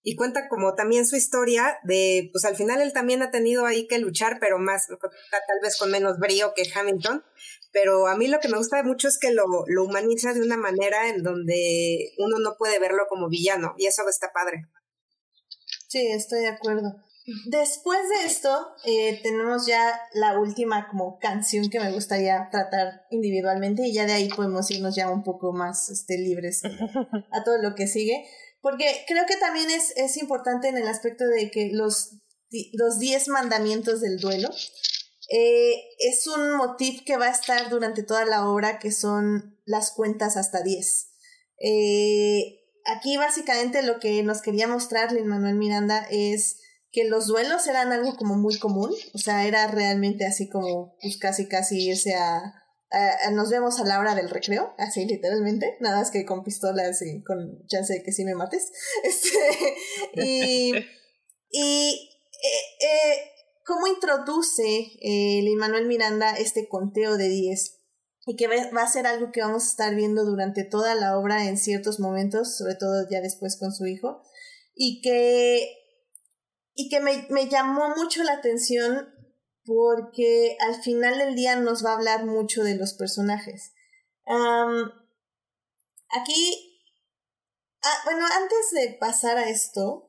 y cuenta como también su historia de, pues al final él también ha tenido ahí que luchar, pero más, tal vez con menos brío que Hamilton, pero a mí lo que me gusta mucho es que lo, lo humaniza de una manera en donde uno no puede verlo como villano, y eso está padre. Sí, estoy de acuerdo. Después de esto, eh, tenemos ya la última como canción que me gustaría tratar individualmente, y ya de ahí podemos irnos ya un poco más este, libres a todo lo que sigue, porque creo que también es, es importante en el aspecto de que los, los diez mandamientos del duelo eh, es un motif que va a estar durante toda la obra, que son las cuentas hasta diez. Eh, aquí básicamente lo que nos quería mostrar Lin-Manuel Miranda es que los duelos eran algo como muy común, o sea, era realmente así como, pues casi casi irse a, a, a nos vemos a la hora del recreo, así literalmente, nada más que con pistolas y con chance de que sí me mates, este, y, y eh, eh, cómo introduce eh, Lin-Manuel Miranda este conteo de diez, y que va a ser algo que vamos a estar viendo durante toda la obra en ciertos momentos, sobre todo ya después con su hijo, y que Y que me, me llamó mucho la atención porque al final del día nos va a hablar mucho de los personajes. Um, aquí, ah, bueno, antes de pasar a esto,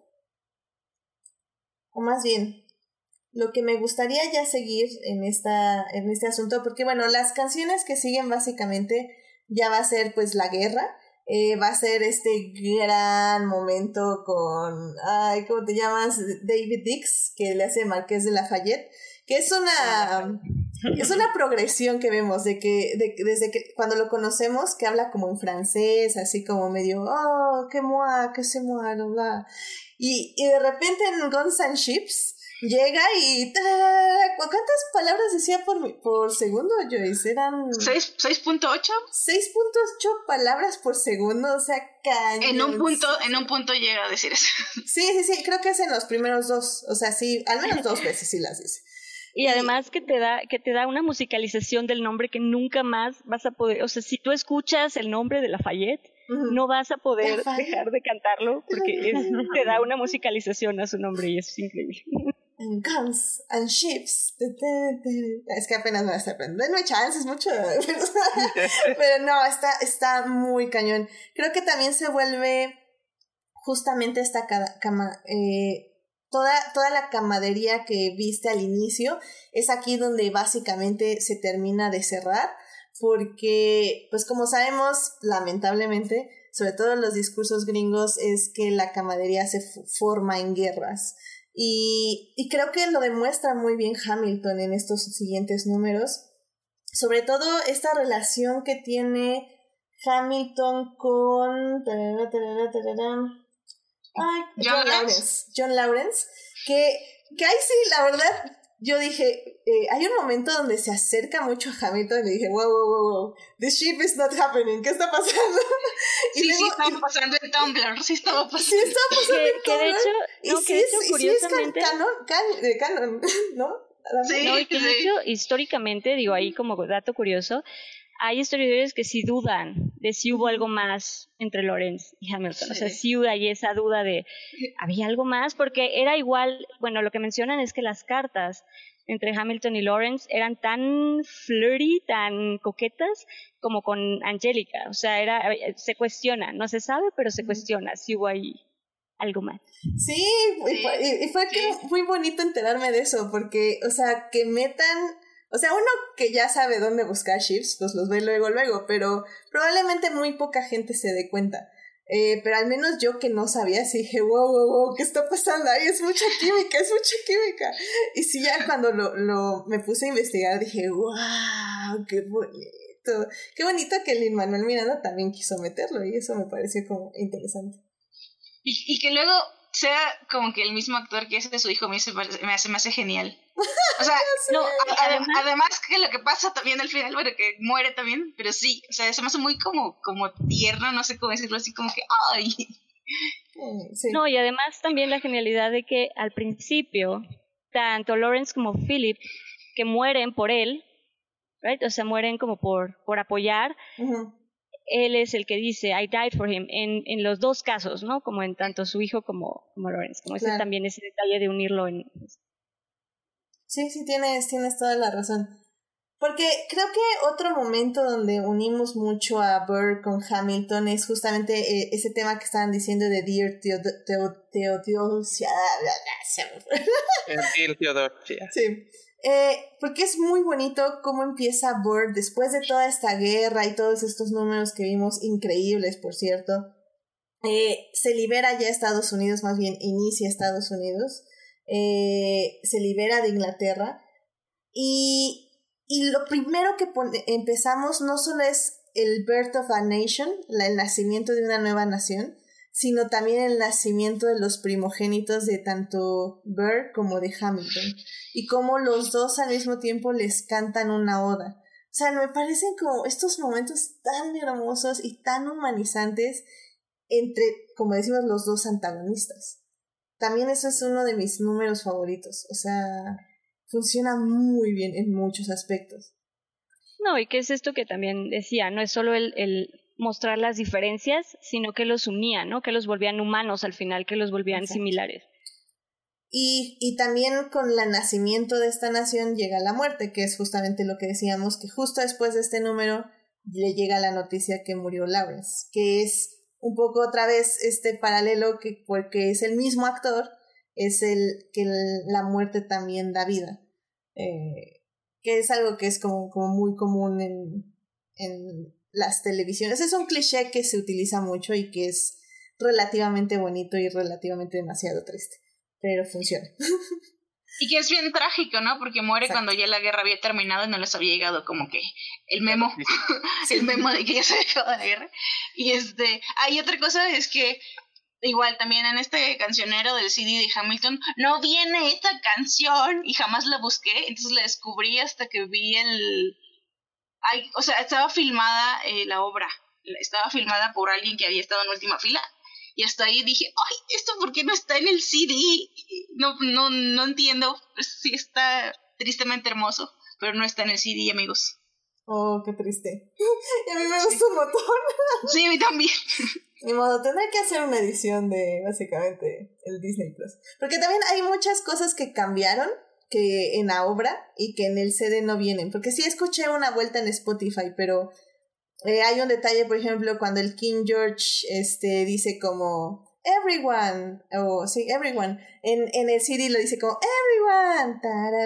o más bien, lo que me gustaría ya seguir en, esta, en este asunto, porque bueno, las canciones que siguen básicamente ya va a ser pues la guerra. Eh, va a ser este gran momento con, ay, ¿cómo te llamas? David Dix, que le hace Marqués de Lafayette, que es una, es una progresión que vemos de que, de, desde que cuando lo conocemos, que habla como en francés, así como medio, oh, que moi, que se moi, bla, bla. Y, y de repente en Guns and Ships llega y ¿cuántas palabras decía por, por segundo, Joyce? Eran seis punto ocho seis punto ocho palabras por segundo, o sea, cañón. En un punto, en un punto llega a decir eso. Sí, sí, sí, creo que es en los primeros dos, o sea, sí, al menos dos veces sí las dice. Y además que te da que te da una musicalización del nombre que nunca más vas a poder, o sea, si tú escuchas el nombre de Lafayette, uh-huh, no vas a poder Lafayette. dejar de cantarlo porque es, te da una musicalización a su nombre y eso es increíble. And Guns and Ships. Es que apenas me vas a aprender. No hay chance, es mucho. Pero no, está, está muy cañón. Creo que también se vuelve justamente esta cama, eh, toda, toda la camadería que viste al inicio. Es aquí donde básicamente se termina de cerrar. Porque, pues como sabemos, lamentablemente, sobre todo en los discursos gringos, es que la camadería se f- forma en guerras. Y, y creo que lo demuestra muy bien Hamilton en estos siguientes números. Sobre todo esta relación que tiene Hamilton con tarara, tarara, tarara, ay, John, John Lawrence. John Lawrence. Que, que ahí sí, la verdad, yo dije, eh, hay un momento donde se acerca mucho a Hamilton y le dije, wow, wow, wow, wow, this ship is not happening, ¿qué está pasando? Y sí, luego, sí, estaba pasando en Tumblr, sí estaba pasando. Sí, estaba pasando que, en Tumblr. Que de hecho, y no, sí que de hecho, es, curiosamente... Y sí es canon, can, canon, ¿no? Sí, no, y que sí. de hecho, históricamente, digo ahí como dato curioso, hay historiadores que sí dudan de si hubo algo más entre Lawrence y Hamilton. Sí. O sea, sí hay esa duda de, ¿había algo más? Porque era igual, bueno, lo que mencionan es que las cartas entre Hamilton y Lawrence eran tan flirty, tan coquetas, como con Angélica. O sea, era, se cuestiona, no se sabe, pero se cuestiona si hubo ahí algo más. Sí, sí. Y, y fue sí. que muy bonito enterarme de eso, porque, o sea, que metan... O sea, uno que ya sabe dónde buscar ships, pues los ve luego, luego, pero probablemente muy poca gente se dé cuenta. Eh, pero al menos yo que no sabía, sí dije, wow, wow, wow, ¿qué está pasando ahí? Es mucha química, es mucha química. Y sí, ya cuando lo, lo me puse a investigar, dije, wow, qué bonito. Qué bonito que Lin-Manuel Miranda también quiso meterlo, y eso me pareció como interesante. Y, y que luego sea como que el mismo actor que es de su hijo me, me, hace, me hace genial. O sea, no, además, además que lo que pasa también al final, bueno, que muere también, pero sí, o sea, se me hace muy como, como tierno, no sé cómo decirlo, así como que, ¡ay! Sí. No, y además también la genialidad de que al principio, tanto Lawrence como Philip, que mueren por él, right? O sea, mueren como por, por apoyar, uh-huh. él es el que dice I died for him en, en los dos casos, ¿no? Como en tanto su hijo como, como Lawrence, como ese claro. también ese detalle de unirlo en... Sí, sí, tienes, tienes toda la razón. Porque creo que otro momento donde unimos mucho a Burr con Hamilton es justamente eh, ese tema que estaban diciendo de Dear Theodosia. Dear Theodosia. Sí. Eh, porque es muy bonito cómo empieza Burr después de toda esta guerra y todos estos números que vimos, increíbles por cierto. Eh, se libera ya Estados Unidos, más bien inicia Estados Unidos. Eh, se libera de Inglaterra y, y lo primero que pone, empezamos no solo es el birth of a nation, la, el nacimiento de una nueva nación, sino también el nacimiento de los primogénitos de tanto Burr como de Hamilton y cómo los dos al mismo tiempo les cantan una oda. O sea, me parecen como estos momentos tan hermosos y tan humanizantes entre, como decimos, los dos antagonistas. También eso es uno de mis números favoritos. O sea, funciona muy bien en muchos aspectos. No, y que es esto que también decía, no es solo el, el mostrar las diferencias, sino que los unía, ¿no? Que los volvían humanos al final, que los volvían Exacto. similares. Y, y también con el nacimiento de esta nación llega la muerte, que es justamente lo que decíamos, que justo después de este número le llega la noticia que murió Lawrence, que es un poco otra vez este paralelo que porque es el mismo actor, es el que el, la muerte también da vida, eh, que es algo que es como, como muy común en, en las televisiones. Es un cliché que se utiliza mucho y que es relativamente bonito y relativamente demasiado triste, pero funciona. Y que es bien trágico, ¿no? Porque muere Exacto. cuando ya la guerra había terminado y no les había llegado como que el memo, sí. el memo de que ya se había acabado la guerra. Y este, hay otra cosa, es que igual también en este cancionero del C D de Hamilton no viene esta canción y jamás la busqué, entonces la descubrí hasta que vi el... Ay, o sea, estaba filmada eh, la obra, estaba filmada por alguien que había estado en última fila. Y hasta ahí dije, ay, ¿esto por qué no está en el C D? No, no, no entiendo. Pues sí está tristemente hermoso, pero no está en el C D, amigos. Oh, qué triste. Y a mí me gusta un montón. Sí, a mí también. Ni modo, tendré que hacer una edición de, básicamente, el Disney Plus. Porque también hay muchas cosas que cambiaron que en la obra y que en el C D no vienen. Porque sí escuché una vuelta en Spotify, pero... Eh, hay un detalle, por ejemplo, cuando el King George este, dice como everyone, o oh, sí, everyone, en, en el C D lo dice como everyone,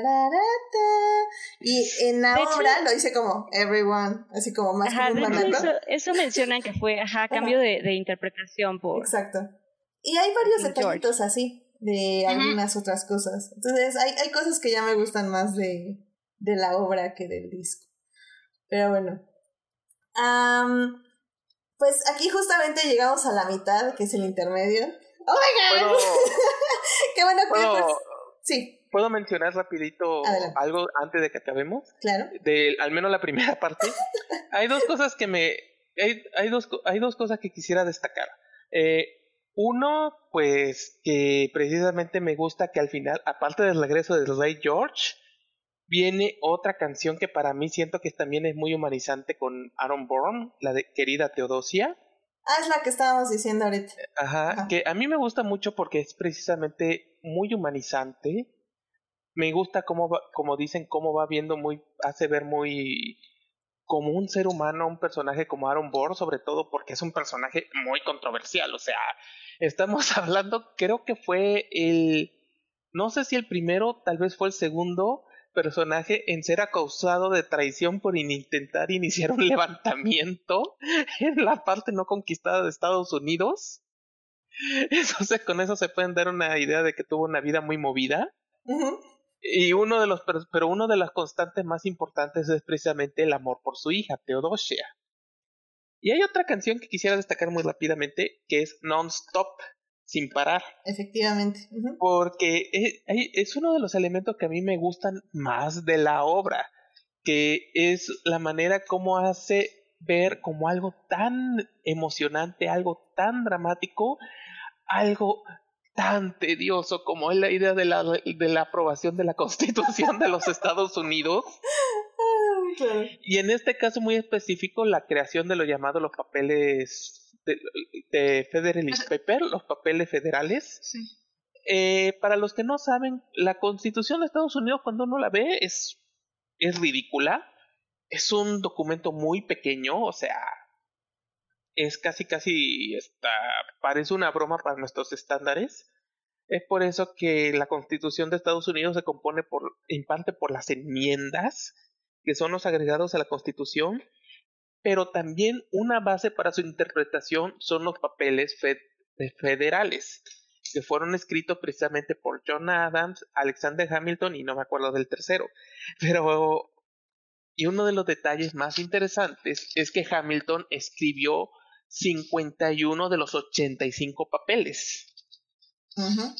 y en la de obra hecho, lo dice como everyone, así como más ajá, como un de hecho, eso, eso mencionan que fue ajá, cambio de, de interpretación por... Exacto. Y hay varios King detallitos George. así de uh-huh. algunas otras cosas. Entonces hay, hay cosas que ya me gustan más de, de la obra que del disco. Pero bueno. Um, pues aquí justamente llegamos a la mitad, que es el intermedio. ¡Oh my God! ¡Qué bueno que ¿Puedo, pues, sí. ¿Puedo mencionar rapidito Adelante. Algo antes de que acabemos? Claro. De al menos la primera parte. Hay dos cosas que me... Hay, hay, dos, hay dos cosas que quisiera destacar. Eh, uno, pues, que precisamente me gusta que al final, aparte del regreso del Rey George... viene otra canción que para mí siento que también es muy humanizante con Aaron Burr, la de Querida Teodosia. Ah, es la que estábamos diciendo ahorita. Ajá, Ajá, que a mí me gusta mucho porque es precisamente muy humanizante. Me gusta cómo va, como dicen, cómo va viendo muy, hace ver muy como un ser humano, un personaje como Aaron Burr, sobre todo porque es un personaje muy controversial. O sea, estamos hablando, creo que fue el, no sé si el primero, tal vez fue el segundo personaje en ser acusado de traición por intentar iniciar un levantamiento en la parte no conquistada de Estados Unidos. Entonces con eso se pueden dar una idea de que tuvo una vida muy movida. Uh-huh. Y uno de los pero uno de las constantes más importantes es precisamente el amor por su hija, Teodosia. Y hay otra canción que quisiera destacar muy rápidamente, que es Non-Stop, sin parar. Efectivamente. Uh-huh. Porque es, es uno de los elementos que a mí me gustan más de la obra, que es la manera como hace ver como algo tan emocionante, algo tan dramático, algo tan tedioso como es la idea de la, de la aprobación de la Constitución de los Estados Unidos. Claro. Y en este caso muy específico, la creación de lo llamado los papeles de, de Federalist Paper, los papeles federales. Sí. Eh, para los que no saben, la Constitución de Estados Unidos, cuando uno la ve, es, es ridícula. Es un documento muy pequeño, o sea, es casi casi, está, parece una broma para nuestros estándares. Es por eso que la Constitución de Estados Unidos se compone por, en parte por las enmiendas, que son los agregados a la Constitución, pero también una base para su interpretación son los papeles fe- federales, que fueron escritos precisamente por John Adams, Alexander Hamilton y no me acuerdo del tercero. Pero, y uno de los detalles más interesantes es que Hamilton escribió cincuenta y uno de los ochenta y cinco papeles. Uh-huh.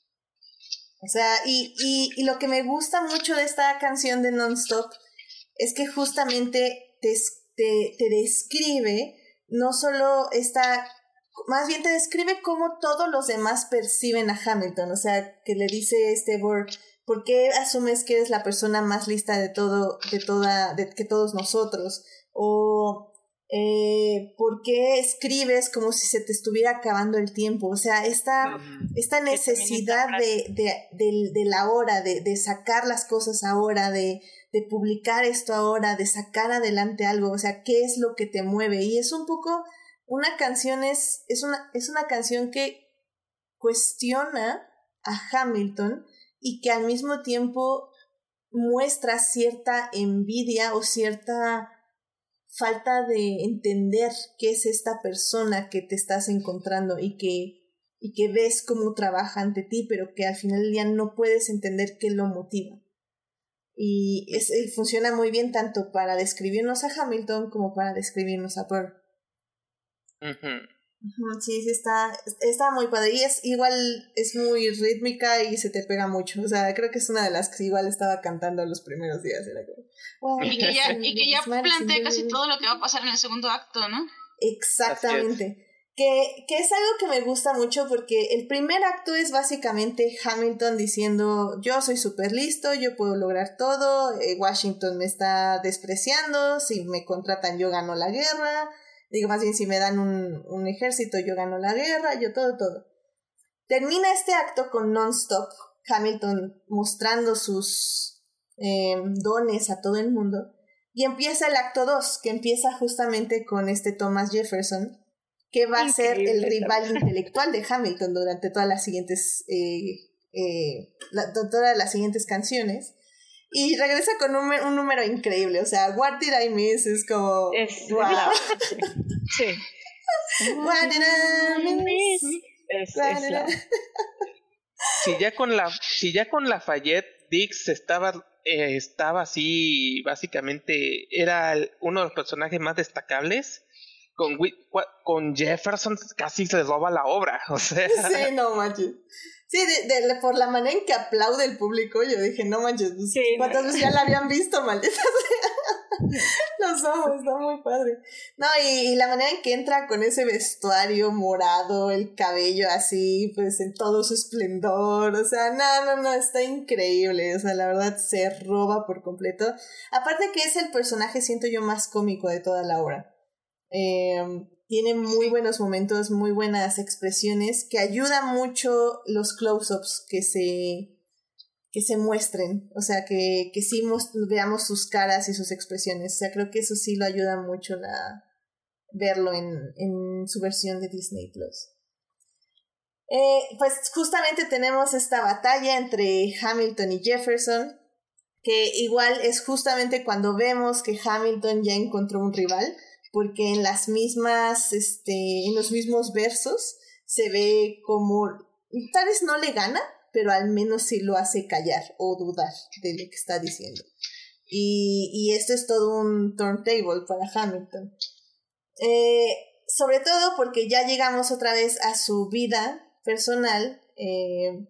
O sea, y, y, y lo que me gusta mucho de esta canción de Non-Stop es que justamente te, te, te describe no solo esta, más bien te describe cómo todos los demás perciben a Hamilton. O sea, que le dice este Burr, ¿por qué asumes que eres la persona más lista de todo, de toda, de que todos nosotros? O Eh, ¿por qué escribes como si se te estuviera acabando el tiempo? O sea, esta, esta necesidad de, de, de, de la hora, de, de sacar las cosas ahora, de, de publicar esto ahora, de sacar adelante algo, o sea, ¿qué es lo que te mueve? Y es un poco, una canción es, es una, es una canción que cuestiona a Hamilton y que al mismo tiempo muestra cierta envidia o cierta falta de entender qué es esta persona que te estás encontrando y que, y que ves cómo trabaja ante ti, pero que al final del día no puedes entender qué lo motiva. Y es, funciona muy bien tanto para describirnos a Hamilton como para describirnos a Burr. Uh-huh. Uh-huh, sí, sí, está, está muy padre. Y es igual, es muy rítmica y se te pega mucho. O sea, creo que es una de las que igual estaba cantando los primeros días. Era como, wow, y que ya, y que ya plantea casi todo lo que va a pasar en el segundo acto, ¿no? Exactamente. Que, que es algo que me gusta mucho porque el primer acto es básicamente Hamilton diciendo yo soy súper listo, yo puedo lograr todo, eh, Washington me está despreciando, si me contratan yo gano la guerra, digo más bien si me dan un, un ejército yo gano la guerra, yo todo, todo. Termina este acto con Non-Stop, Hamilton mostrando sus eh, dones a todo el mundo y empieza el acto dos, que empieza justamente con este Thomas Jefferson, que va a ser el rival intelectual de Hamilton durante todas las siguientes eh, eh, la, todas las siguientes canciones, y regresa con un, un número increíble, o sea, What Did I Miss es como es, wow. Sí. What did I miss? Es, es la... si ya con la si ya con Lafayette Dix estaba eh, estaba así, básicamente era el, uno de los personajes más destacables. Con, con Jefferson casi se roba la obra, o sea. Sí, no manches. Sí, de, de, por la manera en que aplaude el público, yo dije, no manches, sí, ¿cuántas no. veces ya la habían visto, maldita sea? Los ojos, está muy padre. No, y, y la manera en que entra con ese vestuario morado, el cabello así, pues en todo su esplendor, o sea, no, no, no, está increíble, o sea, la verdad se roba por completo. Aparte que es el personaje, siento yo, más cómico de toda la obra. Eh, tiene muy buenos momentos, muy buenas expresiones, que ayuda mucho los close-ups que se, que se muestren, o sea, que, que sí most- veamos sus caras y sus expresiones, o sea, creo que eso sí lo ayuda mucho a verlo en, en su versión de Disney Plus. Eh, pues justamente tenemos esta batalla entre Hamilton y Jefferson, que igual es justamente cuando vemos que Hamilton ya encontró un rival, porque en las mismas, este, en los mismos versos se ve como, tal vez no le gana, pero al menos sí lo hace callar o dudar de lo que está diciendo. Y, y esto es todo un turntable para Hamilton. Eh, sobre todo porque ya llegamos otra vez a su vida personal, eh,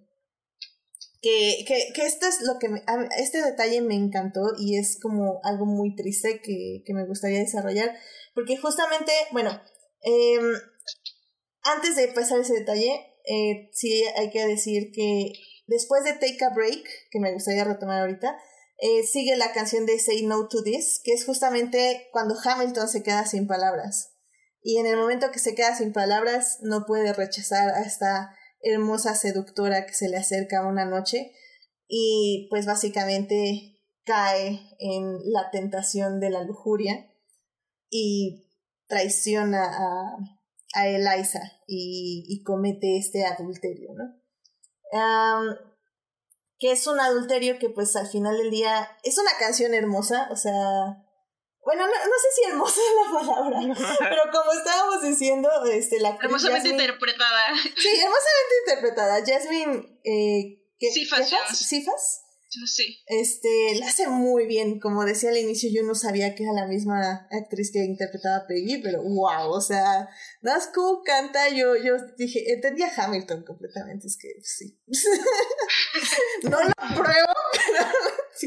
que, que, que esto es lo que me, este detalle me encantó y es como algo muy triste que, que me gustaría desarrollar. Porque justamente, bueno, eh, antes de pasar ese detalle, eh, sí hay que decir que después de Take a Break, que me gustaría retomar ahorita, eh, sigue la canción de Say No to This, que es justamente cuando Hamilton se queda sin palabras. Y en el momento que se queda sin palabras, no puede rechazar a esta hermosa seductora que se le acerca una noche y pues básicamente cae en la tentación de la lujuria y traiciona a, a Eliza y, y comete este adulterio, ¿no? Um, que es un adulterio que pues al final del día es una canción hermosa, o sea, bueno, no, no sé si hermosa es la palabra, pero como estábamos diciendo, este, la hermosamente Jasmine, interpretada. Sí, hermosamente interpretada. Jasmine eh, ¿qué, Sifas, ¿Sifas? ¿Sifas? Sí. Este, la hace muy bien. Como decía al inicio, yo no sabía que era la misma actriz que interpretaba a Peggy, pero wow, o sea, Nazcu canta, yo, yo dije, entendía Hamilton completamente, es que sí. No lo pruebo, pero sí.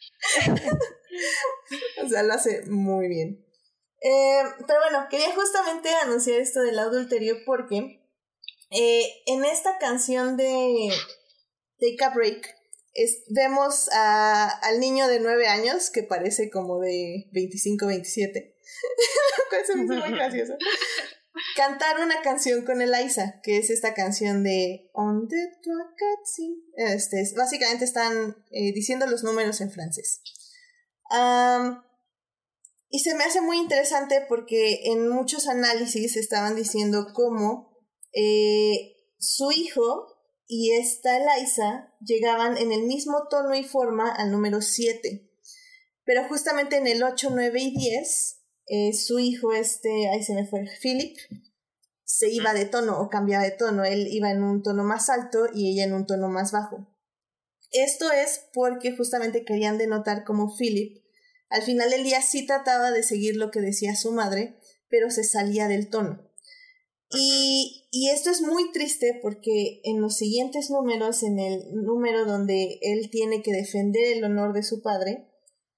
O sea, lo hace muy bien. Eh, pero bueno, quería justamente anunciar esto del adulterio porque eh, en esta canción de Take a Break es, vemos a, al niño de nueve años que parece como de veinticinco, veintisiete, lo cual se me hizo muy gracioso, cantar una canción con Eliza, que es esta canción de On the Twakatsi. Este, básicamente están eh, diciendo los números en francés. Um, y se me hace muy interesante porque en muchos análisis estaban diciendo cómo eh, su hijo y esta Eliza llegaban en el mismo tono y forma al número siete. Pero justamente en el ocho, nueve y diez, eh, su hijo, este, ahí se me fue, Philip, se iba de tono o cambiaba de tono. Él iba en un tono más alto y ella en un tono más bajo. Esto es porque justamente querían denotar como Philip, al final del día sí trataba de seguir lo que decía su madre, pero se salía del tono. Y, y esto es muy triste porque en los siguientes números, en el número donde él tiene que defender el honor de su padre,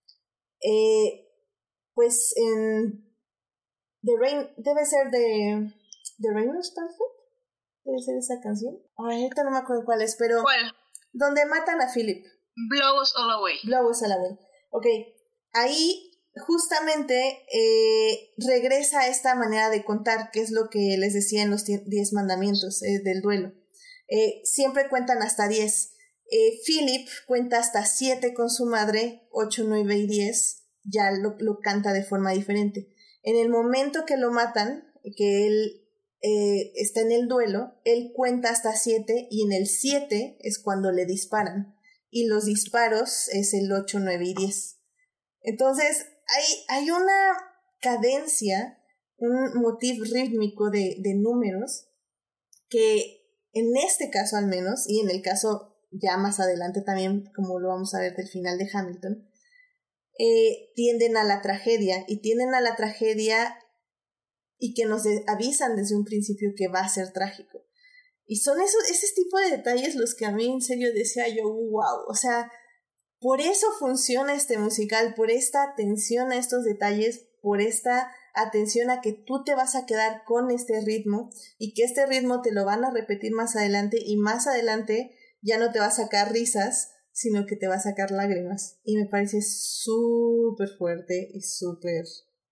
eh, pues en The Rain, debe ser de The Rain of Starford, debe ser esa canción. Ay, ahorita no me acuerdo cuál es, pero ¿cuál? Donde matan a Philip. Blow Us All Away. Blow Us All Away. Ok, ahí justamente eh, regresa esta manera de contar, que es lo que les decía en los diez mandamientos eh, del duelo. Eh, siempre cuentan hasta diez. Eh, Philip cuenta hasta siete con su madre, ocho, nueve y diez, ya lo, lo canta de forma diferente. En el momento que lo matan, que él eh, está en el duelo, él cuenta hasta siete y en el siete es cuando le disparan. Y los disparos es el ocho, nueve y diez. Entonces, hay, hay una cadencia, un motivo rítmico de, de números que en este caso al menos, y en el caso ya más adelante también, como lo vamos a ver del final de Hamilton, eh, tienden a la tragedia, y tienden a la tragedia y que nos de, avisan desde un principio que va a ser trágico. Y son esos, ese tipo de detalles los que a mí en serio decía yo, wow, o sea, por eso funciona este musical, por esta atención a estos detalles, por esta atención a que tú te vas a quedar con este ritmo y que este ritmo te lo van a repetir más adelante y más adelante ya no te va a sacar risas, sino que te va a sacar lágrimas. Y me parece súper fuerte y súper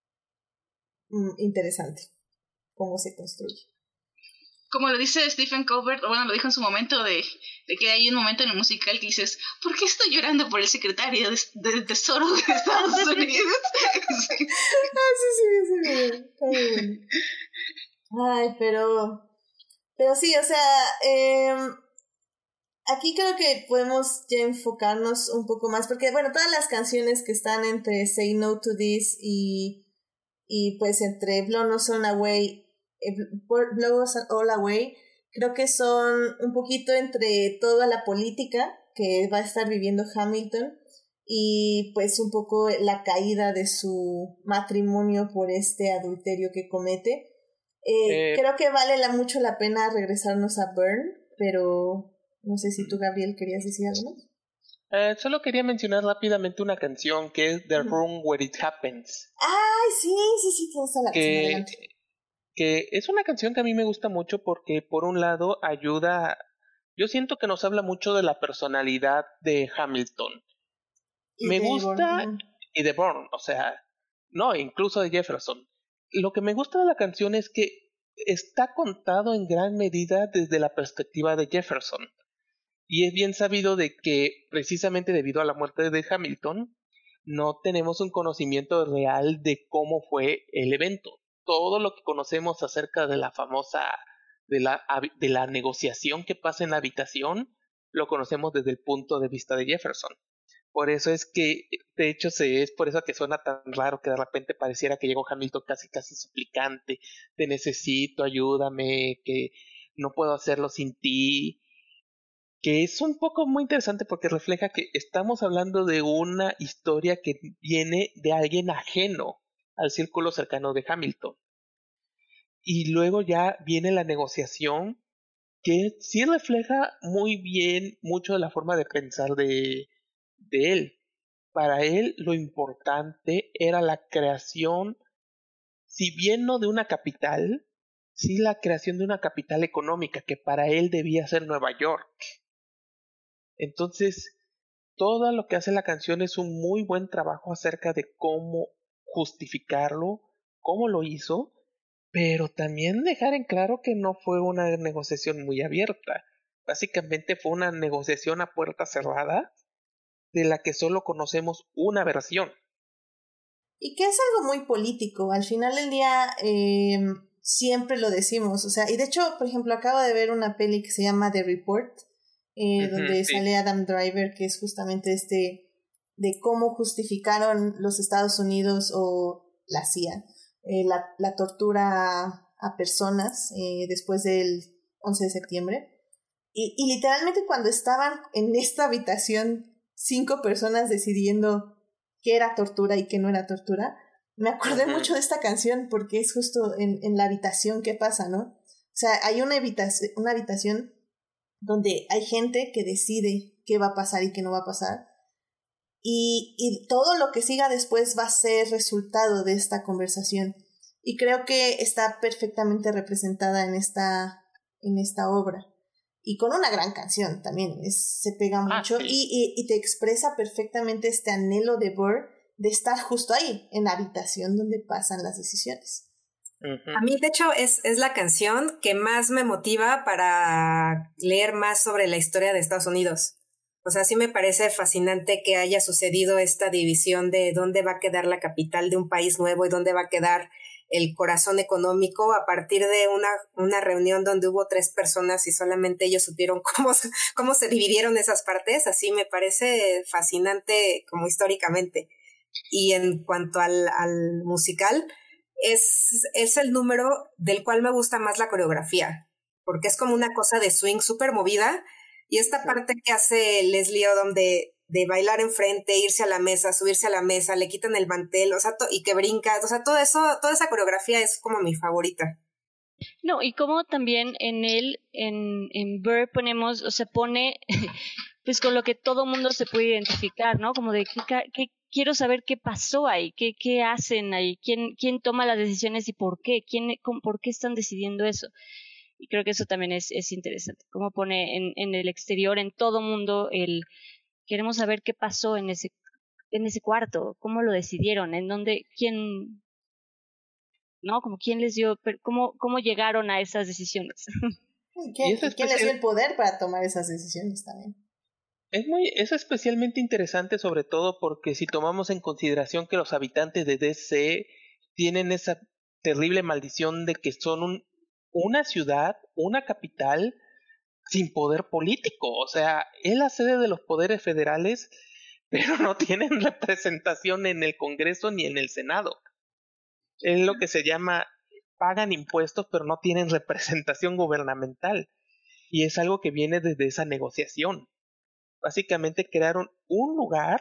mm, interesante cómo se construye. Como lo dice Stephen Colbert, o bueno, lo dijo en su momento, de, de que hay un momento en el musical que dices, ¿por qué estoy llorando por el secretario de, de Tesoro de Estados Unidos? Sí. Ah, sí, sí, sí, sí, está muy bueno. Ay, pero, pero sí, o sea, eh, aquí creo que podemos ya enfocarnos un poco más, porque bueno, todas las canciones que están entre Say No to This y, y pues entre Blow Us All Away, Blow Us All Away, creo que son un poquito entre toda la política que va a estar viviendo Hamilton y pues un poco la caída de su matrimonio por este adulterio que comete. Eh, eh, creo que vale la, mucho la pena regresarnos a Burn, pero no sé si tú, Gabriel, querías decir algo más. Eh, solo quería mencionar rápidamente una canción que es The Room Where It Happens. Ay, sí, sí, sí, tienes toda la que, razón, adelante. Que es una canción que a mí me gusta mucho porque por un lado ayuda, yo siento que nos habla mucho de la personalidad de Hamilton. me gusta, Bourne. y de Bourne, o sea, no, incluso de Jefferson. Lo que me gusta de la canción es que está contado en gran medida desde la perspectiva de Jefferson. Y es bien sabido de que precisamente debido a la muerte de Hamilton, no tenemos un conocimiento real de cómo fue el evento. Todo lo que conocemos acerca de la famosa, de la, de la negociación que pasa en la habitación, lo conocemos desde el punto de vista de Jefferson. Por eso es que, de hecho, se, es por eso que suena tan raro que de repente pareciera que llegó Hamilton casi casi suplicante, te necesito, ayúdame, que no puedo hacerlo sin ti, que es un poco muy interesante porque refleja que estamos hablando de una historia que viene de alguien ajeno al círculo cercano de Hamilton. Y luego ya viene la negociación, que sí refleja muy bien mucho de la forma de pensar de, de él. Para él lo importante era la creación, si bien no de una capital, sí la creación de una capital económica, que para él debía ser Nueva York. Entonces, todo lo que hace la canción es un muy buen trabajo acerca de cómo justificarlo, cómo lo hizo, pero también dejar en claro que no fue una negociación muy abierta. Básicamente fue una negociación a puerta cerrada de la que solo conocemos una versión. Y que es algo muy político. Al final del día eh, siempre lo decimos. O sea, y de hecho, por ejemplo, acabo de ver una peli que se llama The Report, eh, uh-huh, donde sí. sale Adam Driver, que es justamente este de cómo justificaron los Estados Unidos o la C I A eh, la, la tortura a personas eh, después del once de septiembre. Y, y literalmente cuando estaban en esta habitación cinco personas decidiendo qué era tortura y qué no era tortura, me acordé uh-huh. mucho de esta canción porque es justo en, en la habitación que pasa, ¿no? O sea, hay una habitación, una habitación donde hay gente que decide qué va a pasar y qué no va a pasar, y, y todo lo que siga después va a ser resultado de esta conversación, y creo que está perfectamente representada en esta, en esta obra. Y con una gran canción también, es, se pega mucho ah, sí. y, y, y te expresa perfectamente este anhelo de Burr de estar justo ahí, en la habitación donde pasan las decisiones. Uh-huh. A mí, de hecho, es, es la canción que más me motiva para leer más sobre la historia de Estados Unidos. O sea, sí me parece fascinante que haya sucedido esta división de dónde va a quedar la capital de un país nuevo y dónde va a quedar el corazón económico a partir de una, una reunión donde hubo tres personas y solamente ellos supieron cómo, cómo se dividieron esas partes. Así me parece fascinante como históricamente. Y en cuanto al, al musical, es, es el número del cual me gusta más la coreografía, porque es como una cosa de swing súper movida, y esta parte que hace Leslie Odom de de bailar enfrente, irse a la mesa, subirse a la mesa, le quitan el mantel, o sea, to- y que brinca, o sea, todo eso, toda esa coreografía es como mi favorita. No, y como también en él, en, en Burr ponemos, o se pone, pues con lo que todo mundo se puede identificar, ¿no? Como de qué, qué quiero saber qué pasó ahí, qué, qué hacen ahí, quién, quién toma las decisiones y por qué, quién, con, por qué están decidiendo eso. Y creo que eso también es, es interesante, cómo pone en, en el exterior, en todo mundo, el queremos saber qué pasó en ese, en ese cuarto, cómo lo decidieron, en dónde, quién, ¿no? Como quién les dio, cómo, cómo llegaron a esas decisiones. ¿Quién, es ¿quién les dio el poder para tomar esas decisiones también? Es muy, es especialmente interesante, sobre todo porque si tomamos en consideración que los habitantes de D C tienen esa terrible maldición de que son un, una ciudad, una capital sin poder político. O sea, es la sede de los poderes federales, pero no tienen representación en el Congreso ni en el Senado. Es lo que se llama, pagan impuestos, pero no tienen representación gubernamental. Y es algo que viene desde esa negociación. Básicamente crearon un lugar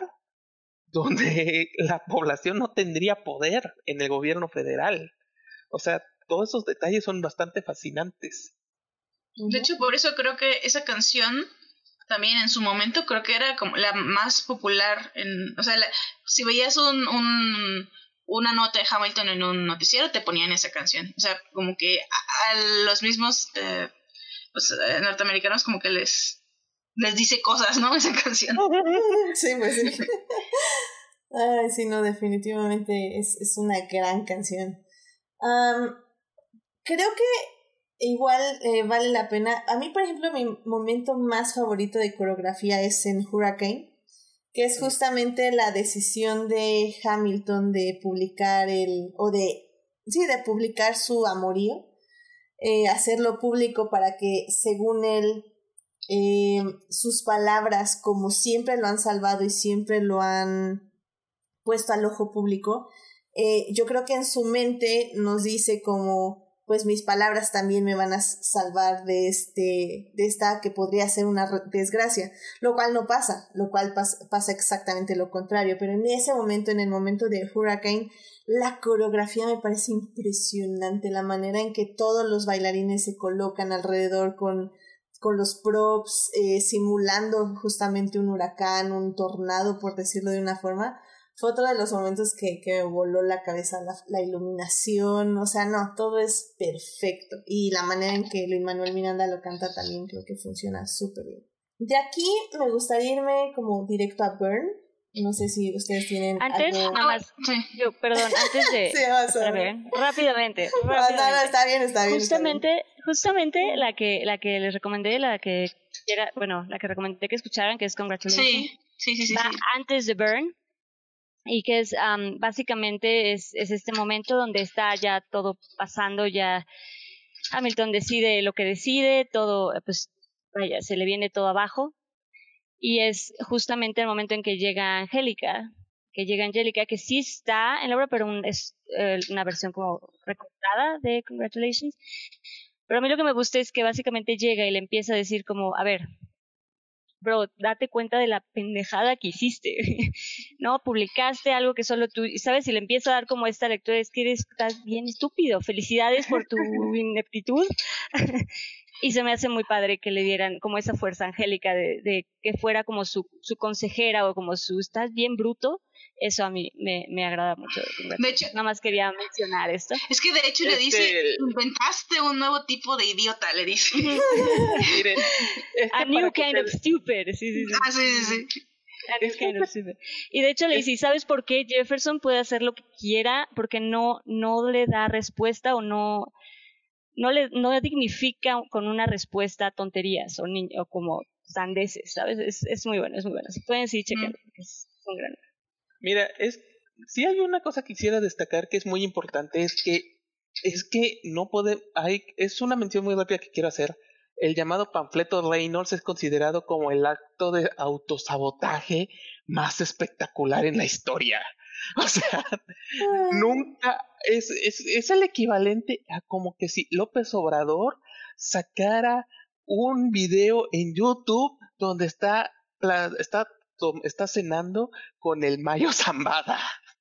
donde la población no tendría poder en el gobierno federal. O sea, todos esos detalles son bastante fascinantes. De hecho, por eso creo que esa canción también en su momento creo que era como la más popular. En, o sea, la, si veías un, un, una nota de Hamilton en un noticiero, te ponían esa canción. O sea, como que a, a los mismos eh, pues, norteamericanos como que les les dice cosas, ¿no? Esa canción. Sí, pues sí. Ay, sí, no, definitivamente es, es una gran canción. Um, creo que igual eh, vale la pena. A mí, por ejemplo, mi momento más favorito de coreografía es en Hurricane, que es justamente la decisión de Hamilton de publicar el, o de, sí, de publicar su amorío, eh, hacerlo público para que, según él, eh, sus palabras, como siempre lo han salvado y siempre lo han puesto al ojo público, eh, yo creo que en su mente nos dice como, pues mis palabras también me van a salvar de este, de esta que podría ser una desgracia, lo cual no pasa, lo cual pas- pasa exactamente lo contrario, pero en ese momento, en el momento de Hurricane, la coreografía me parece impresionante, la manera en que todos los bailarines se colocan alrededor con, con los props, eh, simulando justamente un huracán, un tornado, por decirlo de una forma. Fue otro de los momentos que, que me voló la cabeza, la, la iluminación, o sea, no, todo es perfecto. Y la manera en que Lin-Manuel Miranda lo canta también creo que funciona súper bien. De aquí me gustaría irme como directo a Burn. No sé si ustedes tienen antes, algo... nada más, yo, perdón, antes de... sí, vas a ver. Rápidamente, rápidamente. No, no, está bien, está bien. Justamente, está bien. justamente la que, la que les recomendé, la que era, bueno, la que recomendé que escucharan, que es Congratulations. Sí, sí, sí, sí. Va sí. antes de Burn. Y que es, um, básicamente, es, es este momento donde está ya todo pasando, ya Hamilton decide lo que decide, todo, pues, vaya, se le viene todo abajo. Y es justamente el momento en que llega Angélica, que llega Angélica, que sí está en la obra, pero un, es eh, una versión como recortada de Congratulations. Pero a mí lo que me gusta es que básicamente llega y le empieza a decir como, a ver, bro, date cuenta de la pendejada que hiciste, ¿no? Publicaste algo que solo tú, ¿sabes? Y le empiezo a dar como esta lectura, es que eres, estás bien estúpido, felicidades por tu ineptitud. Y se me hace muy padre que le dieran como esa fuerza angélica de, de que fuera como su, su consejera o como su, estás bien bruto. Eso a mí me, me agrada mucho. De hecho, nada más quería mencionar esto. Es que de hecho este... le dice, inventaste un nuevo tipo de idiota, le dice. Miren, es que A new kind se... of stupid. Sí, sí, sí. Ah, sí, sí, sí. A new kind of stupid. Y de hecho le dice, ¿sabes por qué Jefferson puede hacer lo que quiera? Porque no, no le da respuesta o no... No le no dignifica con una respuesta a tonterías o, ni, o como sandeces, ¿sabes? Es, es muy bueno, es muy bueno. Si pueden, sí, chequen, mm. porque es un gran... Mira, es, si hay una cosa que quisiera destacar que es muy importante, es que es que no puede, hay, es una mención muy rápida que quiero hacer. El llamado panfleto Reynolds es considerado como el acto de autosabotaje más espectacular en la historia. O sea, nunca es, es, es el equivalente a como que si López Obrador sacara un video en YouTube donde está, está, está cenando con el Mayo Zambada.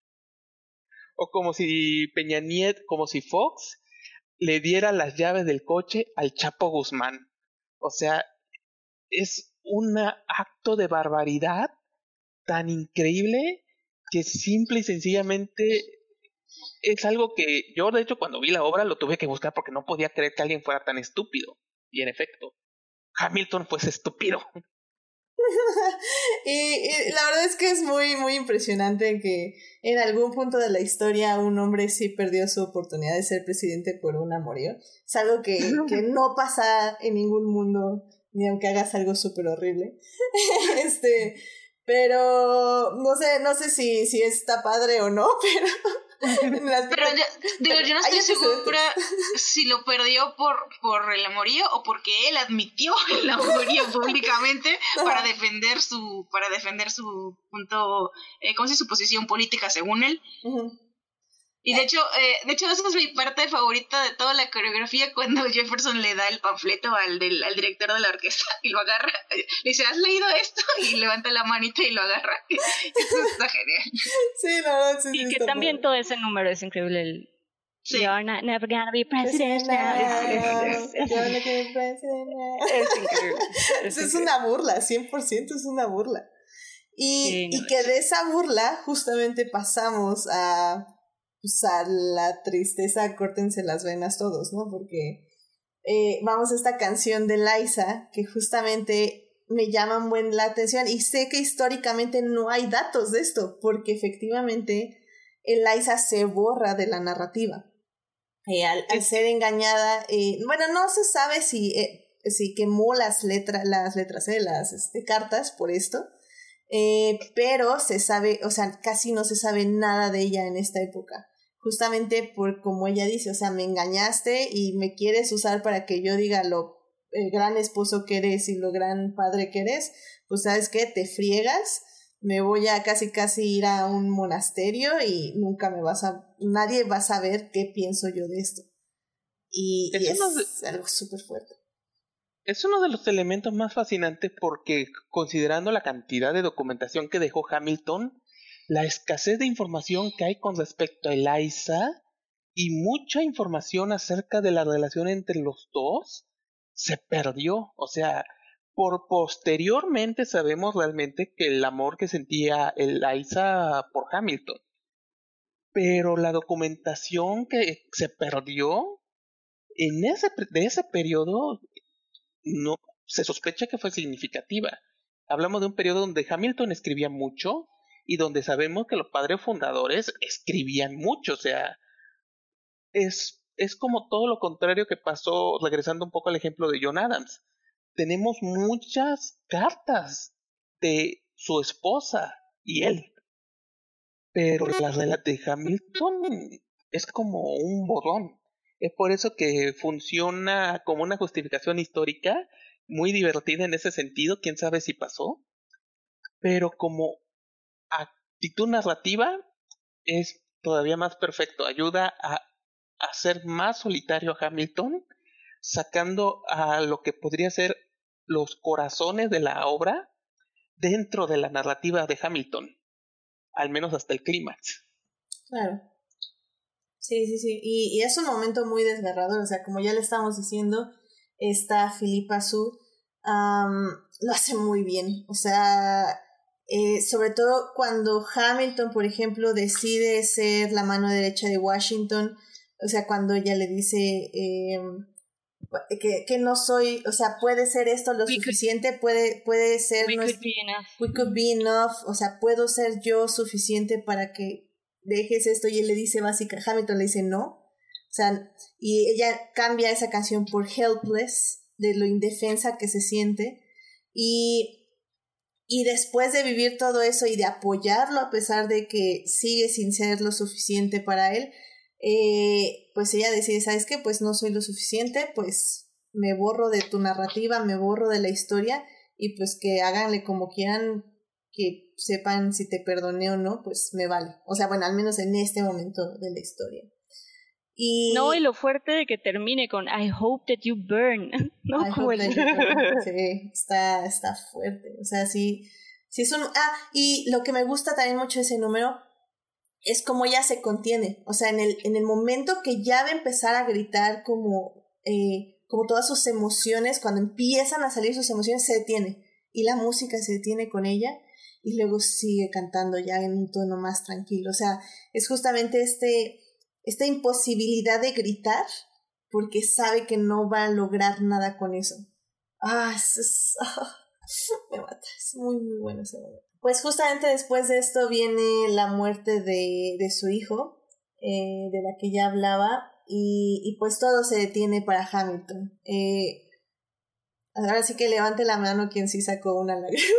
O como si Peña Nieto, como si Fox le diera las llaves del coche al Chapo Guzmán. O sea, es un acto de barbaridad tan increíble que simple y sencillamente es algo que yo, de hecho, cuando vi la obra lo tuve que buscar porque no podía creer que alguien fuera tan estúpido. Y en efecto, Hamilton fue estúpido. y, y la verdad es que es muy, muy impresionante que en algún punto de la historia un hombre sí perdió su oportunidad de ser presidente por un amorío. Es algo que, que no pasa en ningún mundo, ni aunque hagas algo súper horrible. este... Pero no sé, no sé si, si está padre o no, pero... Las... Pero yo, digo, yo no estoy segura si lo perdió por, por el amorío o porque él admitió el amorío públicamente para defender su para defender su punto, eh, ¿cómo se dice? Su posición política según él. Uh-huh. Y de hecho, eh, de hecho esa es mi parte favorita de toda la coreografía, cuando Jefferson le da el panfleto al del al director de la orquesta y lo agarra, le dice, ¿has leído esto? Y levanta la manita y lo agarra. Eso está genial. Sí, la verdad, sí, y sí, que también todo ese número es increíble. El sí. You're not never gonna be president now. Es, es, es, es, es increíble. Es, es una burla, cien por ciento es una burla. Y, sí, no, y que de esa burla justamente pasamos a... pues a la tristeza, córtense las venas todos, ¿no? Porque eh, vamos a esta canción de Liza, que justamente me llaman buen la atención y sé que históricamente no hay datos de esto, porque efectivamente Eliza se borra de la narrativa. Eh, al, al ser engañada, eh, bueno, no se sabe si, eh, si quemó las letras, las letras, eh, las este, cartas por esto, eh, pero se sabe, o sea, casi no se sabe nada de ella en esta época. Justamente por como ella dice, o sea, me engañaste y me quieres usar para que yo diga lo el gran esposo que eres y lo gran padre que eres, pues sabes qué, te friegas, me voy a casi casi ir a un monasterio y nunca me vas a, nadie va a saber qué pienso yo de esto. Y es, y es de, algo súper fuerte. Es uno de los elementos más fascinantes porque, considerando la cantidad de documentación que dejó Hamilton, la escasez de información que hay con respecto a Eliza y mucha información acerca de la relación entre los dos, se perdió. O sea, por posteriormente sabemos realmente que el amor que sentía Eliza por Hamilton, pero la documentación que se perdió en ese de ese periodo no se sospecha que fue significativa. Hablamos de un periodo donde Hamilton escribía mucho y donde sabemos que los padres fundadores escribían mucho. O sea, es Es como todo lo contrario que pasó, regresando un poco al ejemplo de John Adams. Tenemos muchas cartas de su esposa y él, pero la de Hamilton es como un borrón. Es por eso que funciona como una justificación histórica, muy divertida en ese sentido, quién sabe si pasó, pero como actitud narrativa es todavía más perfecto, ayuda a hacer más solitario a Hamilton, sacando a lo que podría ser los corazones de la obra dentro de la narrativa de Hamilton, al menos hasta el clímax. Claro. Sí, sí, sí. Y, y es un momento muy desgarrador, o sea, como ya le estamos diciendo, esta Philippa Soo um, lo hace muy bien, o sea, eh, sobre todo cuando Hamilton, por ejemplo, decide ser la mano derecha de Washington. O sea, cuando ella le dice eh, que, que no soy, o sea, puede ser esto lo we suficiente, could, puede, puede ser... We no could es, be enough. We could be enough, o sea, puedo ser yo suficiente para que dejes esto. Y él le dice básicamente, Hamilton le dice no. O sea, y ella cambia esa canción por Helpless, de lo indefensa que se siente. Y, y después de vivir todo eso y de apoyarlo a pesar de que sigue sin ser lo suficiente para él, Eh, pues ella decide, ¿sabes qué? Pues no soy lo suficiente, pues me borro de tu narrativa, me borro de la historia y pues que háganle como quieran, que sepan si te perdoné o no, pues me vale. O sea, bueno, al menos en este momento de la historia. Y no, y lo fuerte de que termine con I hope that you burn. No, I hope that you burn. Sí, está, está fuerte. O sea, sí, sí es un... Ah, y lo que me gusta también mucho de ese número es como ella se contiene, o sea, en el, en el momento que ya va a empezar a gritar como, eh, como todas sus emociones, cuando empiezan a salir sus emociones, se detiene, y la música se detiene con ella, y luego sigue cantando ya en un tono más tranquilo. O sea, es justamente este, esta imposibilidad de gritar, porque sabe que no va a lograr nada con eso. Ah, es, es ah, me mata, es muy, muy bueno ese momento. Pues justamente después de esto viene la muerte de, de su hijo, eh, de la que ya hablaba, y, y pues todo se detiene para Hamilton. Eh, ahora sí que levante la mano quien sí sacó una lágrima.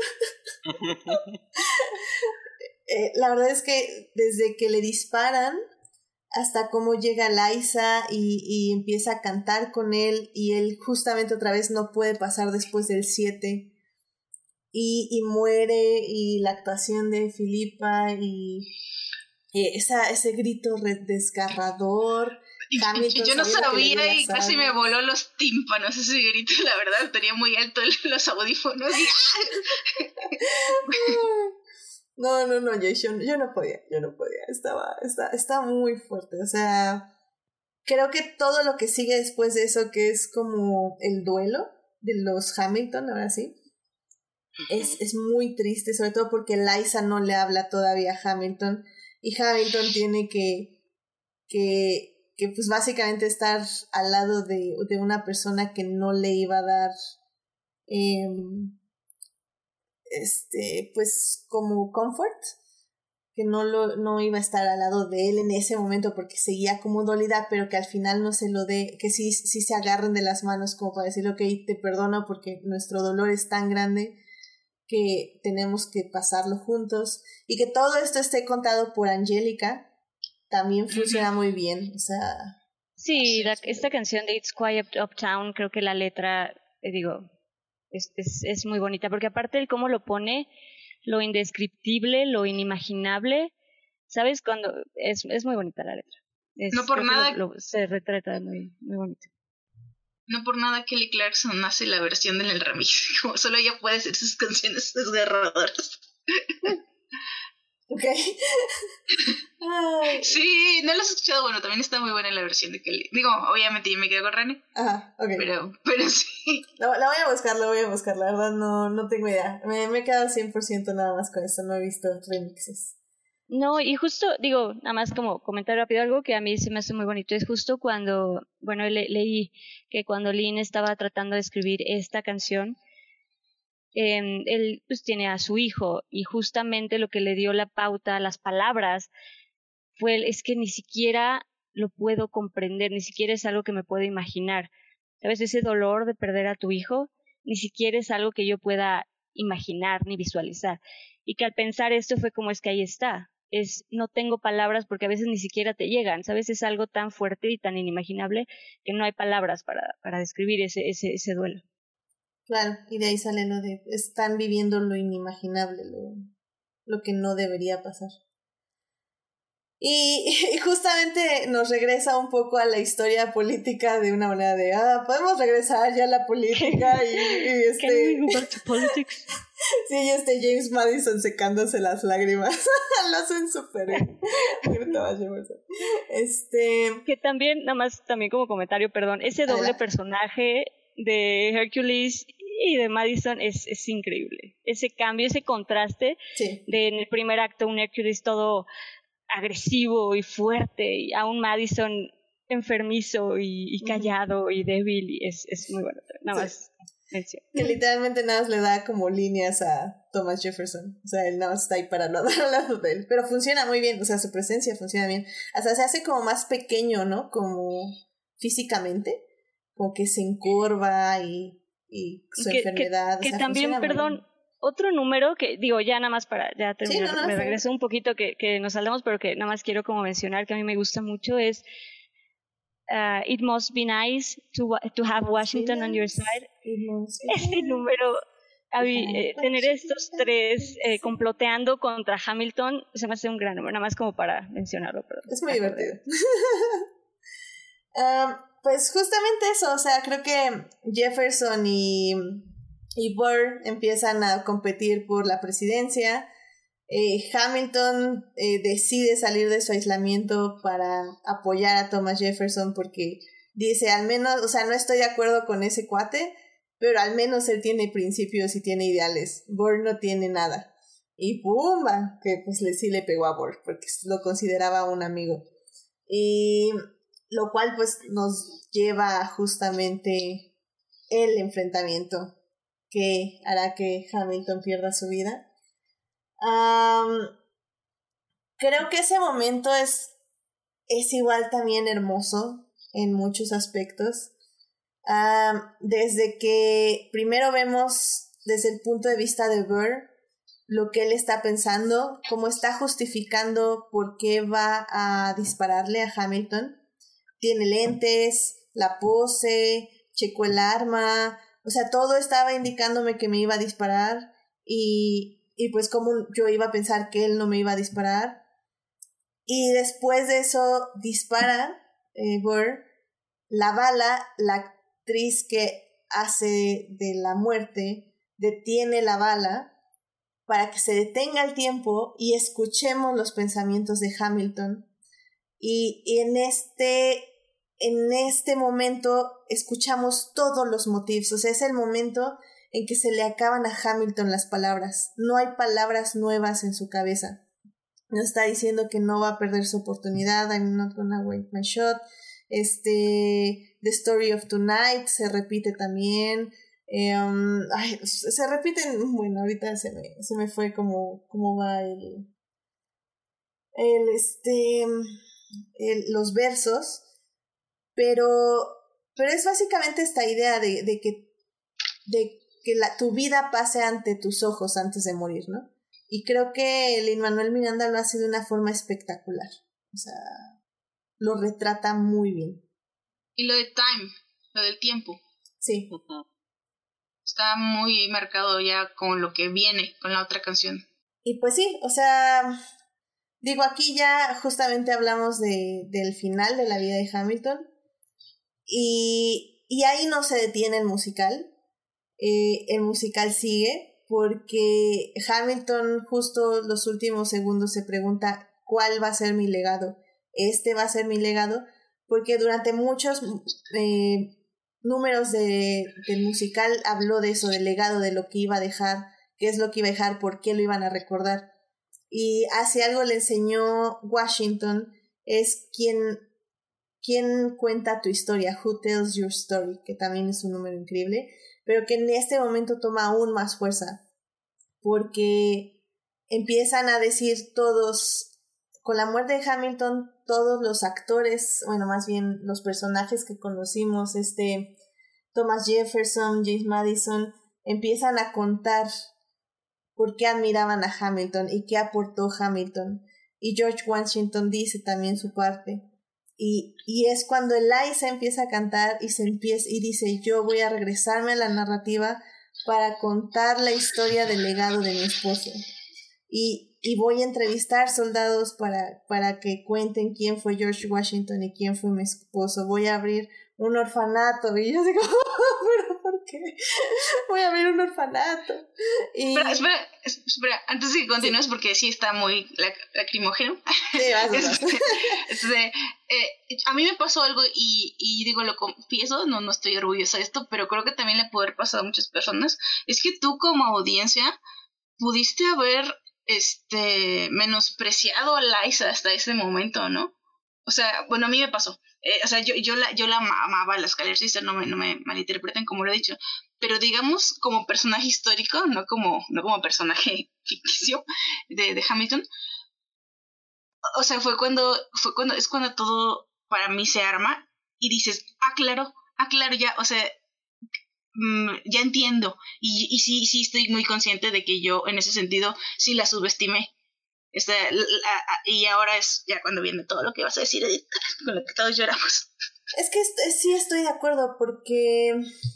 eh, la verdad es que desde que le disparan hasta cómo llega Eliza y, y empieza a cantar con él, y él justamente otra vez no puede pasar después del siete. Y, y muere, y la actuación de Philippa y, y esa, ese grito desgarrador. Hamilton, yo no sabía y casi me voló los tímpanos ese grito, la verdad, tenía muy alto los audífonos y... No, no, no, yo, yo, yo no podía, yo no podía, estaba, está, está muy fuerte, o sea, creo que todo lo que sigue después de eso, que es como el duelo de los Hamilton, ahora sí, Es, es muy triste, sobre todo porque Eliza no le habla todavía a Hamilton y Hamilton tiene que, que, que pues básicamente estar al lado de, de una persona que no le iba a dar eh, este, pues como comfort, que no, lo, no iba a estar al lado de él en ese momento porque seguía como dolida, pero que al final no se lo dé, que sí, sí se agarren de las manos como para decir, ok, te perdono porque nuestro dolor es tan grande que tenemos que pasarlo juntos, y que todo esto esté contado por Angélica también funciona muy bien, o sea... Sí, la, esta canción de It's Quiet Uptown, creo que la letra, eh, digo, es, es, es muy bonita, porque aparte de cómo lo pone, lo indescriptible, lo inimaginable, ¿sabes? Cuando es, es muy bonita la letra. Es, no por nada lo, lo, se retrata muy, muy bonito. No por nada Kelly Clarkson hace la versión en el remix, como solo ella puede hacer sus canciones desgarradoras. Ok. Sí, no lo has escuchado, bueno, también está muy buena la versión de Kelly. Digo, obviamente yo me quedo con Rani. Ajá, ok. Pero, pero sí. La, la voy a buscar, la voy a buscar, la verdad no, no tengo idea. Me, me he quedado cien por ciento nada más con esto, no he visto remixes. No, y justo, digo, nada más como comentar rápido algo que a mí se me hace muy bonito, es justo cuando, bueno, le, leí que cuando Lynn estaba tratando de escribir esta canción, eh, él pues tiene a su hijo, y justamente lo que le dio la pauta, las palabras, fue el, es que ni siquiera lo puedo comprender, ni siquiera es algo que me puedo imaginar, ¿sabes? Ese dolor de perder a tu hijo, ni siquiera es algo que yo pueda imaginar ni visualizar, y que al pensar esto fue como es que ahí está. Es, no tengo palabras porque a veces ni siquiera te llegan, ¿sabes? Es algo tan fuerte y tan inimaginable que no hay palabras para, para describir ese, ese, ese duelo. Claro, y de ahí sale lo de, están viviendo lo inimaginable, lo, lo que no debería pasar. Y, y justamente nos regresa un poco a la historia política de una manera de, ah, podemos regresar ya a la política y, y este... Can we go back to politics? Sí, y este James Madison secándose las lágrimas. Lo hacen súper bien. Este... Que también, nada más, también como comentario, perdón, ese doble Adelante. Personaje de Hercules y de Madison es, es increíble. Ese cambio, ese contraste sí. de en el primer acto un Hercules todo agresivo y fuerte, y a un Madison enfermizo y, y callado uh-huh. y débil, y es, es muy bueno. Nada sí. más mención. Que literalmente nada más le da como líneas a Thomas Jefferson, o sea, él nada más está ahí para no dar al lado de él, pero funciona muy bien, o sea, su presencia funciona bien, hasta se hace como más pequeño, ¿no? Como físicamente, como que se encorva y, y su que, enfermedad. Que, o sea, que también, perdón, otro número que, digo, ya nada más para ya terminar, sí, no, no, me sí. regreso un poquito que, que nos saltamos, pero que nada más quiero como mencionar que a mí me gusta mucho es uh, It Must Be Nice to, to Have Washington on Your Side. Este número, a mí, eh, tener estos tres eh, comploteando contra Hamilton se me hace un gran número, nada más como para mencionarlo. Pero es muy divertido. um, pues justamente eso, o sea, creo que Jefferson y... y Burr empiezan a competir por la presidencia. Eh, Hamilton eh, decide salir de su aislamiento para apoyar a Thomas Jefferson porque dice, al menos, o sea, no estoy de acuerdo con ese cuate, pero al menos él tiene principios y tiene ideales. Burr no tiene nada. Y ¡pumba! Que pues le, sí le pegó a Burr porque lo consideraba un amigo. Y lo cual pues nos lleva justamente el enfrentamiento que hará que Hamilton pierda su vida. Um, creo que ese momento es, es igual también hermoso en muchos aspectos. Um, desde que primero vemos desde el punto de vista de Burr lo que él está pensando, cómo está justificando por qué va a dispararle a Hamilton. Tiene lentes, la pose, checó el arma. O sea, todo estaba indicándome que me iba a disparar y, y pues como yo iba a pensar que él no me iba a disparar. Y después de eso dispara eh, Burr. La bala, la actriz que hace de la muerte, detiene la bala para que se detenga el tiempo y escuchemos los pensamientos de Hamilton. Y, y en este... En este momento escuchamos todos los motivos, o sea, es el momento en que se le acaban a Hamilton las palabras, no hay palabras nuevas en su cabeza, nos está diciendo que no va a perder su oportunidad, I'm not gonna wait my shot, este, The Story of Tonight se repite también, Eh, um, ay, se repiten, bueno, ahorita se me, se me fue como, como va el, el este, el, los versos, pero, pero es básicamente esta idea de, de que, de que la, tu vida pase ante tus ojos antes de morir, ¿no? Y creo que Lin-Manuel Miranda lo hace de una forma espectacular, o sea, lo retrata muy bien. Y lo de time, lo del tiempo. Sí. Está muy marcado ya con lo que viene con la otra canción. Y pues sí, o sea, digo, aquí ya justamente hablamos de, del final de la vida de Hamilton y, y ahí no se detiene el musical, eh, el musical sigue porque Hamilton justo los últimos segundos se pregunta ¿cuál va a ser mi legado? Este va a ser mi legado, porque durante muchos eh, números de, del musical habló de eso, del legado, de lo que iba a dejar, qué es lo que iba a dejar, por qué lo iban a recordar. Y hace algo le enseñó Washington, es quien, quien cuenta tu historia, Who Tells Your Story, que también es un número increíble, pero que en este momento toma aún más fuerza, porque empiezan a decir todos, con la muerte de Hamilton, todos los actores, bueno, más bien los personajes que conocimos, este Thomas Jefferson, James Madison, empiezan a contar por qué admiraban a Hamilton y qué aportó Hamilton. Y George Washington dice también su parte. Y, y es cuando Eliza empieza a cantar y, se empieza, y dice, yo voy a regresarme a la narrativa para contar la historia del legado de mi esposo. Y, y voy a entrevistar soldados para, para que cuenten quién fue George Washington y quién fue mi esposo. Voy a abrir un orfanato. Y yo digo, ¿pero por qué? Voy a abrir un orfanato. Y... Espera, espera, espera, antes de que continúes, sí. Porque sí está muy lac lacrimógeno. Sí, vas, vas. Este, este, eh, a mí me pasó algo y, y digo, lo confieso, no, no estoy orgullosa de esto, pero creo que también le puede haber pasado a muchas personas. Es que tú como audiencia pudiste haber este menospreciado a Liza hasta ese momento, ¿no? O sea, bueno, a mí me pasó. Eh, o sea, yo, yo la, yo la amaba a la Scarlet Sister, no me, no me malinterpreten como lo he dicho. Pero digamos, como personaje histórico, no como, no como personaje ficticio de, de Hamilton. O sea, fue cuando, fue cuando, es cuando todo para mí se arma y dices, ah, claro, ah, claro, ya, o sea, mmm, ya entiendo. Y, y sí, sí estoy muy consciente de que yo, en ese sentido, sí la subestimé. Este, la, la, y ahora es ya cuando viene todo lo que vas a decir, Edith, con lo que todos lloramos. Es que est sí estoy de acuerdo, porque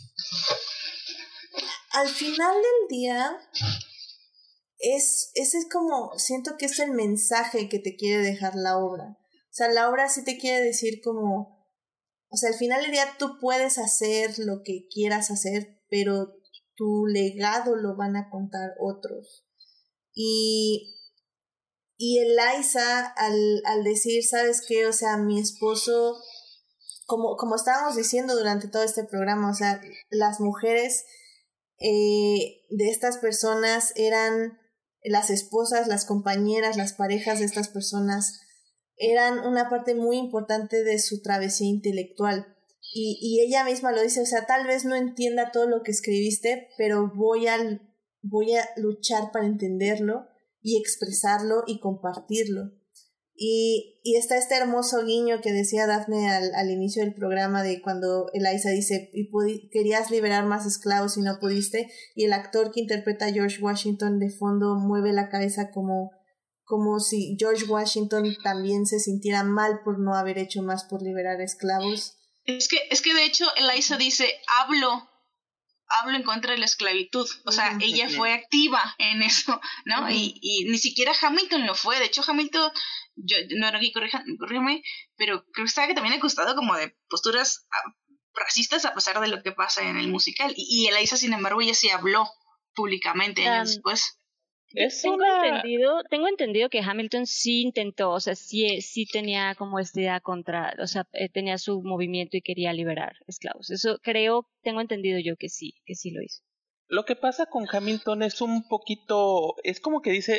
al final del día es, ese es como, siento que es el mensaje que te quiere dejar la obra. O sea, la obra sí te quiere decir como, o sea, al final del día tú puedes hacer lo que quieras hacer, pero tu legado lo van a contar otros. Y Y Eliza, al, al decir, ¿sabes qué? O sea, mi esposo, como, como estábamos diciendo durante todo este programa, o sea, las mujeres eh, de estas personas eran las esposas, las compañeras, las parejas de estas personas, eran una parte muy importante de su travesía intelectual. Y, y ella misma lo dice, o sea, tal vez no entienda todo lo que escribiste, pero voy a, voy a luchar para entenderlo y expresarlo y compartirlo. Y, y está este hermoso guiño que decía Daphne al, al inicio del programa de cuando Eliza dice, y querías liberar más esclavos y no pudiste, y el actor que interpreta a George Washington de fondo mueve la cabeza como, como si George Washington también se sintiera mal por no haber hecho más por liberar esclavos. Es que, es que de hecho Eliza dice, hablo hablo en contra de la esclavitud, o sea, uh-huh. ella fue activa en eso, ¿no? Uh-huh. y, y ni siquiera Hamilton lo fue, de hecho Hamilton, yo no era aquí, corrígame, pero creo que estaba que también acusado como de posturas racistas a pesar de lo que pasa en el musical, y, y Eliza, sin embargo, ella sí habló públicamente um, años después. Es tengo una... entendido, tengo entendido que Hamilton sí intentó, o sea, sí, sí tenía como esta idea contra, o sea, eh, tenía su movimiento y quería liberar esclavos. Eso creo, tengo entendido yo que sí, que sí lo hizo. Lo que pasa con Hamilton es un poquito, es como que dice,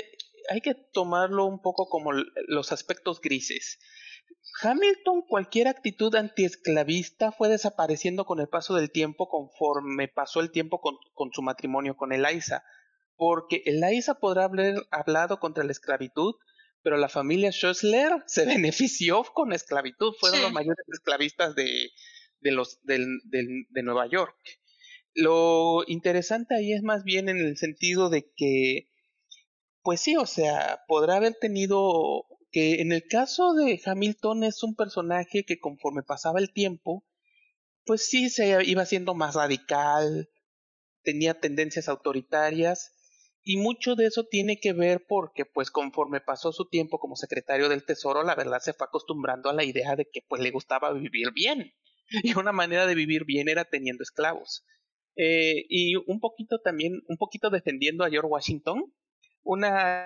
hay que tomarlo un poco como los aspectos grises. Hamilton, cualquier actitud antiesclavista fue desapareciendo con el paso del tiempo conforme pasó el tiempo con, con su matrimonio con Eliza, porque Eliza podrá haber hablado contra la esclavitud, pero la familia Schoessler se benefició con la esclavitud, fueron sí. los mayores esclavistas de, de, los, del, del, de Nueva York. Lo interesante ahí es más bien en el sentido de que, pues sí, o sea, podrá haber tenido... que en el caso de Hamilton es un personaje que conforme pasaba el tiempo, pues sí se iba siendo más radical, tenía tendencias autoritarias, y mucho de eso tiene que ver porque pues conforme pasó su tiempo como secretario del Tesoro, la verdad se fue acostumbrando a la idea de que pues le gustaba vivir bien, y una manera de vivir bien era teniendo esclavos. Eh, y un poquito también, un poquito defendiendo a George Washington, una...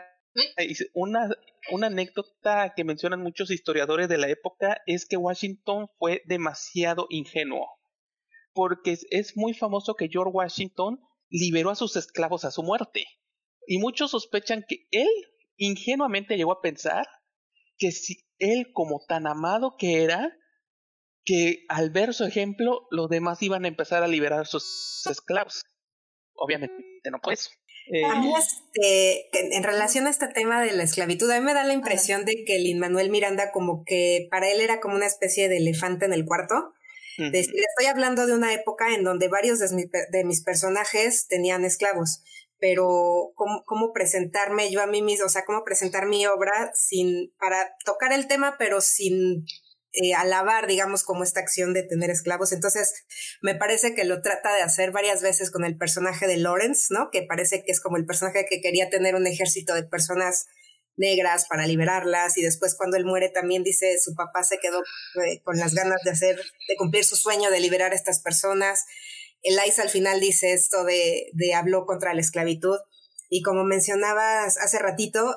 Una, una anécdota que mencionan muchos historiadores de la época es que Washington fue demasiado ingenuo, porque es, es muy famoso que George Washington liberó a sus esclavos a su muerte, y muchos sospechan que él ingenuamente llegó a pensar que si él, como tan amado que era, que al ver su ejemplo los demás iban a empezar a liberar a sus esclavos. Obviamente no pues. Eh, a mí, este, en relación a este tema de la esclavitud, a mí me da la impresión de que Lin-Manuel Miranda como que para él era como una especie de elefante en el cuarto. Uh-huh. De, estoy hablando de una época en donde varios de, mi, de mis personajes tenían esclavos, pero ¿cómo, cómo presentarme yo a mí mismo? O sea, cómo presentar mi obra sin, para tocar el tema, pero sin... Eh, alabar, digamos, como esta acción de tener esclavos. Entonces, me parece que lo trata de hacer varias veces con el personaje de Lawrence, ¿no? Que parece que es como el personaje que quería tener un ejército de personas negras para liberarlas, y después cuando él muere también dice su papá se quedó eh, con las ganas de hacer, de cumplir su sueño de liberar a estas personas. Eliza al final dice esto de, de habló contra la esclavitud. Y como mencionabas hace ratito,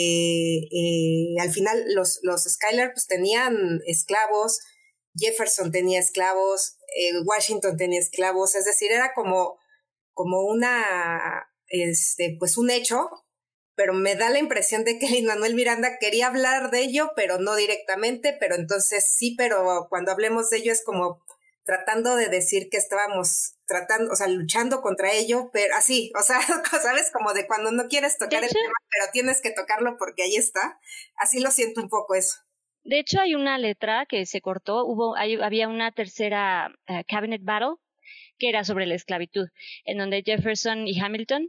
de eh, al final los, los Schuyler pues, tenían esclavos, Jefferson tenía esclavos, eh, Washington tenía esclavos, es decir, era como, como una, este, pues un hecho, pero me da la impresión de que Lin-Manuel Miranda quería hablar de ello, pero no directamente, pero entonces sí, pero cuando hablemos de ello es como tratando de decir que estábamos tratando, o sea, luchando contra ello, pero así, o sea, sabes, como de cuando no quieres tocar el tema, pero tienes que tocarlo porque ahí está, así lo siento un poco eso. De hecho, hay una letra que se cortó, hubo, hay, había una tercera uh, Cabinet Battle, que era sobre la esclavitud, en donde Jefferson y Hamilton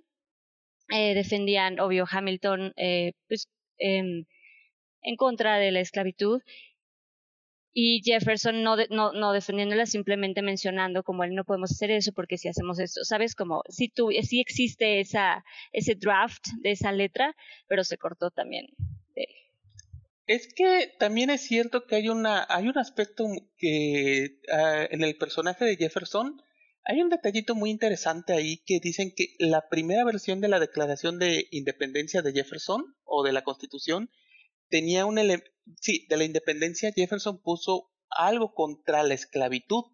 eh, defendían, obvio, Hamilton, eh, pues, eh, en contra de la esclavitud, y Jefferson no, de, no, no defendiéndola, simplemente mencionando como él no podemos hacer eso porque si hacemos esto, ¿sabes? Como si tú, sí existe esa, ese draft de esa letra, pero se cortó también. De... Es que también es cierto que hay una hay un aspecto que uh, en el personaje de Jefferson hay un detallito muy interesante ahí que dicen que la primera versión de la Declaración de Independencia de Jefferson o de la Constitución tenía un elemento, sí, de la independencia Jefferson puso algo contra la esclavitud,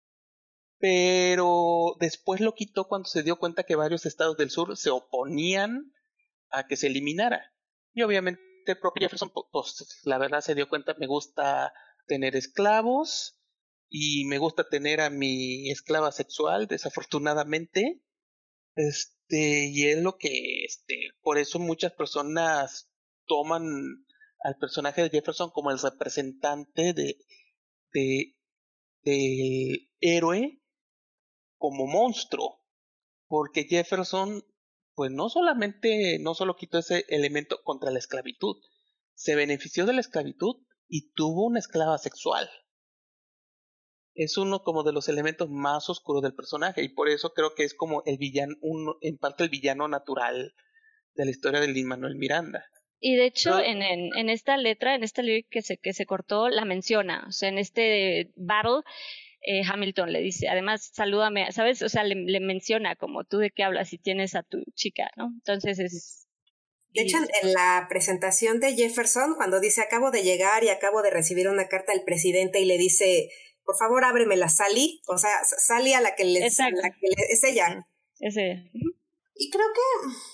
pero después lo quitó cuando se dio cuenta que varios estados del sur se oponían a que se eliminara. Y obviamente el propio Jefferson, pues la verdad se dio cuenta, me gusta tener esclavos y me gusta tener a mi esclava sexual, desafortunadamente, este, y es lo que, este, por eso muchas personas toman al personaje de Jefferson como el representante de, de del héroe como monstruo, porque Jefferson pues no solamente no solo quitó ese elemento contra la esclavitud, se benefició de la esclavitud y tuvo una esclava sexual. Es uno como de los elementos más oscuros del personaje y por eso creo que es como el villano, un, en parte el villano natural de la historia de Lin-Manuel Miranda. Y de hecho, Pero, en, en, en esta letra, en esta lyric que se, que se cortó, la menciona. O sea, en este battle, eh, Hamilton le dice, además, salúdame, ¿sabes? O sea, le, le menciona como tú de qué hablas si tienes a tu chica, ¿no? Entonces es... De hecho, en la presentación de Jefferson, cuando dice, acabo de llegar y acabo de recibir una carta del presidente y le dice, por favor, ábremela, Sally. O sea, Sally a la que le... Exacto. La que le, es ella. Es ella. Y creo que...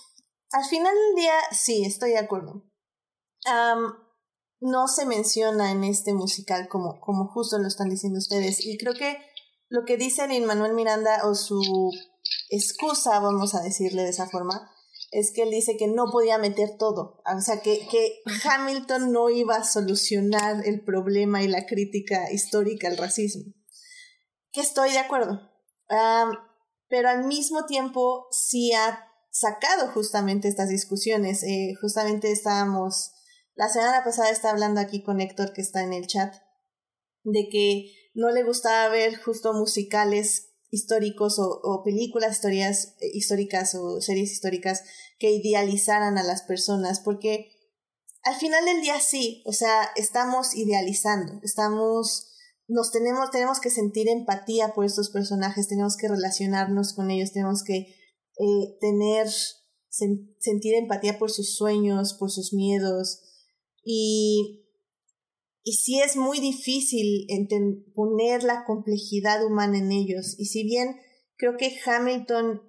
al final del día, sí, estoy de acuerdo. Um, no se menciona en este musical como, como justo lo están diciendo ustedes. Y creo que lo que dice Lin-Manuel Miranda, o su excusa, vamos a decirle de esa forma, es que él dice que no podía meter todo. O sea, que, que Hamilton no iba a solucionar el problema y la crítica histórica al racismo. Que estoy de acuerdo. Um, pero al mismo tiempo sí ha sacado justamente estas discusiones. Eh, justamente estábamos... La semana pasada estaba hablando aquí con Héctor, que está en el chat, de que no le gustaba ver justo musicales históricos o, o películas historias, eh, históricas o series históricas que idealizaran a las personas, porque al final del día sí, o sea, estamos idealizando, estamos, nos tenemos, tenemos que sentir empatía por estos personajes, tenemos que relacionarnos con ellos, tenemos que eh, tener, sen, sentir empatía por sus sueños, por sus miedos. Y, y sí es muy difícil enten- poner la complejidad humana en ellos. Y si bien creo que Hamilton,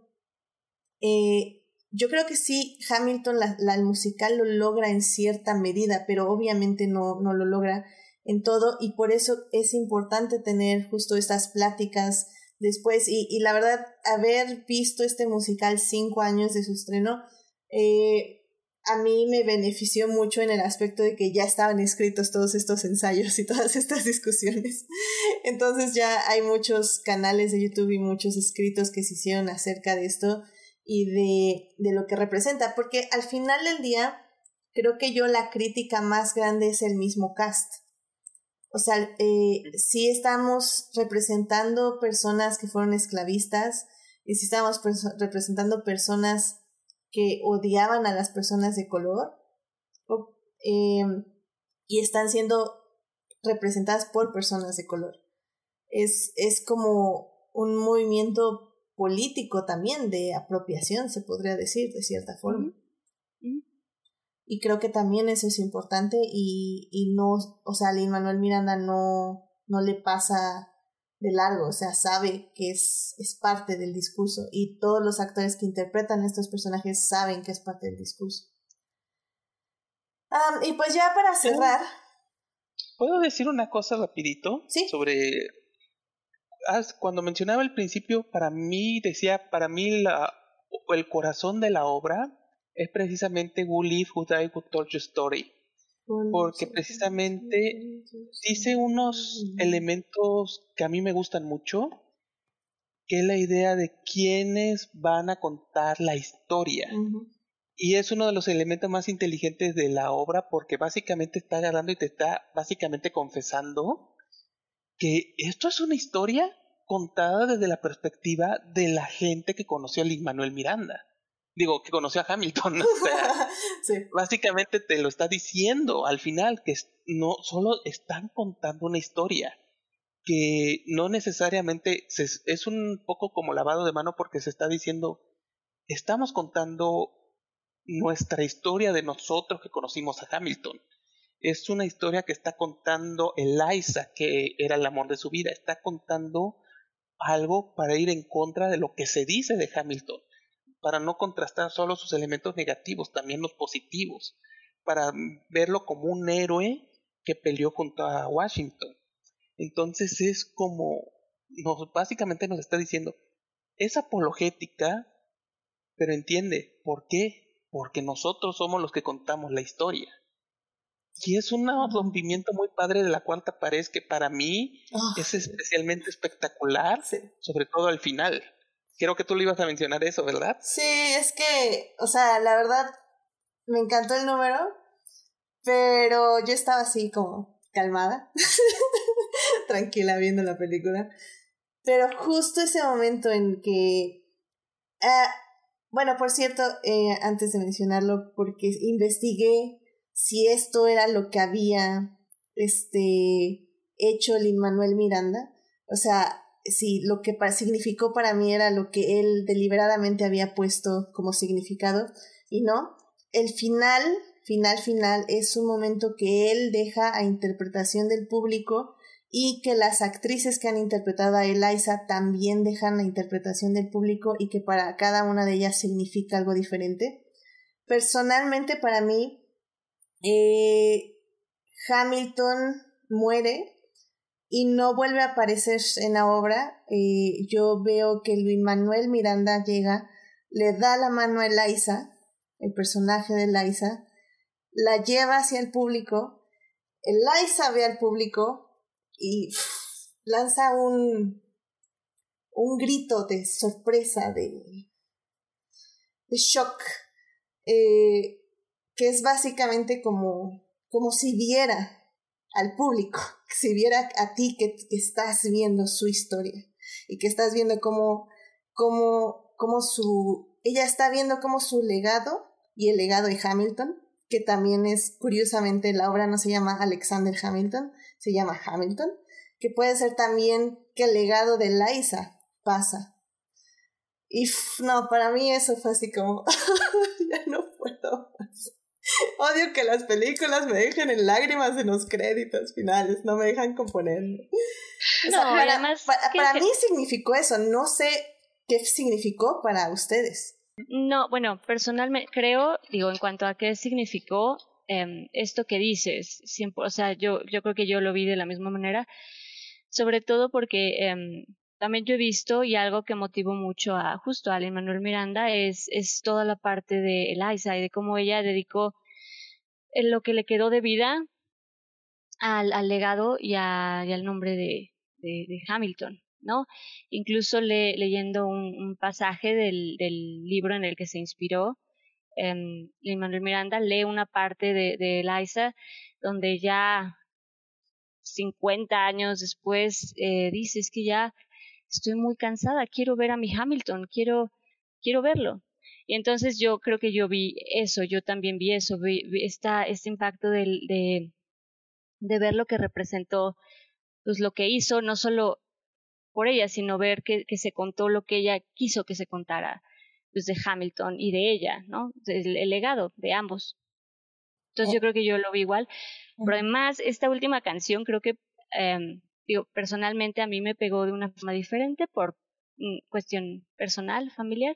eh, yo creo que sí, Hamilton, la, la, el musical lo logra en cierta medida, pero obviamente no, no lo logra en todo. Y por eso es importante tener justo estas pláticas después. Y, y la verdad, haber visto este musical cinco años de su estreno, eh, a mí me benefició mucho en el aspecto de que ya estaban escritos todos estos ensayos y todas estas discusiones. Entonces ya hay muchos canales de YouTube y muchos escritos que se hicieron acerca de esto y de, de lo que representa. Porque al final del día, creo que yo la crítica más grande es el mismo cast. O sea, eh, sí estamos representando personas que fueron esclavistas y sí estamos perso- representando personas que odiaban a las personas de color, eh, y están siendo representadas por personas de color. Es, es como un movimiento político también de apropiación, se podría decir, de cierta forma. Mm-hmm. Y creo que también eso es importante y, y no, o sea, Lin-Manuel Miranda no, no le pasa de largo, o sea, sabe que es, es parte del discurso y todos los actores que interpretan estos personajes saben que es parte del discurso. Um, y pues ya para cerrar... ¿Puedo decir una cosa rapidito? ¿Sí? Sobre... Ah, cuando mencionaba al principio, para mí, decía, para mí la, el corazón de la obra es precisamente Who Lived, Who Died, Who Told Your Story. Porque precisamente dice unos elementos que a mí me gustan mucho, que es la idea de quiénes van a contar la historia. Uh-huh. Y es uno de los elementos más inteligentes de la obra, porque básicamente está agarrando y te está básicamente confesando que esto es una historia contada desde la perspectiva de la gente que conoció a Lin-Manuel Miranda. Digo, que conoció a Hamilton, o sea, sí. Básicamente te lo está diciendo al final, que no solo están contando una historia, que no necesariamente se, es un poco como lavado de mano, porque se está diciendo, estamos contando nuestra historia de nosotros que conocimos a Hamilton. Es una historia que está contando Eliza, que era el amor de su vida, está contando algo para ir en contra de lo que se dice de Hamilton, para no contrastar solo sus elementos negativos, también los positivos, para verlo como un héroe que peleó junto a Washington. Entonces es como, nos, básicamente nos está diciendo, es apologética, pero entiende, ¿por qué? Porque nosotros somos los que contamos la historia. Y es un rompimiento muy padre de la cuarta pared que para mí oh. es especialmente espectacular, sí. Sobre todo al final. Creo que tú le ibas a mencionar eso, ¿verdad? Sí, es que, o sea, la verdad, me encantó el número, pero yo estaba así como calmada, tranquila viendo la película. Pero justo ese momento en que... Uh, bueno, por cierto, eh, antes de mencionarlo, porque investigué si esto era lo que había este, hecho Lin-Manuel Miranda, o sea... Sí, lo que para, significó para mí era lo que él deliberadamente había puesto como significado, y no, el final, final, final es un momento que él deja a interpretación del público y que las actrices que han interpretado a Eliza también dejan la interpretación del público y que para cada una de ellas significa algo diferente. personalmente para mí, eh, Hamilton muere y no vuelve a aparecer en la obra. Eh, yo veo que Lin-Manuel Miranda llega, le da la mano a Eliza, el personaje de Eliza, la lleva hacia el público, Eliza ve al público y pff, lanza un, un grito de sorpresa, de, de shock, eh, que es básicamente como, como si viera al público, si viera a ti que, que estás viendo su historia y que estás viendo cómo, cómo, cómo su, ella está viendo cómo su legado y el legado de Hamilton, que también es, curiosamente, la obra no se llama Alexander Hamilton, se llama Hamilton, que puede ser también que el legado de Eliza pasa. Y pff, no, para mí eso fue así como, ya no puedo más. Odio que las películas me dejen en lágrimas en los créditos finales, no me dejan componerme. O sea, No, para, además, para, ¿qué- para qué? mí significó eso, no sé qué significó para ustedes. No, bueno, personalmente creo, digo, en cuanto a qué significó em, esto que dices, siempre, o sea, yo, yo creo que yo lo vi de la misma manera, sobre todo porque em, también yo he visto y algo que motivó mucho a justo a Lin-Manuel Miranda es, es toda la parte de Eliza y de cómo ella dedicó en lo que le quedó de vida al, al legado y, a, y al nombre de, de, de Hamilton, ¿no? Incluso le, leyendo un, un pasaje del, del libro en el que se inspiró, eh, Lin-Manuel Miranda lee una parte de, de Eliza donde ya cincuenta años después eh, dice, es que ya estoy muy cansada, quiero ver a mi Hamilton, quiero, quiero verlo. Y entonces yo creo que yo vi eso, yo también vi eso, vi, vi esta, este impacto del, de, de ver lo que representó, pues lo que hizo, no solo por ella, sino ver que, que se contó lo que ella quiso que se contara, pues de Hamilton y de ella, ¿no? El, el legado de ambos. Entonces yo creo que yo lo vi igual. Pero además, esta última canción creo que, eh, digo, personalmente a mí me pegó de una forma diferente por mm, cuestión personal, familiar.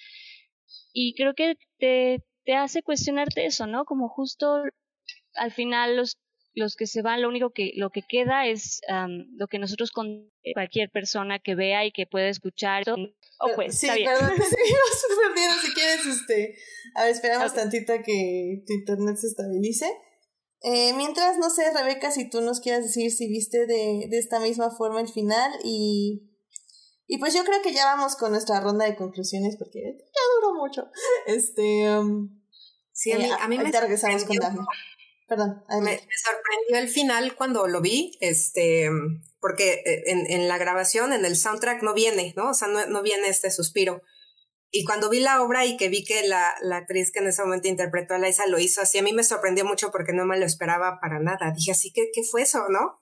Y creo que te, te hace cuestionarte eso, ¿no? Como justo al final los los que se van, lo único que lo que queda es um, lo que nosotros con cualquier persona que vea y que pueda escuchar. Oh, pues, sí, está bien. perdón, te seguimos súper bien, si quieres, este, a ver, esperamos Okay. tantito a que tu internet se estabilice. Eh, mientras, no sé, Rebeca, si tú nos quieras decir si viste de, de esta misma forma el final y, y pues yo creo que ya vamos con nuestra ronda de conclusiones porque ya duró mucho. Este, um, sí, a mí, eh, a mí me ahorita regresamos con sorprendió. Dafne. Perdón, Me, adelante. me sorprendió el final cuando lo vi, este, porque en, en la grabación, en el soundtrack no viene, ¿no? O sea, no, no viene este suspiro. Y cuando vi la obra y que vi que la, la actriz que en ese momento interpretó a Eliza lo hizo así, a mí me sorprendió mucho porque no me lo esperaba para nada. Dije así, ¿qué, qué fue eso, no?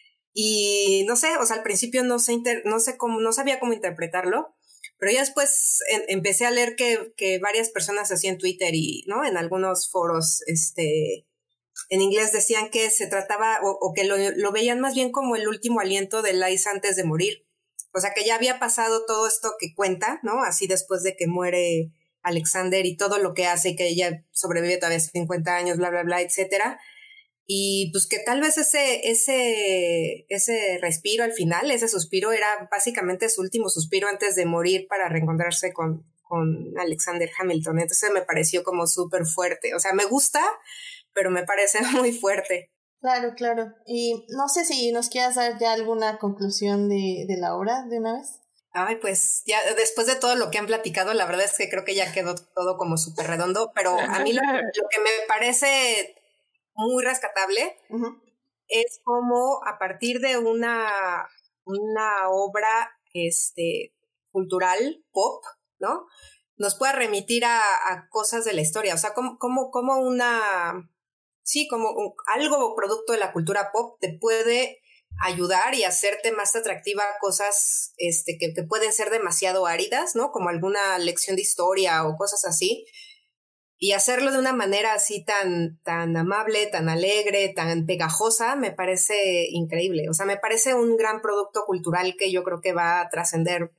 Y no sé, o sea, al principio no sé, inter, no sé cómo, no sabía cómo interpretarlo, pero ya después en, empecé a leer que, que varias personas así en Twitter y, ¿no? En algunos foros, este... en inglés decían que se trataba o, o que lo, lo veían más bien como el último aliento de Eliza antes de morir. O sea, que ya había pasado todo esto que cuenta, ¿no? Así después de que muere Alexander y todo lo que hace y que ella sobrevive todavía cincuenta años, bla, bla, bla, etcétera. Y pues que tal vez ese, ese, ese respiro al final, ese suspiro era básicamente su último suspiro antes de morir para reencontrarse con, con Alexander Hamilton. Entonces me pareció como súper fuerte. O sea, me gusta, pero me parece muy fuerte. Claro, claro. Y no sé si nos quieras dar ya alguna conclusión de, de la obra de una vez. Ay, pues ya después de todo lo que han platicado, la verdad es que creo que ya quedó todo como súper redondo, pero a mí lo, lo que me parece muy rescatable uh-huh. es como a partir de una, una obra este, cultural, pop, ¿no? Nos puede remitir a, a cosas de la historia, o sea, como, como, como una... sí, como un, algo producto de la cultura pop te puede ayudar y hacerte más atractiva a cosas este, que, que pueden ser demasiado áridas, ¿no? Como alguna lección de historia o cosas así. Y hacerlo de una manera así tan, tan amable, tan alegre, tan pegajosa, me parece increíble. O sea, me parece un gran producto cultural que yo creo que va a trascender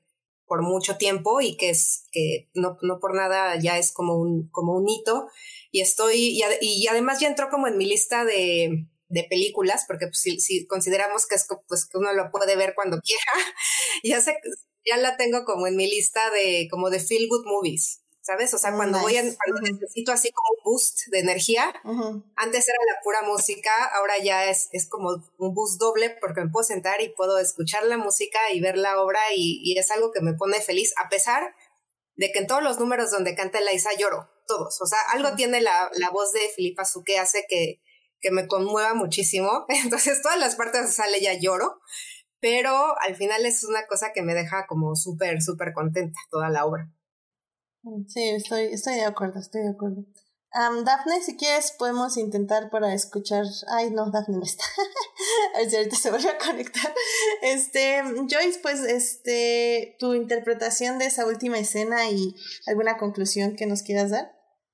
por mucho tiempo y que es que no, no por nada ya es como un, como un hito. Y estoy, y, y además ya entró como en mi lista de, de películas, porque pues, si, si consideramos que es pues que uno lo puede ver cuando quiera, ya sé, ya la tengo como en mi lista de como de feel good movies, ¿sabes? O sea, oh, cuando nice. voy a, cuando uh-huh. necesito así como un boost de energía, uh-huh. antes era la pura música, ahora ya es, es como un boost doble porque me puedo sentar y puedo escuchar la música y ver la obra y, y es algo que me pone feliz, a pesar de que en todos los números donde canta Eliza lloro, todos, o sea, algo uh-huh. tiene la, la voz de Philippa Soo que hace que, que me conmueva muchísimo, entonces todas las partes donde sale ya lloro, pero al final es una cosa que me deja como súper, súper contenta toda la obra. Sí, estoy, estoy de acuerdo, estoy de acuerdo. Um, Dafne, si quieres podemos intentar para escuchar... Ay, no, Dafne no está. A ver si ahorita se vuelve a conectar. Este, Joyce, pues, este, tu interpretación de esa última escena y alguna conclusión que nos quieras dar.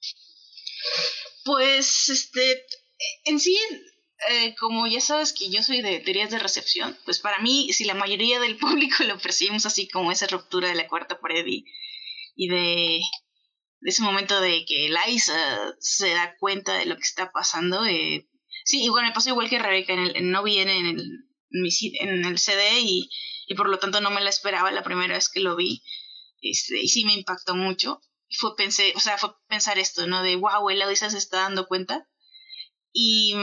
Pues, este, en sí, eh, como ya sabes que yo soy de teorías de recepción, pues para mí, si la mayoría del público lo percibimos así como esa ruptura de la cuarta pared y, y de... de ese momento de que Eliza se da cuenta de lo que está pasando. Eh, sí, igual me pasó igual que Rebeca, en el, no viene en el, en, mi, en el C D y, y por lo tanto no me la esperaba la primera vez que lo vi. Este, y sí me impactó mucho. Fue, pensé, o sea, fue pensar esto, ¿no? De wow, Eliza se está dando cuenta. Y...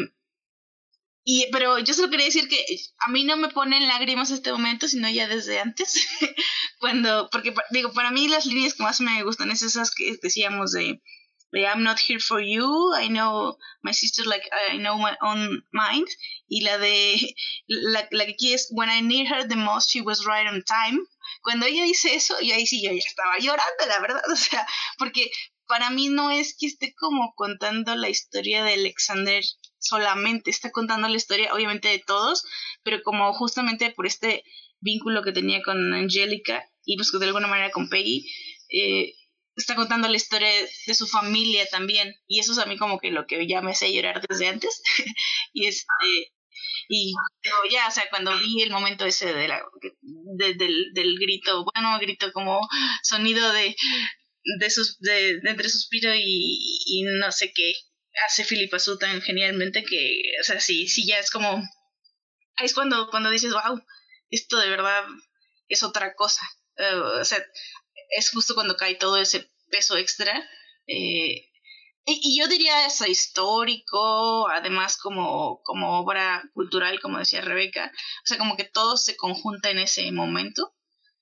Y, pero yo solo quería decir que a mí no me ponen lágrimas en este momento, sino ya desde antes, cuando, porque digo, para mí las líneas que más me gustan es esas que decíamos de, de I'm not here for you, I know my sister like I know my own mind, y la de, la, la que aquí es when I need her the most, she was right on time. Cuando ella dice eso, y ahí sí yo ya estaba llorando, la verdad, o sea, porque para mí no es que esté como contando la historia de Alexander solamente, está contando la historia obviamente de todos, pero como justamente por este vínculo que tenía con Angélica y pues de alguna manera con Peggy, eh, está contando la historia de, de su familia también, y eso es a mí como que lo que ya me hace llorar desde antes. y este y pero ya, o sea, cuando vi el momento ese de la de, del, del grito, bueno, grito como sonido de de, sus, de, de entre suspiro y, y no sé qué hace Philippa Soo tan genialmente que, o sea, sí, sí ya es como, es cuando, cuando dices, wow, esto de verdad es otra cosa, uh, o sea, es justo cuando cae todo ese peso extra, eh, y, y yo diría eso histórico, además como, como obra cultural, como decía Rebeca, o sea, como que todo se conjunta en ese momento,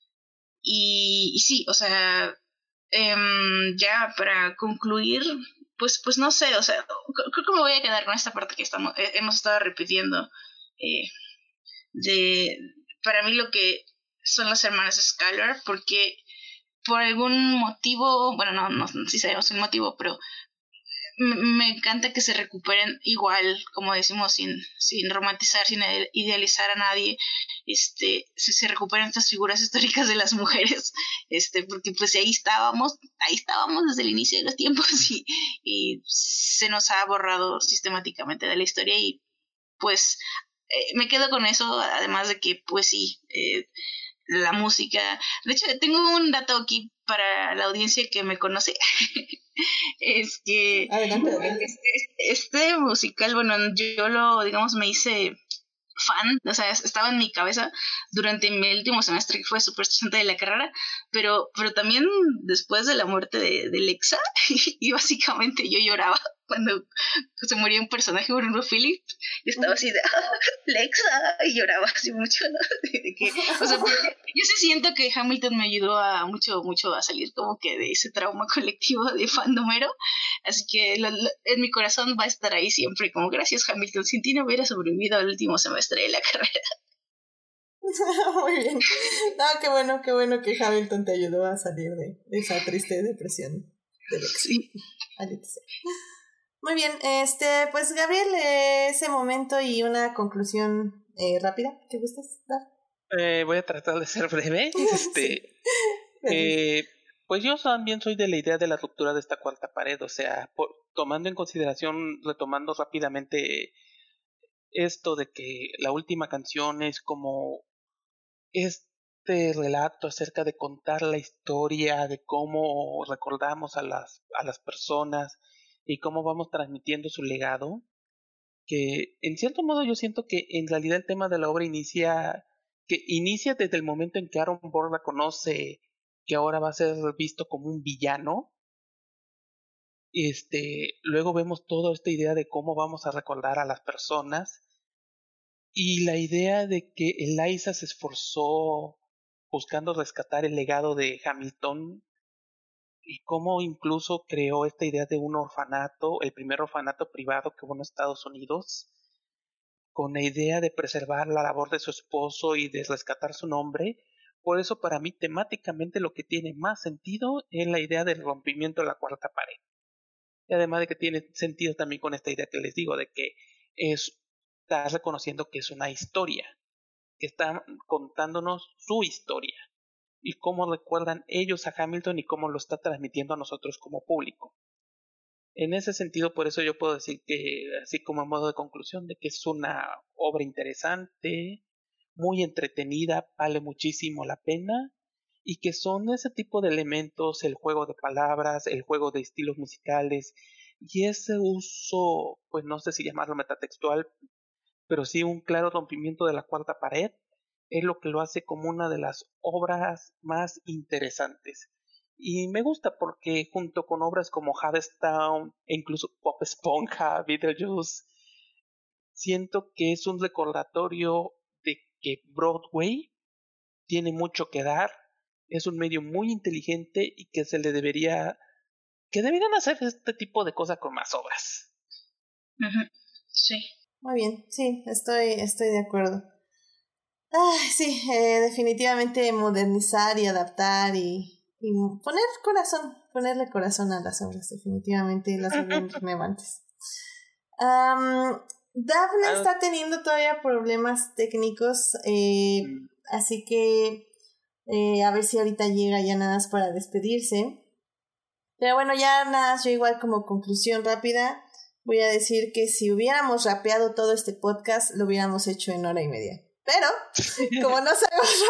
y, y sí, o sea, Um, ya para concluir, pues pues no sé, o sea, creo que me voy a quedar con esta parte que estamos eh, hemos estado repitiendo, eh, de para mí lo que son las hermanas Skylar, porque por algún motivo, bueno, no, no, no si sabemos el motivo, pero me, me encanta que se recuperen igual, como decimos, sin, sin romantizar, sin idealizar a nadie, este, se, se recuperan estas figuras históricas de las mujeres, este, porque pues ahí estábamos, ahí estábamos desde el inicio de los tiempos y, y se nos ha borrado sistemáticamente de la historia y pues eh, me quedo con eso, además de que pues sí, eh, la música, de hecho tengo un dato aquí para la audiencia que me conoce. Es que adelante, adelante. Este, este musical, bueno, yo lo, digamos, me hice fan, o sea, estaba en mi cabeza durante mi último semestre, que fue súper estresante de la carrera, pero, pero también después de la muerte de, de Lexa, y básicamente yo lloraba cuando se murió un personaje, por ejemplo, Philip, y estaba así de, ah, Lexa, y lloraba así mucho, ¿no? De que, o sea, yo sí siento que Hamilton me ayudó a mucho, mucho a salir como que de ese trauma colectivo de fandomero, así que lo, lo, en mi corazón va a estar ahí siempre, como gracias Hamilton, sin ti no hubiera sobrevivido al último semestre de la carrera. Muy bien. No, qué bueno, qué bueno que Hamilton te ayudó a salir de, de esa triste depresión de Lexa. Sí. Muy bien, este, pues Gabriel, eh, ese momento y una conclusión eh, rápida, ¿te gustas dar? Eh, voy a tratar de ser breve. Este, sí. eh, pues yo también soy de la idea de la ruptura de esta cuarta pared, o sea, por, tomando en consideración, retomando rápidamente esto de que la última canción es como es este relato acerca de contar la historia, de cómo recordamos a las, a las personas y cómo vamos transmitiendo su legado, que en cierto modo yo siento que en realidad el tema de la obra inicia, que inicia desde el momento en que Aaron Burr reconoce que ahora va a ser visto como un villano. Este, luego vemos toda esta idea de cómo vamos a recordar a las personas y la idea de que Eliza se esforzó buscando rescatar el legado de Hamilton y cómo incluso creó esta idea de un orfanato, el primer orfanato privado que hubo en Estados Unidos, con la idea de preservar la labor de su esposo y de rescatar su nombre. Por eso para mí temáticamente lo que tiene más sentido es la idea del rompimiento de la cuarta pared. Y además de que tiene sentido también con esta idea que les digo, de que es, está reconociendo que es una historia, que está contándonos su historia y cómo recuerdan ellos a Hamilton y cómo lo está transmitiendo a nosotros como público. En ese sentido, por eso yo puedo decir que, así como a modo de conclusión, de que es una obra interesante, muy entretenida, vale muchísimo la pena, y que son ese tipo de elementos, el juego de palabras, el juego de estilos musicales, y ese uso, pues no sé si llamarlo metatextual, pero sí un claro rompimiento de la cuarta pared, es lo que lo hace como una de las obras más interesantes. Y me gusta porque junto con obras como Hadestown e incluso Pop Esponja, Beetlejuice, siento que es un recordatorio de que Broadway tiene mucho que dar, es un medio muy inteligente y que se le debería, que deberían hacer este tipo de cosas con más obras. Uh-huh. Sí. Muy bien, sí, estoy, estoy de acuerdo. Ah, sí, eh, definitivamente modernizar y adaptar y, y poner corazón, ponerle corazón a las obras, definitivamente las vuelven relevantes. Um, Daphne está teniendo todavía problemas técnicos, eh, así que eh, a ver si ahorita llega ya nada más para despedirse. Pero bueno, ya nada más yo igual como conclusión rápida voy a decir que si hubiéramos rapeado todo este podcast lo hubiéramos hecho en hora y media. Pero, como no sabemos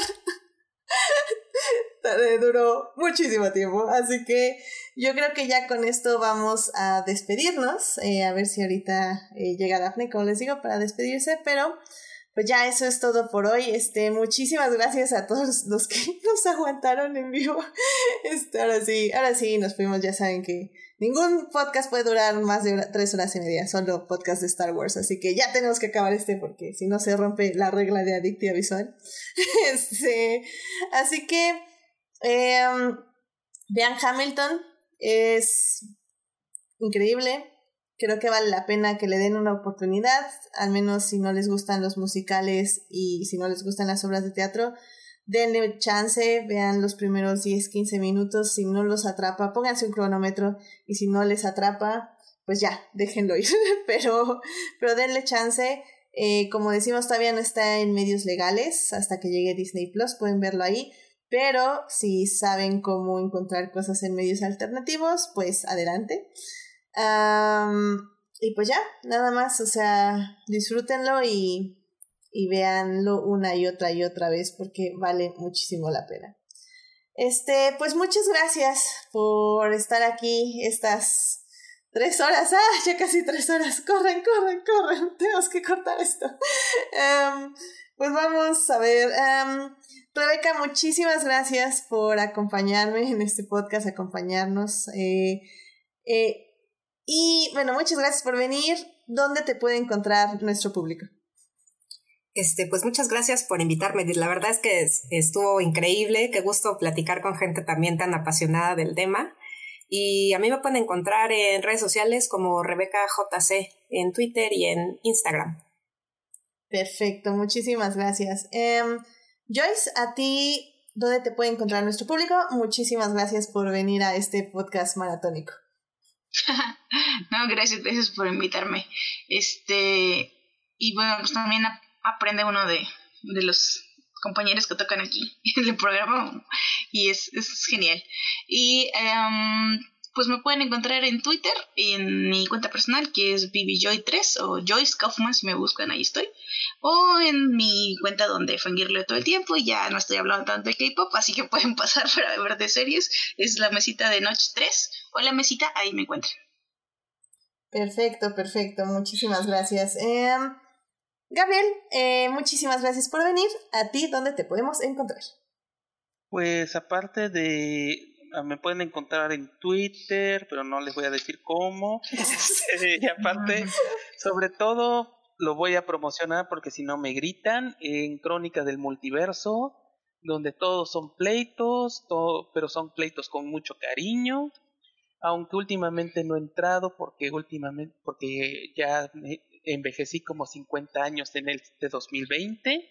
rapear, duró muchísimo tiempo. Así que yo creo que ya con esto vamos a despedirnos. Eh, a ver si ahorita eh, llega Daphne, como les digo, para despedirse. Pero, pues ya eso es todo por hoy. Este, muchísimas gracias a todos los que nos aguantaron en vivo. Este, ahora sí, ahora sí nos fuimos. Ya saben que ningún podcast puede durar más de hora, tres horas y media, solo podcast de Star Wars, así que ya tenemos que acabar este porque si no se rompe la regla de Adictia Visual. este, así que eh, vean Hamilton, es increíble, creo que vale la pena que le den una oportunidad, al menos si no les gustan los musicales y si no les gustan las obras de teatro. Denle chance, vean los primeros diez, quince minutos, si no los atrapa, pónganse un cronómetro y si no les atrapa, pues ya, déjenlo ir, pero, pero denle chance, eh, como decimos todavía no está en medios legales, hasta que llegue Disney Plus, pueden verlo ahí, pero si saben cómo encontrar cosas en medios alternativos, pues adelante. Um, y pues ya, nada más, o sea, disfrútenlo y... y véanlo una y otra y otra vez porque vale muchísimo la pena. Este, pues muchas gracias por estar aquí estas tres horas. ¡Ah! Ya casi tres horas. ¡Corren, corren, corren! Tenemos que cortar esto. Um, pues vamos a ver. Um, Rebeca, muchísimas gracias por acompañarme en este podcast, acompañarnos. Eh, eh, y bueno, muchas gracias por venir. ¿Dónde te puede encontrar nuestro público? Este, pues muchas gracias por invitarme. La verdad es que estuvo increíble. Qué gusto platicar con gente también tan apasionada del tema. Y a mí me pueden encontrar en redes sociales como Rebeca J C en Twitter y en Instagram. Perfecto, muchísimas gracias. Um, Joyce, a ti, ¿dónde te puede encontrar nuestro público? Muchísimas gracias por venir a este podcast maratónico. No, gracias, gracias por invitarme. Este, y bueno, pues también a aprende uno de, de los compañeros que tocan aquí en el programa y es, es genial. Y um, pues me pueden encontrar en Twitter, en mi cuenta personal, que es B B Joy tres, o Joyce Kaufman, si me buscan, ahí estoy. O en mi cuenta donde fangirleo todo el tiempo, y ya no estoy hablando tanto de K-pop, así que pueden pasar para ver de series. Es la mesita de Noche tres, o la mesita, ahí me encuentran. Perfecto, perfecto. Muchísimas gracias. Eh, Gabriel, eh, muchísimas gracias por venir. A ti, ¿dónde te podemos encontrar? Pues aparte de... me pueden encontrar en Twitter, pero no les voy a decir cómo. Y aparte, sobre todo, lo voy a promocionar porque si no me gritan, en Crónica del Multiverso, donde todos son pleitos, todo, pero son pleitos con mucho cariño. Aunque últimamente no he entrado porque últimamente porque ya me envejecí como cincuenta años en el de dos mil veinte.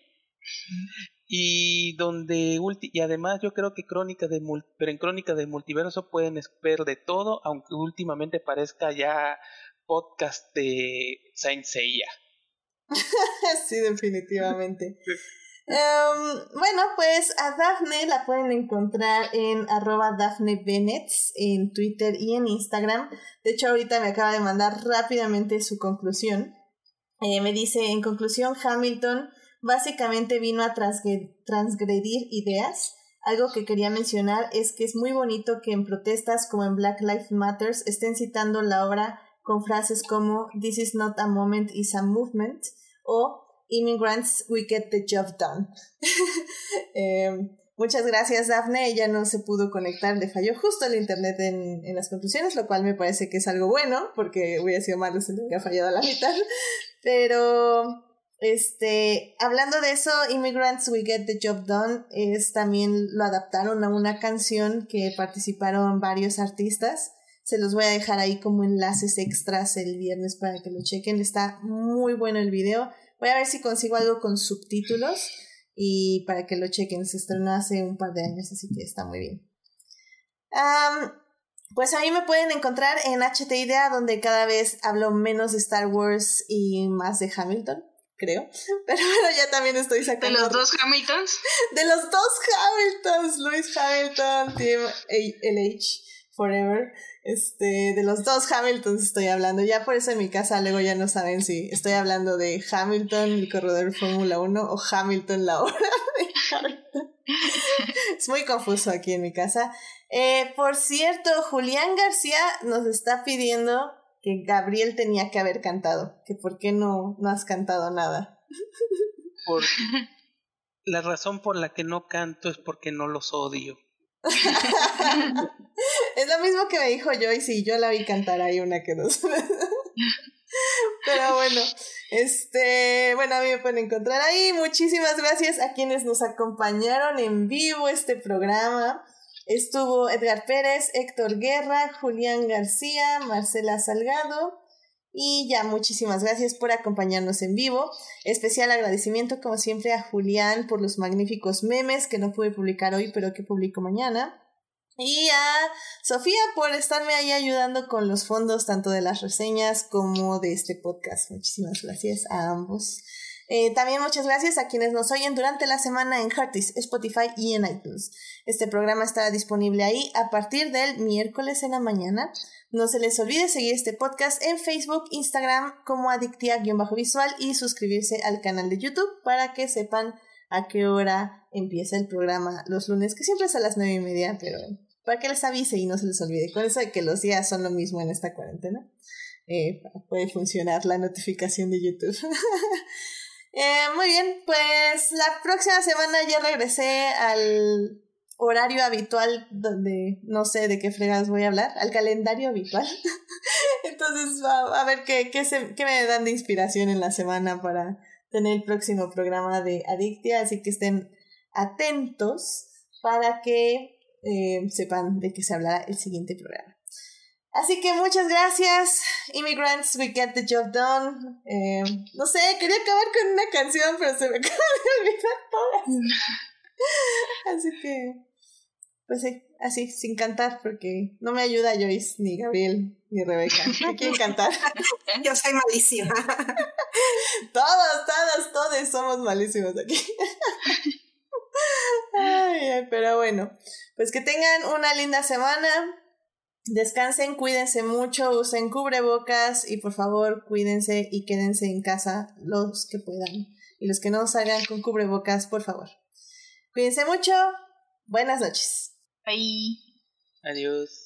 Y donde ulti- y además yo creo que Crónica de Mul- pero en Crónica del Multiverso pueden ver de todo, aunque últimamente parezca ya podcast de Saint Seiya. Sí, definitivamente. Um, bueno, pues a Dafne la pueden encontrar en arroba Dafne Bennett en Twitter y en Instagram. De hecho, ahorita me acaba de mandar rápidamente su conclusión. Eh, me dice, en conclusión, Hamilton básicamente vino a transgre- transgredir ideas. Algo que quería mencionar es que es muy bonito que en protestas como en Black Lives Matter estén citando la obra con frases como "This is not a moment, it's a movement" o "Immigrants, we get the job done". eh, muchas gracias, Dafne. Ella no se pudo conectar, le falló justo el internet en, en las conclusiones, lo cual me parece que es algo bueno, porque hubiera sido malo si le hubiera fallado a la mitad. Pero... Este, hablando de eso, Immigrants We Get the Job Done es también lo adaptaron a una canción que participaron varios artistas. Se los voy a dejar ahí como enlaces extras el viernes para que lo chequen. Está muy bueno el video. Voy a ver si consigo algo con subtítulos y para que lo chequen. Se estrenó hace un par de años, así que está muy bien. Um, pues a mí me pueden encontrar en H T Idea, donde cada vez hablo menos de Star Wars y más de Hamilton, creo, pero bueno, ya también estoy sacando... ¿De los dos Hamiltons? De los dos Hamiltons, Lewis Hamilton, Team L H, Forever, este, de los dos Hamiltons estoy hablando, ya por eso en mi casa luego ya no saben si estoy hablando de Hamilton, el corredor de Fórmula uno, o Hamilton, la obra de Hamilton. Es muy confuso aquí en mi casa. Eh, por cierto, Julián García nos está pidiendo que Gabriel tenía que haber cantado, que por qué no, no has cantado nada. Por... La razón por la que no canto es porque no los odio. Es lo mismo que me dijo Joyce y yo la vi cantar ahí una que dos. Pero bueno, este, bueno, a mí me pueden encontrar ahí. Muchísimas gracias a quienes nos acompañaron en vivo este programa. Estuvo Edgar Pérez, Héctor Guerra, Julián García, Marcela Salgado y ya muchísimas gracias por acompañarnos en vivo. Especial agradecimiento como siempre a Julián por los magníficos memes que no pude publicar hoy pero que publico mañana. Y a Sofía por estarme ahí ayudando con los fondos tanto de las reseñas como de este podcast. Muchísimas gracias a ambos. Eh, también muchas gracias a quienes nos oyen durante la semana en Heartis, Spotify y en iTunes. Este programa estará disponible ahí a partir del miércoles en la mañana. No se les olvide seguir este podcast en Facebook, Instagram como Adictia-Visual y suscribirse al canal de YouTube para que sepan a qué hora empieza el programa los lunes, que siempre es a las nueve y media, pero para que les avise y no se les olvide. Con eso de que los días son lo mismo en esta cuarentena, eh, puede funcionar la notificación de YouTube. Eh, muy bien, pues la próxima semana ya regresé al horario habitual donde no sé de qué fregados voy a hablar, al calendario habitual. Entonces a, a ver qué, qué, se, qué me dan de inspiración en la semana para tener el próximo programa de Adictia, así que estén atentos para que eh, sepan de qué se hablará el siguiente programa. Así que muchas gracias, Immigrants, we get the job done. Eh, no sé, quería acabar con una canción, pero se me acaba de olvidar todas. Así que, pues sí, así, sin cantar, porque no me ayuda Joyce, ni Gabriel, ni Rebeca. ¿Me quieren cantar? Yo soy malísima. Todos, todos, todos somos malísimos aquí. Ay, ay, pero bueno, pues que tengan una linda semana. Descansen, cuídense mucho, usen cubrebocas y por favor cuídense y quédense en casa los que puedan. Y los que no salgan con cubrebocas, por favor. Cuídense mucho. Buenas noches. Bye. Adiós.